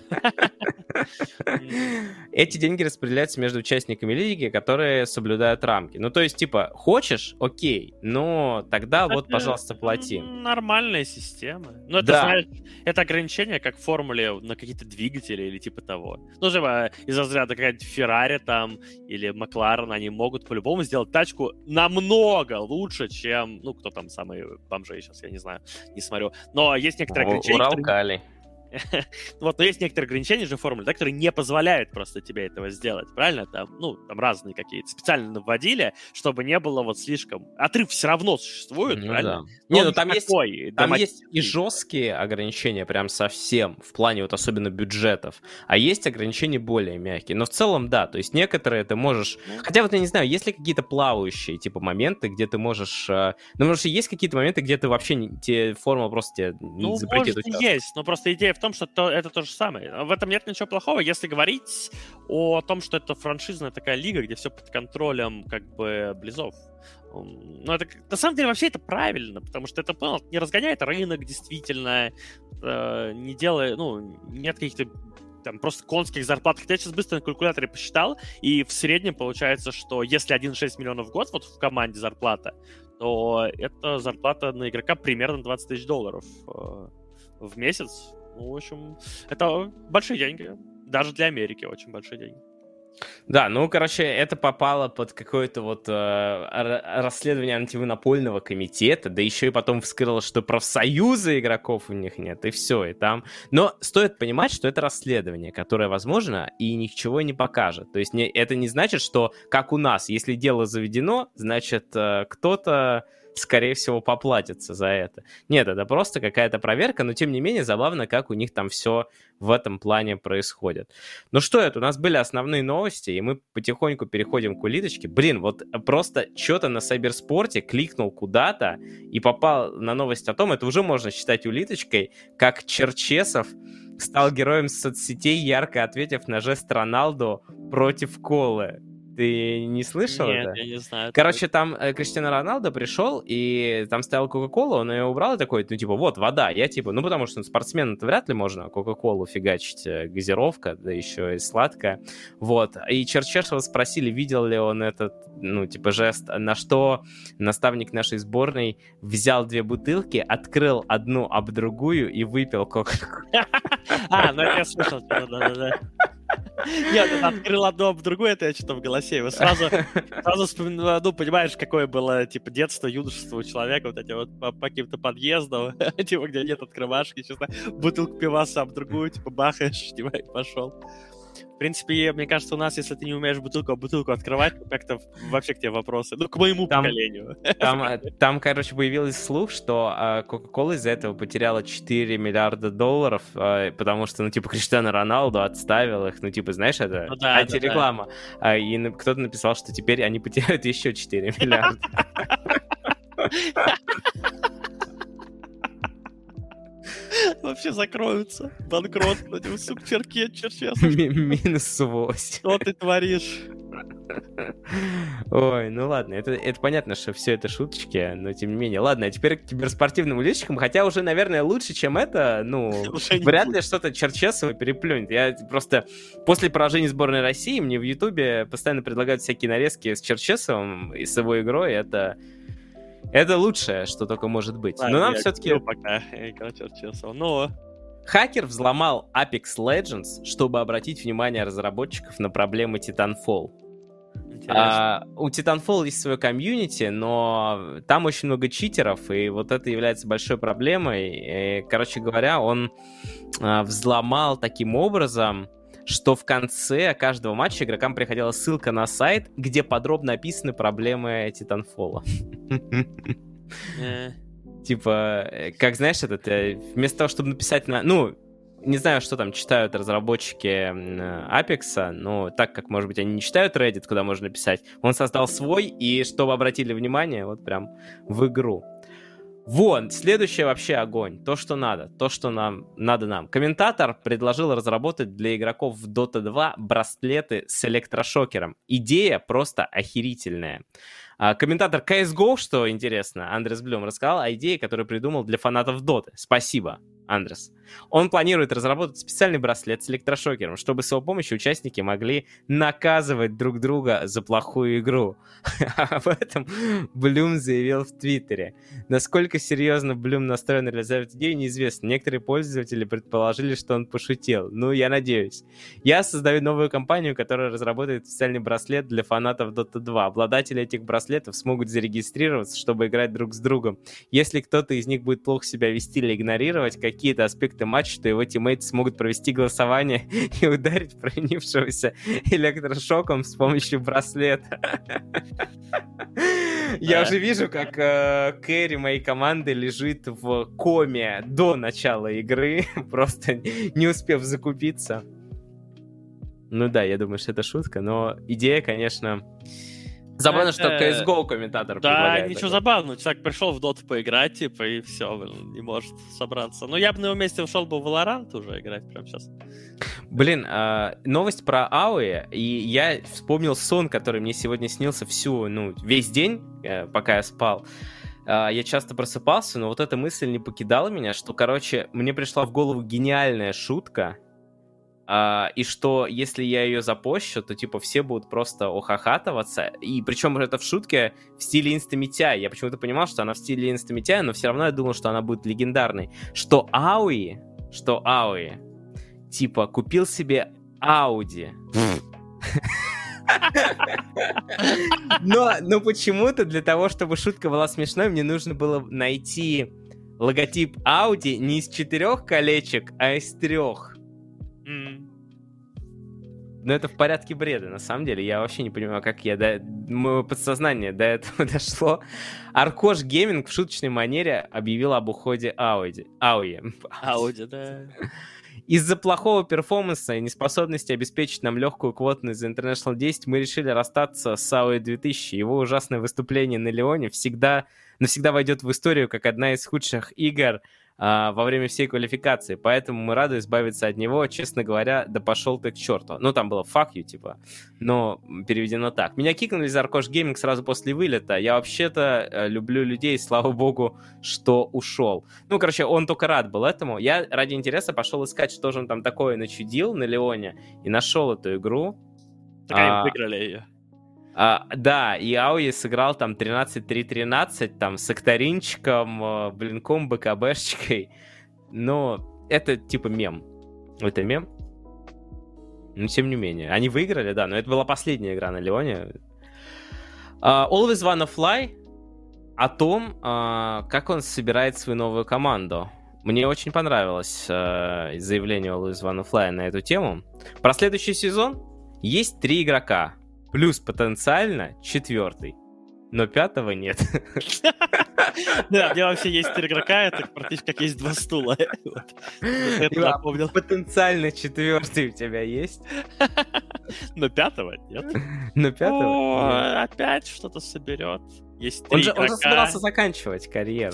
Эти деньги распределяются между участниками лиги, которые соблюдают рамки. Ну, то есть, типа, хочешь, окей, но тогда вот, пожалуйста, плати. Нормальная система. Ну, это, знаешь, это ограничение, как в формуле на какие-то двигатели или типа того. Ну, типа, из разряда какая-нибудь Феррари там или Макларен, они могут по-любому сделать тачку намного лучше, чем, ну, кто там самый бомжей сейчас, я не знаю, не смотрю. Но есть некоторые ограничения. Уралкали. Вот, но есть некоторые ограничения же в формуле, да, которые не позволяют просто тебе этого сделать, правильно? Там, ну, там разные какие-то специально вводили, чтобы не было вот слишком... Отрыв все равно существует, правильно? Да. Не, ну там есть и жесткие ограничения прям совсем, в плане вот особенно бюджетов, а есть ограничения более мягкие. Но в целом, да, то есть некоторые ты можешь... Хотя вот я не знаю, есть ли какие-то плавающие типа моменты, где ты можешь... Ну, потому что есть какие-то моменты, где ты вообще... Тебе формула просто тебе запретит участвовать. Ну, может, есть, но просто идея в том, что это то же самое. В этом нет ничего плохого, если говорить о том, что это франшизная такая лига, где все под контролем как бы Близов. Ну, это, на самом деле, вообще это правильно, потому что это не разгоняет рынок, действительно, не делает, ну, нет каких-то там просто конских зарплат. Хотя я сейчас быстро на калькуляторе посчитал, и в среднем получается, что если 1,6 миллионов в год вот в команде зарплата, то это зарплата на игрока примерно $20 тысяч в месяц. Ну, в общем, это большие деньги. Даже для Америки очень большие деньги. Да, ну, короче, это попало под какое-то вот расследование антимонопольного комитета, да еще и потом вскрылось, что профсоюза игроков у них нет, и все, и там. Но стоит понимать, что это расследование, которое возможно и ничего не покажет. То есть это не значит, что, как у нас, если дело заведено, значит, кто-то скорее всего, поплатятся за это. Нет, это просто какая-то проверка, но тем не менее забавно, как у них там все в этом плане происходит. Ну что это? У нас были основные новости, и мы потихоньку переходим к улиточке. Блин, вот просто что-то на Сайберспорте кликнул куда-то и попал на новость о том, это уже можно считать улиточкой, как Черчесов стал героем соцсетей, ярко ответив на жест Роналду против Колы. Ты не слышал это? Нет, я не знаю. Короче, там Криштиано Роналдо пришел, и там стояла Кока-Кола, он ее убрал и такой, ну, типа, вот, вода. Я, типа, ну, потому что спортсмену-то вряд ли можно Кока-Колу фигачить, газировка, да еще и сладкая. Вот. И Черчесова спросили, видел ли он этот, ну, типа, жест, на что наставник нашей сборной взял 2 бутылки, открыл одну об другую и выпил Кока-Колу. Ну это я слышал, да-да-да. Нет, это открыл одну об другую, это я что-то в голосе. Его сразу вспоминаю, ну, понимаешь, какое было, типа, детство, юношество у человека, вот эти вот по каким-то подъездам, типа, где нет открывашки, честно, бутылку пиваса об другую, типа, бахаешь, типа, и пошел. В принципе, мне кажется, у нас, если ты не умеешь бутылку открывать, то как-то вообще к тебе вопросы. Ну, к моему поколению. Там, короче, появился слух, что Coca-Cola из-за этого потеряла $4 миллиарда, потому что, ну, типа, Криштиано Роналду отставил их, ну, типа, знаешь, это антиреклама. И кто-то написал, что теперь они потеряют еще 4 миллиарда. Вообще закроются. Банкрот, сука, Черчесов. Минус 8. Что ты творишь? Ой, ну ладно, это понятно, что все это шуточки, но тем не менее. Ладно, а теперь к киберспортивным улиточкам, хотя уже, наверное, лучше, чем это, ну, вряд ли что-то Черчесова переплюнет. Я просто после поражения сборной России мне в Ютубе постоянно предлагают всякие нарезки с Черчесовым и с его игрой, это лучшее, что только может быть. Но нам все-таки... Хакер взломал Apex Legends, чтобы обратить внимание разработчиков на проблемы Titanfall. У Titanfall есть свое комьюнити, но там очень много читеров, и вот это является большой проблемой. И, короче говоря, он взломал таким образом, что в конце каждого матча игрокам приходила ссылка на сайт, где подробно описаны проблемы Titanfall. Типа, как знаешь, вместо того, чтобы написать на... Ну, не знаю, что там читают разработчики Apex, но так как, может быть, они не читают Reddit, куда можно написать, он создал свой, и чтобы обратили внимание, вот прям в игру. Вон, следующее вообще огонь. То, что надо. То, что надо нам. Комментатор предложил разработать для игроков в Dota 2 браслеты с электрошокером. Идея просто охерительная. Комментатор CSGO, что интересно, Андрес Блюм рассказал о идее, которую придумал для фанатов Доты. Спасибо, Андрес. Он планирует разработать специальный браслет с электрошокером, чтобы с его помощью участники могли наказывать друг друга за плохую игру. Об этом Блюм заявил в Твиттере. Насколько серьезно Блюм настроен на реализовать идею, неизвестно. Некоторые пользователи предположили, что он пошутил. Ну, я надеюсь. Я создаю новую компанию, которая разработает специальный браслет для фанатов Dota 2. Обладатели этих браслетов смогут зарегистрироваться, чтобы играть друг с другом. Если кто-то из них будет плохо себя вести или игнорировать какие-то аспекты матча, то его тиммейты смогут провести голосование и ударить провинившегося электрошоком с помощью браслета. Я уже вижу, как кэрри моей команды лежит в коме до начала игры, просто не успев закупиться. Ну да, я думаю, что это шутка, но идея, конечно... Забавно, что CSGO комментатор предлагает. Да, ничего забавного. Человек пришел в доту поиграть, типа, и все, не может собраться. Но я бы на его месте ушел бы в Valorant уже играть прямо сейчас. Блин, новость про Ауэ, и я вспомнил сон, который мне сегодня снился весь день, пока я спал. Я часто просыпался, но вот эта мысль не покидала меня, что, короче, мне пришла в голову гениальная шутка, и что если я ее запощу, то типа все будут просто охахатываться. И причем это в шутке в стиле инстамитяй. Я почему-то понимал, что она в стиле инстамитяй, но все равно я думал, что она будет легендарной. Что Ауи, типа купил себе Ауди. Но почему-то для того, чтобы шутка была смешной, мне нужно было найти логотип Ауди не из 4 колечек, а из 3. Но это в порядке бреда, на самом деле. Я вообще не понимаю, как мое подсознание до этого дошло. Аркош Гейминг в шуточной манере объявил об уходе Ауди, да. Из-за плохого перформанса и неспособности обеспечить нам легкую квотность за International 10 мы решили расстаться с Aoi 2000. Его ужасное выступление на Леоне навсегда войдет в историю как одна из худших игр во время всей квалификации. Поэтому мы рады избавиться от него. Честно говоря, да пошел ты к черту. Ну, там было fuck you, типа. Но переведено так. Меня кикнули за Arkosh Gaming сразу после вылета. Я вообще-то люблю людей, слава богу, что ушел. Ну, короче, он только рад был этому. Я ради интереса пошел искать, что же он там такое начудил на Леоне. И нашел эту игру. Так они выиграли ее. Да, и Ауи сыграл там 13-3-13, там с Акторинчиком, блинком, БКБшечкой. Но это типа мем. Это мем? Но тем не менее. Они выиграли, да, но это была последняя игра на Леоне. Always Wanna Fly о том, как он собирает свою новую команду. Мне очень понравилось заявление Always Wanna Fly на эту тему. Про следующий сезон есть 3 игрока. Плюс потенциально 4-й. Но 5-го нет. Да, у меня вообще есть 3 игрока, это практически как есть 2 стула. Это напомнил. Потенциально 4-й у тебя есть. Но 5-го нет. Но 5-го опять что-то соберет. Есть 3 игрока. Он же собирался заканчивать карьеру.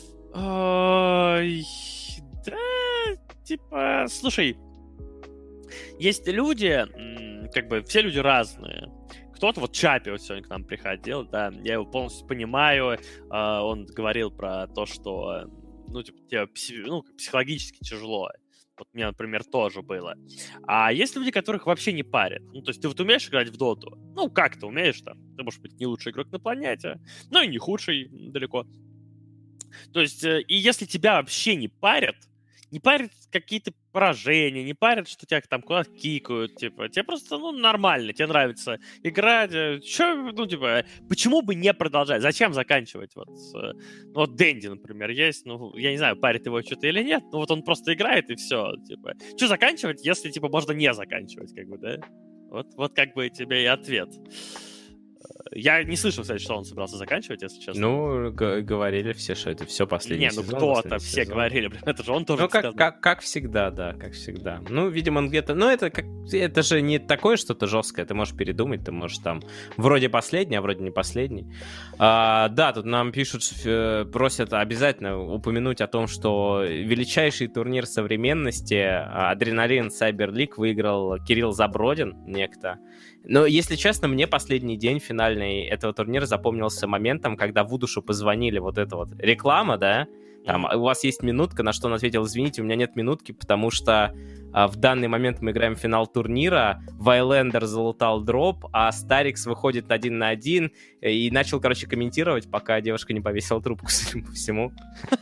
Ой, да, типа, слушай, есть люди, как бы все люди разные. Кто-то, вот Чапи вот сегодня к нам приходил, да, я его полностью понимаю, он говорил про то, что, ну, типа, тебе психологически тяжело. Вот мне, например, тоже было. А есть люди, которых вообще не парят. Ну, то есть ты вот умеешь играть в доту? Ну, как ты умеешь там? Ты, может быть, не лучший игрок на планете, но и не худший далеко. То есть, и если тебя вообще не парят какие-то поражения, не парят, что тебя там куда-то кикают, типа, тебе просто, ну, нормально, тебе нравится играть, ну, типа, почему бы не продолжать, зачем заканчивать, вот Дэнди, например, есть, ну, я не знаю, парит его что-то или нет, ну, вот он просто играет и все, типа, что заканчивать, если, типа, можно не заканчивать, как бы, да, вот как бы тебе и ответ. Я не слышал, кстати, что он собирался заканчивать, если честно. Ну, говорили все, что это все последний сезон. Не, ну кто-то, все говорили, это же он тоже сказал. Как всегда, да, как всегда. Ну, видимо, он где-то... Ну, это же не такое что-то жесткое, ты можешь передумать, ты можешь там вроде последний, а вроде не последний. Да, тут нам пишут, просят обязательно упомянуть о том, что величайший турнир современности Адреналин Cyber League выиграл Кирилл Забродин, некто. Но, если честно, мне последний день финальный этого турнира запомнился моментом, когда Вудушу позвонили, вот эта вот реклама, да, там, у вас есть минутка, на что он ответил: извините, у меня нет минутки, потому что в данный момент мы играем в финал турнира, Вайлендер залутал дроп, а Старикс выходит 1 на 1 и начал, короче, комментировать, пока девушка не повесила трубку, судя по всему.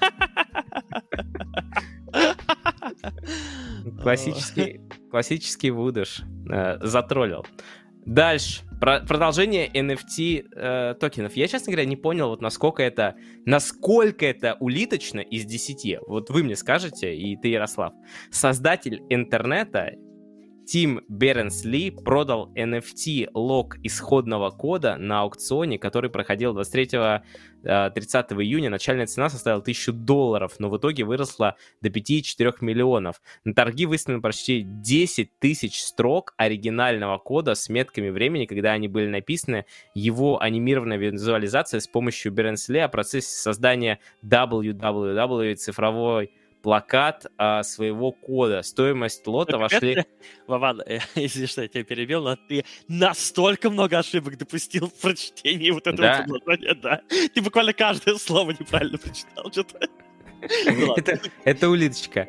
Классический Вудуш затроллил. Дальше. Продолжение NFT токенов. Я, честно говоря, не понял, вот насколько это улиточно из 10. Вот вы мне скажете, и ты, Ярослав. Создатель интернета Тим Бернс-Ли продал NFT-лог исходного кода на аукционе, который проходил 23-30 июня. Начальная цена составила $1000, но в итоге выросла до 5,4 миллионов. На торги выставлено почти 10 тысяч строк оригинального кода с метками времени, когда они были написаны. Его анимированная визуализация с помощью Бернс-Ли о процессе создания www цифровой плакат своего кода. Стоимость лота вошли... Вован, если что, я тебя перебил, но ты настолько много ошибок допустил в прочтении вот этого предложения, да. Ты буквально каждое слово неправильно прочитал, что-то. Это улиточка.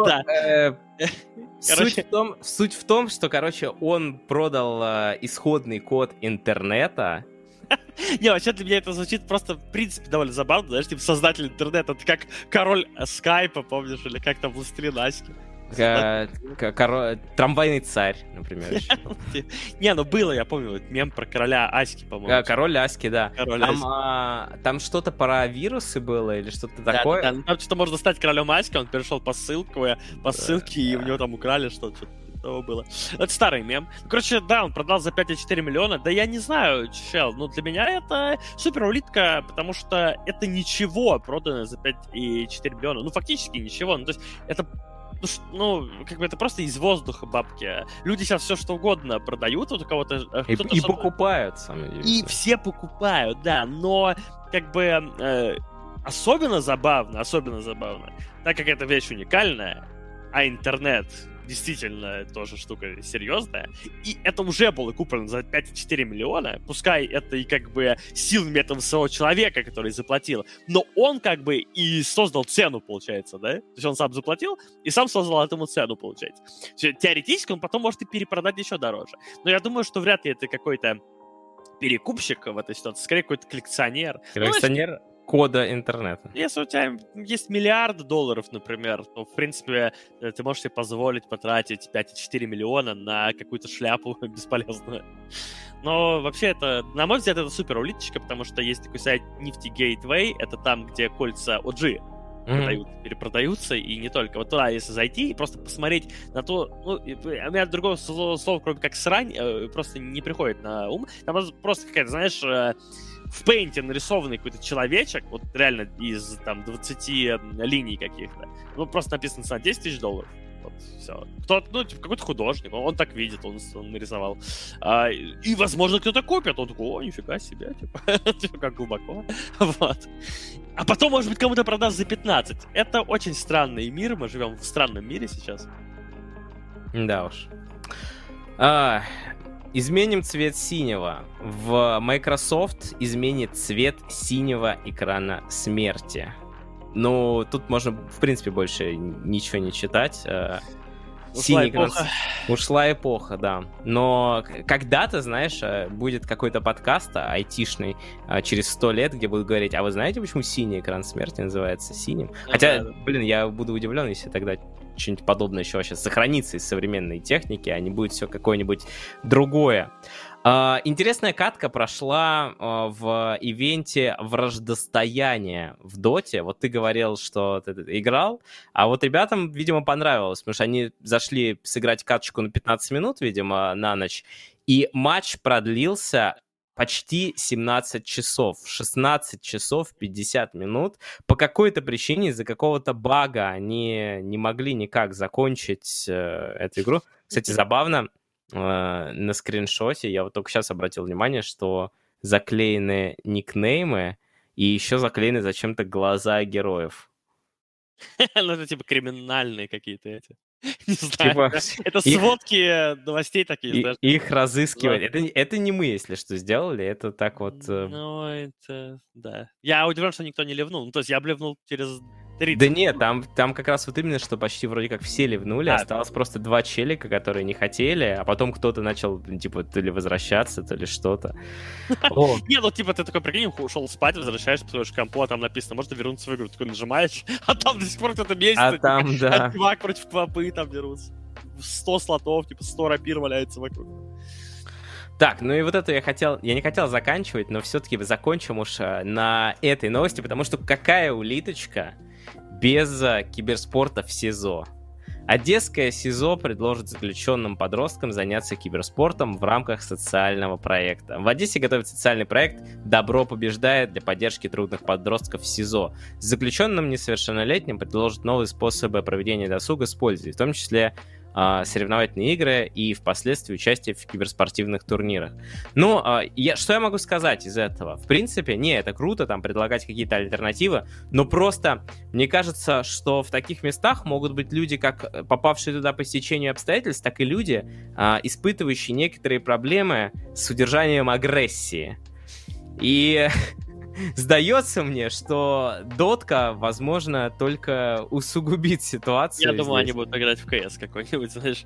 Суть в том, что, короче, он продал исходный код интернета. Не, вообще для меня это звучит просто, в принципе, довольно забавно, знаешь, типа создатель интернета, это как король скайпа, помнишь, или как там Властелин Аськи. Трамвайный царь, например. Не, ну было, я помню, мем про короля Аськи, по-моему. Король Аськи, да. Там что-то про вирусы было или что-то такое? Там что-то можно стать королем Аськи, он перешел по ссылке, и у него там украли что-то. этого было. Это старый мем. Короче, да, он продал за 5,4 миллиона. Да я не знаю, чел, но для меня это супер улитка, потому что это ничего, проданное за 5,4 миллиона. Ну, фактически ничего. Ну, то есть это как бы это просто из воздуха бабки. Люди сейчас все что угодно продают, вот у кого-то... И покупают, самое интересное. И все покупают, да, но как бы особенно забавно, так как эта вещь уникальная, а интернет действительно тоже штука серьезная, и это уже было куплено за 5,4 миллиона, пускай это и как бы силами этого своего человека, который заплатил, но он как бы и создал цену, получается, да? То есть он сам заплатил и сам создал этому цену, получается. Теоретически он потом может и перепродать еще дороже. Но я думаю, что вряд ли это какой-то перекупщик в этой ситуации, скорее какой-то коллекционер. Коллекционер кода интернета. Если у тебя есть $1 миллиард, например, то, в принципе, ты можешь себе позволить потратить 5,4 миллиона на какую-то шляпу бесполезную. Но вообще это, на мой взгляд, это супер улиточка, потому что есть такой сайт Nifty Gateway, это там, где кольца OG перепродаются, и не только. Вот туда, если зайти и просто посмотреть на то... Ну, у меня другого слова, кроме как срань, просто не приходит на ум. Там просто какая-то, знаешь... в пейнте нарисованный какой-то человечек, вот реально из там 20 линий каких-то. Ну, просто написано цена $10 000. Вот, все. Кто-то, какой-то художник, он так видит, он нарисовал. И, возможно, кто-то купит. Он такой, о, нифига себе, типа, как глубоко. Вот. А потом, может быть, кому-то продаст за 15. Это очень странный мир, мы живем в странном мире сейчас. Да уж. Изменим цвет синего. В Microsoft изменит цвет синего экрана смерти. Ну, тут можно, в принципе, больше ничего не читать. Синий экран... Ушла эпоха, да. Но когда-то, знаешь, будет какой-то подкаст айтишный через 100 лет, где будут говорить, а вы знаете, почему синий экран смерти называется синим? Хотя, блин, я буду удивлен, если тогда что-нибудь подобное еще вообще сохранится из современной техники, а не будет все какое-нибудь другое. Интересная катка прошла в ивенте «Враждостояние» в Доте. Вот ты говорил, что ты играл, а вот ребятам, видимо, понравилось, потому что они зашли сыграть каточку на 15 минут, видимо, на ночь, и матч продлился почти 17 часов, 16 часов 50 минут. По какой-то причине, из-за какого-то бага они не могли никак закончить эту игру. Кстати, забавно, на скриншоте я вот только сейчас обратил внимание, что заклеены никнеймы и еще заклеены зачем-то глаза героев. Ну, это типа криминальные какие-то эти. Не знаю. Это сводки новостей такие. Их разыскивать. Это не мы, если что, сделали. Это так вот... Ну, это... Да. Я удивлен, что никто не ливнул. Ну, то есть я блевнул через 30. Да нет, там как раз вот именно, что почти вроде как все ливнули. Осталось просто 2 челика, которые не хотели, а потом кто-то начал, типа, то ли возвращаться, то ли что-то. Не, ну, типа, ты такой, прикинь, ушел спать, возвращаешься, подходишь к компу, а там написано, можно вернуться в игру. Ты такой нажимаешь, а там до сих пор кто-то месяц. А там, да. Чувак против квапы там дерутся. 100 слотов, типа, 100 рапир валяется вокруг. Так, ну и вот это я не хотел заканчивать, но все-таки закончим уж на этой новости, потому что какая улиточка без киберспорта в СИЗО? Одесское СИЗО предложит заключенным подросткам заняться киберспортом в рамках социального проекта. В Одессе готовит социальный проект «Добро побеждает» для поддержки трудных подростков в СИЗО. Заключенным несовершеннолетним предложат новые способы проведения досуга с пользой, в том числе соревновательные игры и впоследствии участие в киберспортивных турнирах. Ну, что я могу сказать из этого? В принципе, это круто, там, предлагать какие-то альтернативы, но просто мне кажется, что в таких местах могут быть люди, как попавшие туда по стечению обстоятельств, так и люди, испытывающие некоторые проблемы с удержанием агрессии. И... Сдается мне, что дотка, возможно, только усугубит ситуацию. Я думаю, они будут играть в КС какой-нибудь, знаешь.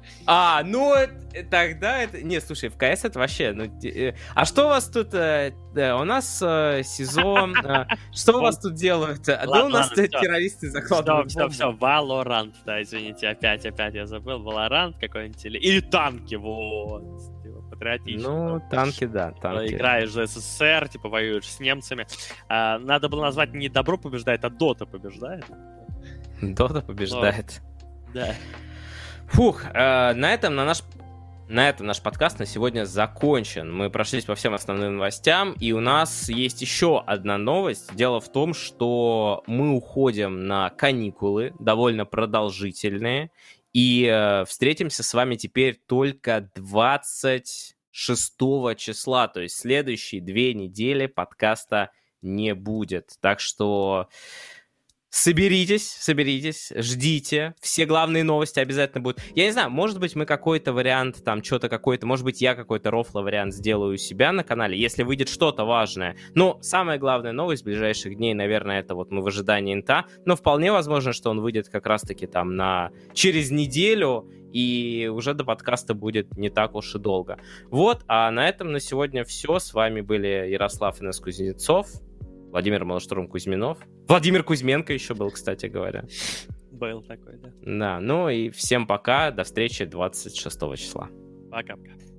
Тогда это... Не, слушай, в КС это вообще... А что у вас тут... У нас СИЗО... Что у вас тут делают? Да у нас террористы закладывают. Все, Valorant, да, извините, опять я забыл. Valorant какой-нибудь или танки, вот. Патриотично. Ну, танки, да, танки. Играешь за СССР, типа воюешь с немцами. Надо было назвать не «Добро побеждает», а «Дота побеждает». Дота побеждает. Да. На этом наш подкаст на сегодня закончен. Мы прошлись по всем основным новостям, и у нас есть еще одна новость. Дело в том, что мы уходим на каникулы, довольно продолжительные, и встретимся с вами теперь только 26 числа, то есть следующие 2 недели подкаста не будет. Так что соберитесь, ждите. Все главные новости обязательно будут. Я не знаю, может быть, мы какой-то вариант, там, что-то какой-то, может быть, я какой-то рофло-вариант сделаю у себя на канале, если выйдет что-то важное. Но самая главная новость ближайших дней, наверное, это вот мы в ожидании инта, но вполне возможно, что он выйдет как раз-таки там через неделю, и уже до подкаста будет не так уж и долго. Вот, а на этом на сегодня все. С вами были Ярослав Инес Кузнецов, Владимир Малыштрум Кузьминов. Владимир Кузьменко еще был, кстати говоря. Был такой, да. Да, ну и всем пока. До встречи 26 числа. Пока-пока.